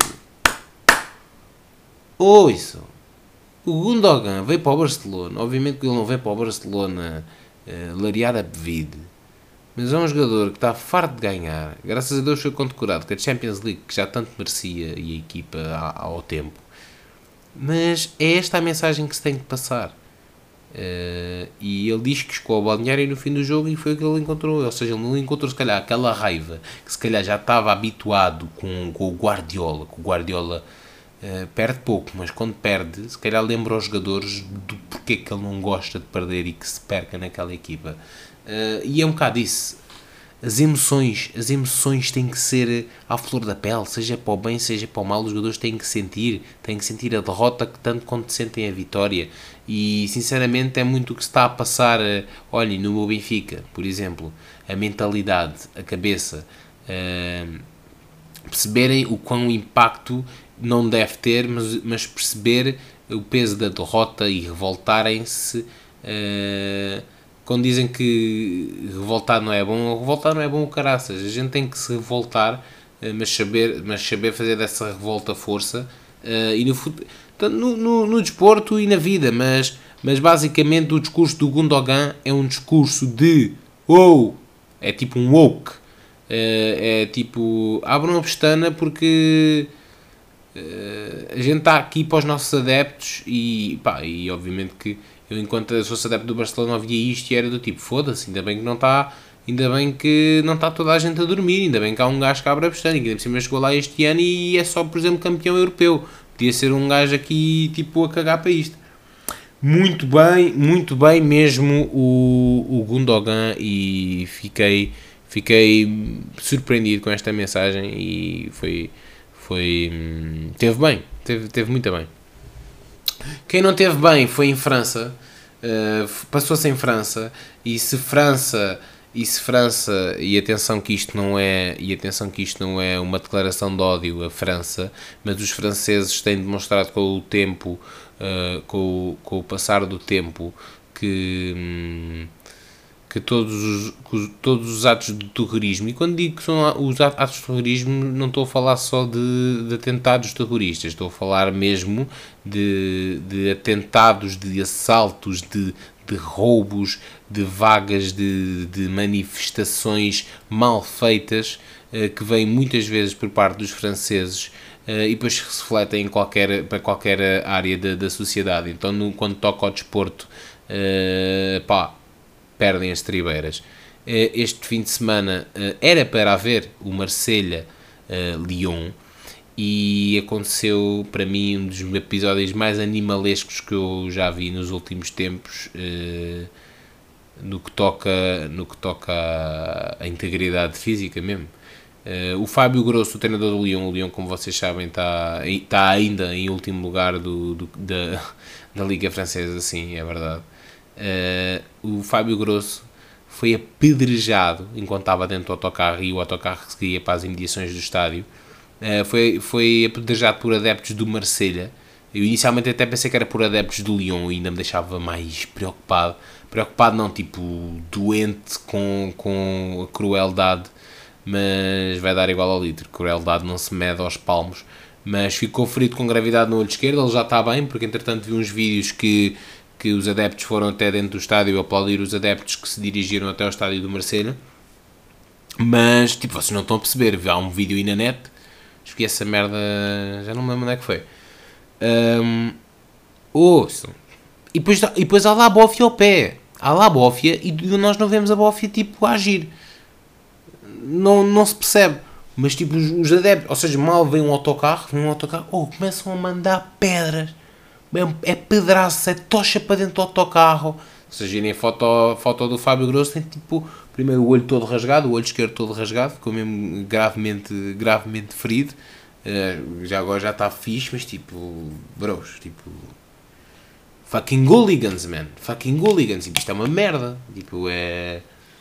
Ouçam. O Gundogan veio para o Barcelona. Obviamente que ele não veio para o Barcelona uh, larear a bebida. Mas é um jogador que está farto de ganhar. Graças a Deus foi condecorado com a Champions League, que já tanto merecia, e a equipa ao tempo. Mas é esta a mensagem que se tem que passar. Uh, e ele diz que chegou ao balneário no fim do jogo e foi o que ele encontrou. Ou seja, ele não encontrou se calhar aquela raiva que se calhar já estava habituado com, com o Guardiola. Que o Guardiola uh, perde pouco, mas quando perde, se calhar lembra aos jogadores do porquê que ele não gosta de perder e que se perca naquela equipa. Uh, e é um bocado isso. As emoções, as emoções têm que ser à flor da pele, seja para o bem, seja para o mal. Os jogadores têm que sentir, têm que sentir a derrota que tanto quanto sentem a vitória. E sinceramente é muito o que se está a passar. Olhem, no meu Benfica, por exemplo, a mentalidade, a cabeça. Uh, perceberem o quão impacto não deve ter, mas, mas perceber o peso da derrota e revoltarem-se. Uh, quando dizem que revoltar não é bom, revoltar não é bom o caraças. A gente tem que se revoltar, uh, mas, saber, mas saber fazer dessa revolta força. Uh, e no, no, no, no desporto e na vida, mas, mas basicamente o discurso do Gundogan é um discurso de wow, é tipo um woke. Uh, é tipo, abram a pestana porque uh, a gente está aqui para os nossos adeptos e, pá, e obviamente que eu, enquanto eu fosse adepto do Barcelona, ouvia isto e era do tipo, foda-se, ainda bem que não está, ainda bem que não está toda a gente a dormir, ainda bem que há um gajo que abre a pestana e que ainda por cima chegou lá este ano e é só, por exemplo, campeão europeu. Podia ser um gajo aqui tipo a cagar para isto. Muito bem, muito bem mesmo o, o Gundogan, e fiquei Fiquei surpreendido com esta mensagem e foi, foi teve bem, teve, teve muito bem. Quem não teve bem foi em França, uh, passou-se em França, e se França, e se França, e atenção que isto não é, e atenção que isto não é uma declaração de ódio à França, mas os franceses têm demonstrado com o tempo, uh, com, o, com o passar do tempo, que... Hum, que todos os, todos os atos de terrorismo, e quando digo que são os atos de terrorismo, não estou a falar só de, de atentados terroristas, estou a falar mesmo de, de atentados, de assaltos, de, de roubos, de vagas, de, de manifestações mal feitas, eh, que vêm muitas vezes por parte dos franceses, eh, e depois se refletem em qualquer, para qualquer área da, da sociedade. Então, no, quando toca ao desporto, eh, pá, perdem as tribeiras. Este fim de semana era para haver o Marselha-Lyon, e aconteceu para mim um dos episódios mais animalescos que eu já vi nos últimos tempos, no que toca, no que toca à integridade física mesmo. O Fábio Grosso, o treinador do Lyon, o Lyon, como vocês sabem, está, está ainda em último lugar do, do, da, da Liga Francesa, sim, é verdade. Uh, o Fábio Grosso foi apedrejado enquanto estava dentro do autocarro, e o autocarro seguia para as imediações do estádio. Uh, foi, foi apedrejado por adeptos do Marselha. Eu inicialmente até pensei que era por adeptos do Lyon, e ainda me deixava mais preocupado. Preocupado não, tipo, doente com, com a crueldade, mas vai dar igual ao litro. Crueldade não se mede aos palmos. Mas ficou ferido com gravidade no olho esquerdo. Ele já está bem, porque entretanto vi uns vídeos que que os adeptos foram até dentro do estádio aplaudir os adeptos que se dirigiram até ao estádio do Marselha. Mas, tipo, vocês não estão a perceber. Há um vídeo aí na net, esqueci essa merda, já não me lembro onde é que foi. Um, ouçam. E depois, e depois há lá a bófia ao pé. Há lá a bófia e nós não vemos a bófia, tipo, a agir. Não, não se percebe. Mas, tipo, os, os adeptos, ou seja, mal vem um autocarro, vem um autocarro, oh, começam a mandar pedras. É pedraça, é tocha para dentro do autocarro. Se vocês virem a foto, foto do Fábio Grosso, tem tipo, primeiro o olho todo rasgado, o olho esquerdo todo rasgado, ficou mesmo gravemente, gravemente ferido. Uh, já agora já está fixe, mas tipo, bros, tipo, fucking hooligans, man, fucking hooligans. Isto é uma merda, tipo, é...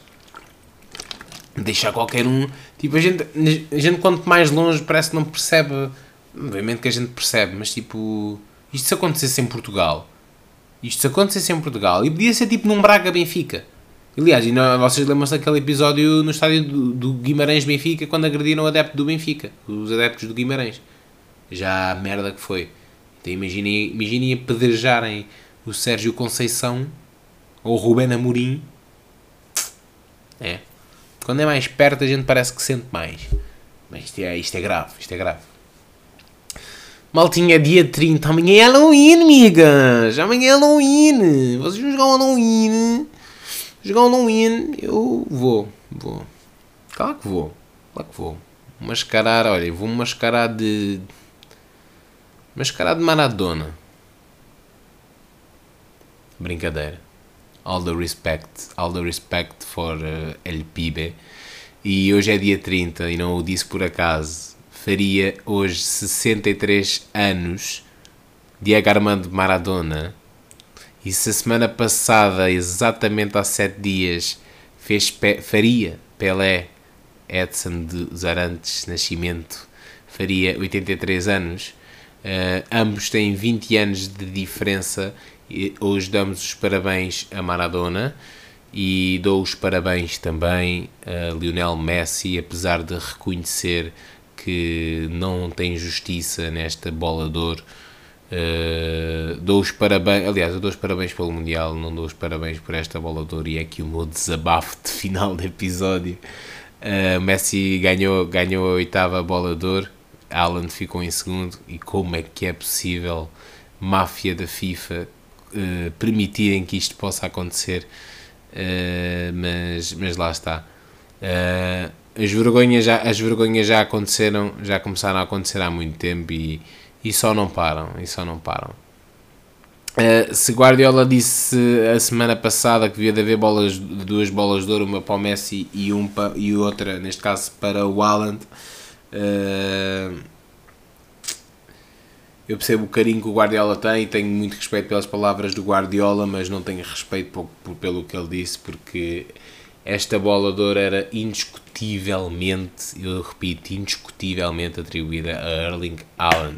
deixar qualquer um... Tipo, a gente, a gente quanto mais longe parece que não percebe, obviamente que a gente percebe, mas tipo... Isto se acontecesse em Portugal, isto se acontecesse em Portugal, e podia ser tipo num Braga-Benfica. Aliás, e não, vocês lembram-se daquele episódio no estádio do, do Guimarães-Benfica, quando agrediram o adepto do Benfica, os adeptos do Guimarães. Já a merda que foi. Então imaginem, imaginem apedrejarem o Sérgio Conceição ou o Rubén Amorim. É. Quando é mais perto a gente parece que sente mais. Mas isto é, isto é grave, isto é grave. Maltinha, dia trinta, amanhã é Halloween, amigas, amanhã é Halloween, vocês vão jogar um Halloween, jogar um Halloween, eu vou, vou, claro que vou, claro que vou, mascarar, olha, vou mascarar de, mascarar de Maradona, brincadeira, all the respect, all the respect for uh, El Pibe, e hoje é dia trinta, e não o disse por acaso. Faria hoje sessenta e três anos Diego Armando Maradona, e se a semana passada, exatamente há sete dias, fez pe- faria Pelé Edson dos Arantes Nascimento faria oitenta e três anos. Uh, ambos têm vinte anos de diferença. E hoje damos os parabéns a Maradona e dou os parabéns também a Lionel Messi, apesar de reconhecer que não tem justiça nesta bola de ouro. Uh, dou os parabéns, aliás, eu dou os parabéns pelo Mundial, não dou os parabéns por esta bola de ouro, e é aqui o meu desabafo de final de episódio. Uh, Messi ganhou, ganhou a oitava bola de ouro, Haaland ficou em segundo, e como é que é possível, máfia da FIFA, uh, permitirem que isto possa acontecer, uh, mas, mas lá está. Uh, as, vergonhas já, as vergonhas já aconteceram, já começaram a acontecer há muito tempo, e E só não param, e só não param. Uh, se Guardiola disse a semana passada que devia de haver bolas, duas bolas de ouro, uma para o Messi e, um pa, e outra, neste caso, para o Haaland, uh, eu percebo o carinho que o Guardiola tem e tenho muito respeito pelas palavras do Guardiola, mas não tenho respeito por, por, pelo que ele disse, porque esta bola de ouro era indiscutivelmente, eu repito, indiscutivelmente atribuída a Erling Haaland.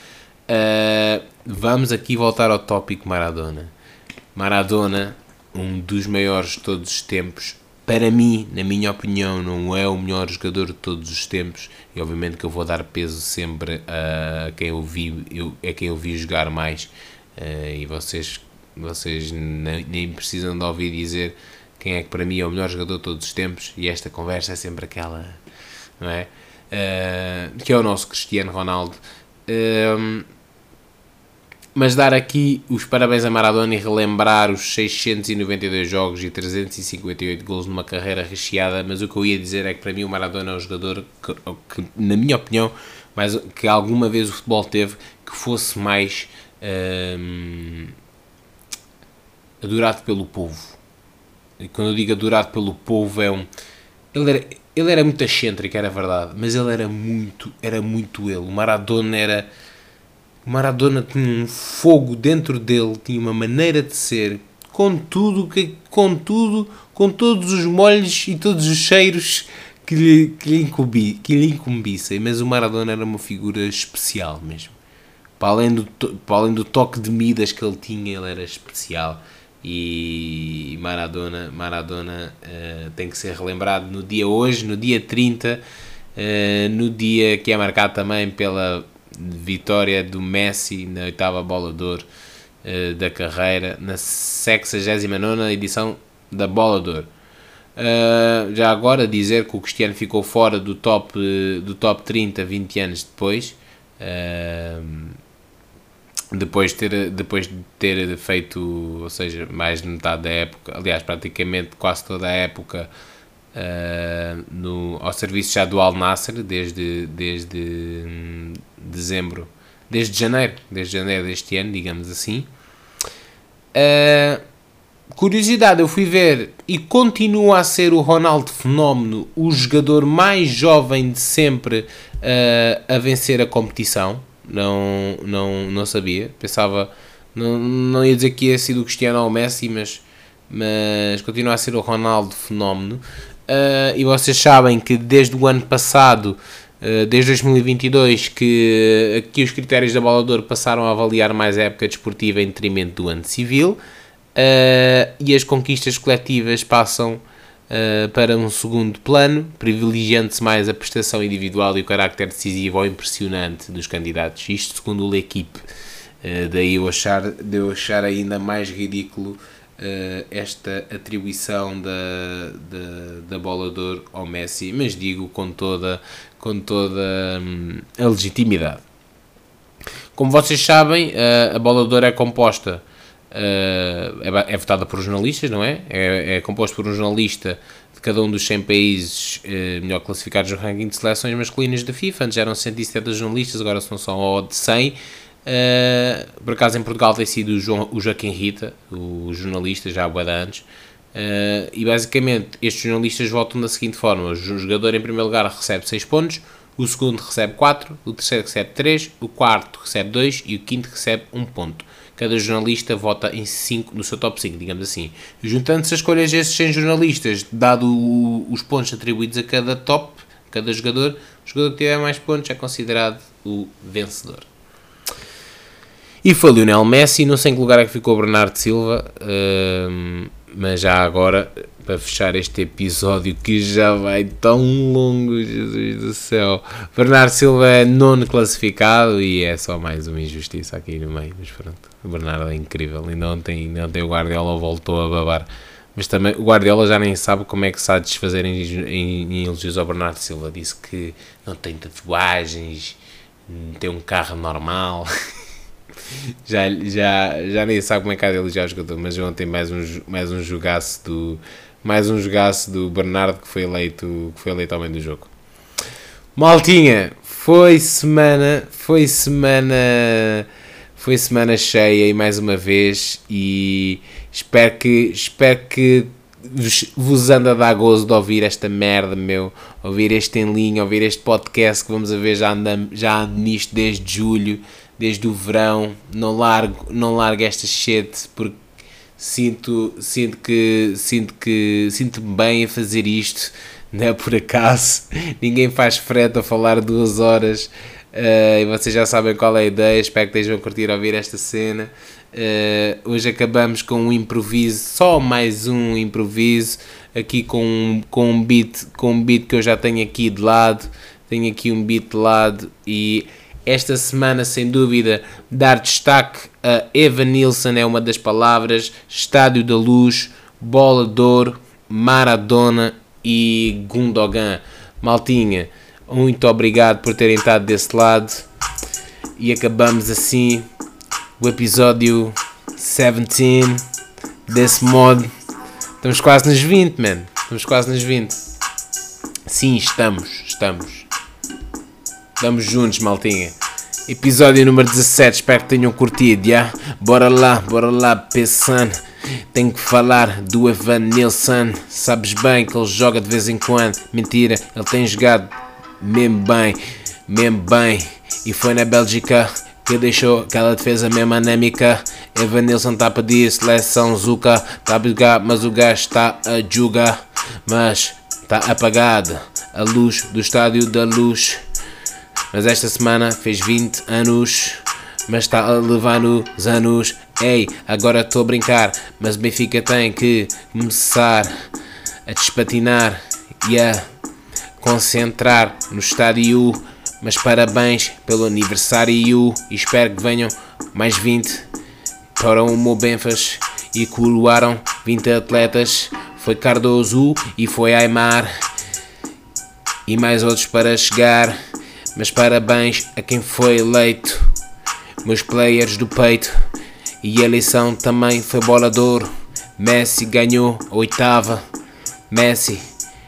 Uh, vamos aqui voltar ao tópico Maradona. Maradona, um dos maiores de todos os tempos, para mim, na minha opinião, não é o melhor jogador de todos os tempos, e obviamente que eu vou dar peso sempre a quem eu vi, eu, a quem eu vi jogar mais, uh, e vocês, vocês nem, nem precisam de ouvir dizer quem é que para mim é o melhor jogador de todos os tempos, e esta conversa é sempre aquela, não é? Uh, que é o nosso Cristiano Ronaldo. Uh, mas dar aqui os parabéns a Maradona e relembrar os seiscentos e noventa e dois jogos e trezentos e cinquenta e oito golos numa carreira recheada, mas o que eu ia dizer é que para mim o Maradona é um jogador que, que na minha opinião, mas que alguma vez o futebol teve, que fosse mais uh, adorado pelo povo. E quando eu digo adorado pelo povo, é um... Ele era, ele era muito excêntrico, era verdade, mas ele era muito, era muito ele. O Maradona era... O Maradona tinha um fogo dentro dele, tinha uma maneira de ser, com tudo, que, com tudo, com todos os molhos e todos os cheiros que lhe, que lhe, incumbi, que lhe incumbissem. Mas o Maradona era uma figura especial mesmo. Para além do, para além do toque de Midas que ele tinha, ele era especial. E Maradona, Maradona uh, tem que ser relembrado no dia hoje, no dia trinta, uh, no dia que é marcado também pela vitória do Messi na oitava bola de ouro uh, da carreira, na sexagésima nona edição da bola de ouro. Uh, já agora dizer que o Cristiano ficou fora do top, do top trinta vinte anos depois, uh, depois, ter, depois de ter feito, ou seja, mais de metade da época, aliás, praticamente quase toda a época uh, no, ao serviço já do Al Nassr, desde, desde hum, dezembro, desde janeiro, desde janeiro deste ano, digamos assim. Uh, curiosidade, eu fui ver e continua a ser o Ronaldo Fenómeno, o jogador mais jovem de sempre uh, a vencer a competição. Não, não, não sabia, pensava, não, não ia dizer que ia ser o Cristiano ou o Messi, mas, mas continua a ser o Ronaldo Fenómeno. Uh, e vocês sabem que desde o ano passado, uh, desde dois mil e vinte e dois, que, que os critérios da Bola de Ouro passaram a avaliar mais a época desportiva em detrimento do ano civil, uh, e as conquistas coletivas passam Uh, para um segundo plano, privilegiando-se mais a prestação individual e o carácter decisivo ou impressionante dos candidatos. Isto segundo o L'Equipe. Uh, daí eu achar, de eu achar ainda mais ridículo uh, esta atribuição da, da, da bola de ouro ao Messi, mas digo com toda, com toda hum, a legitimidade. Como vocês sabem, uh, a bola de ouro é composta Uh, é, é votada por jornalistas, não é? É, é composto por um jornalista de cada um dos cem países uh, melhor classificados no ranking de seleções masculinas da FIFA. Antes eram cento e setenta jornalistas, agora são só de cem. Uh, por acaso em Portugal tem sido o, João, o Joaquim Rita, o jornalista, já há bué de anos. Uh, e basicamente estes jornalistas votam da seguinte forma: o jogador em primeiro lugar recebe seis pontos, o segundo recebe quatro, o terceiro recebe três, o quarto recebe dois e o quinto recebe um ponto. cada jornalista vota em cinco, no seu top cinco, digamos assim. Juntando-se as escolhas desses cem jornalistas, dado o, os pontos atribuídos a cada top, cada jogador, o jogador que tiver mais pontos é considerado o vencedor. E foi Lionel Messi, não sei em que lugar é que ficou Bernardo Silva, uh, mas já agora, para fechar este episódio que já vai tão longo, Jesus do céu, Bernardo Silva é nono classificado e é só mais uma injustiça aqui no meio, mas pronto, o Bernardo é incrível, ainda ontem, ainda ontem o Guardiola voltou a babar, mas também o Guardiola já nem sabe como é que se há de desfazer em, em, em elogios ao Bernardo Silva, disse que não tem tatuagens, tem um carro normal... Já, já, já nem sabe como é que há de elogiar o jogador, mas ontem mais um, mais um jogaço do mais um jogaço do Bernardo que foi eleito, que foi eleito homem do jogo. Maltinha, foi semana foi semana foi semana cheia e mais uma vez, e espero que espero que vos anda a dar gozo de ouvir esta merda, meu, ouvir este em linha, ouvir este podcast que vamos a ver, já ando, já ando nisto desde julho, desde o verão, não largo, não largo esta shit, porque sinto, sinto que, sinto que, sinto-me bem a fazer isto, não é por acaso, ninguém faz frete a falar duas horas, uh, e vocês já sabem qual é a ideia, espero que estejam a curtir a ouvir esta cena. Uh, hoje acabamos com um improviso, só mais um improviso, aqui com, com, um beat, com um beat que eu já tenho aqui de lado, tenho aqui um beat de lado, e esta semana, sem dúvida, dar destaque a Evanilson é uma das palavras, Estádio da Luz, Bola de Ouro, Maradona e Gundogan. Maltinha, muito obrigado por terem estado desse lado, e acabamos assim o episódio dezenove desse modo. Estamos quase nos vinte, man. Estamos quase nos vinte. Sim, estamos, estamos. Estamos juntos, maltinha. Episódio número dezassete, espero que tenham curtido, já? Bora lá, bora lá, pensando. Tenho que falar do Evanilson. Sabes bem que ele joga de vez em quando. Mentira, ele tem jogado mesmo bem, mesmo bem. E foi na Bélgica que deixou aquela defesa mesmo anêmica. Evanilson está a pedir seleção Zuka. Está a jogar, mas o gajo está a jogar. Mas está apagada a luz do Estádio da Luz. Mas esta semana fez vinte anos, mas está a levar nos anos. Ei, agora estou a brincar, mas o Benfica tem que começar a despatinar e a concentrar no estádio. Mas parabéns pelo aniversário, e espero que venham mais vinte para o meu Benfas, e coroaram vinte atletas. Foi Cardoso e foi Aimar e mais outros para chegar. Mas parabéns a quem foi eleito, meus players do peito, e a eleição também foi Bola de Ouro. Messi ganhou a oitava. Messi,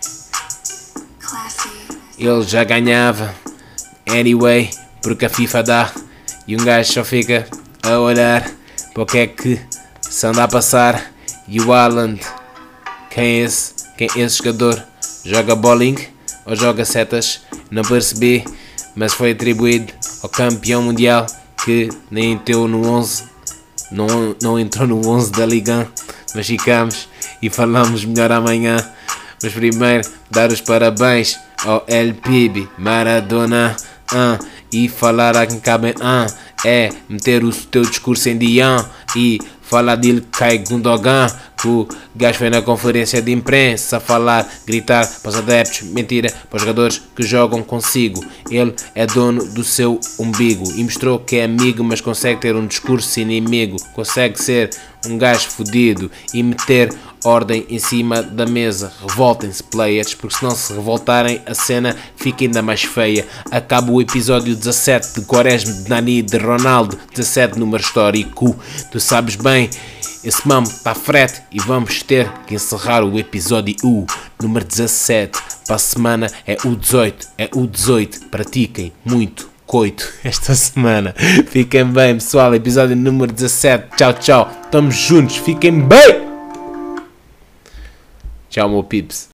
ele já ganhava anyway, porque a FIFA dá, e um gajo só fica a olhar para o que é que se anda a passar. E o Haaland, quem é esse? Quem é esse jogador? Joga bowling ou joga setas? Não percebi, mas foi atribuído ao campeão mundial, que nem entrou no onze, não, não entrou no onze da Liga, mas ficamos e falamos melhor amanhã. Mas primeiro, dar os parabéns ao El Pibe Maradona, uh, e falar a quem cabe, uh, é meter o teu discurso em dia e falar dele cai Gundogan, que o gajo foi na conferência de imprensa a falar, gritar para os adeptos, mentira, para os jogadores que jogam consigo. Ele é dono do seu umbigo e mostrou que é amigo, mas consegue ter um discurso inimigo, consegue ser um gajo fodido e meter ordem em cima da mesa. Revoltem-se, players, porque se não se revoltarem a cena fica ainda mais feia. Acaba o episódio dezassete de Quaresma, de Nani, de Ronaldo, dezassete número histórico. Tu sabes bem, esse mamo está frete e vamos ter que encerrar o episódio U, número dezassete. Para a semana é o dezoito, é o dezoito. Pratiquem muito coito esta semana. Fiquem bem, pessoal. Episódio número dezassete. Tchau, tchau. Estamos juntos. Fiquem bem. Tchau, meu pips.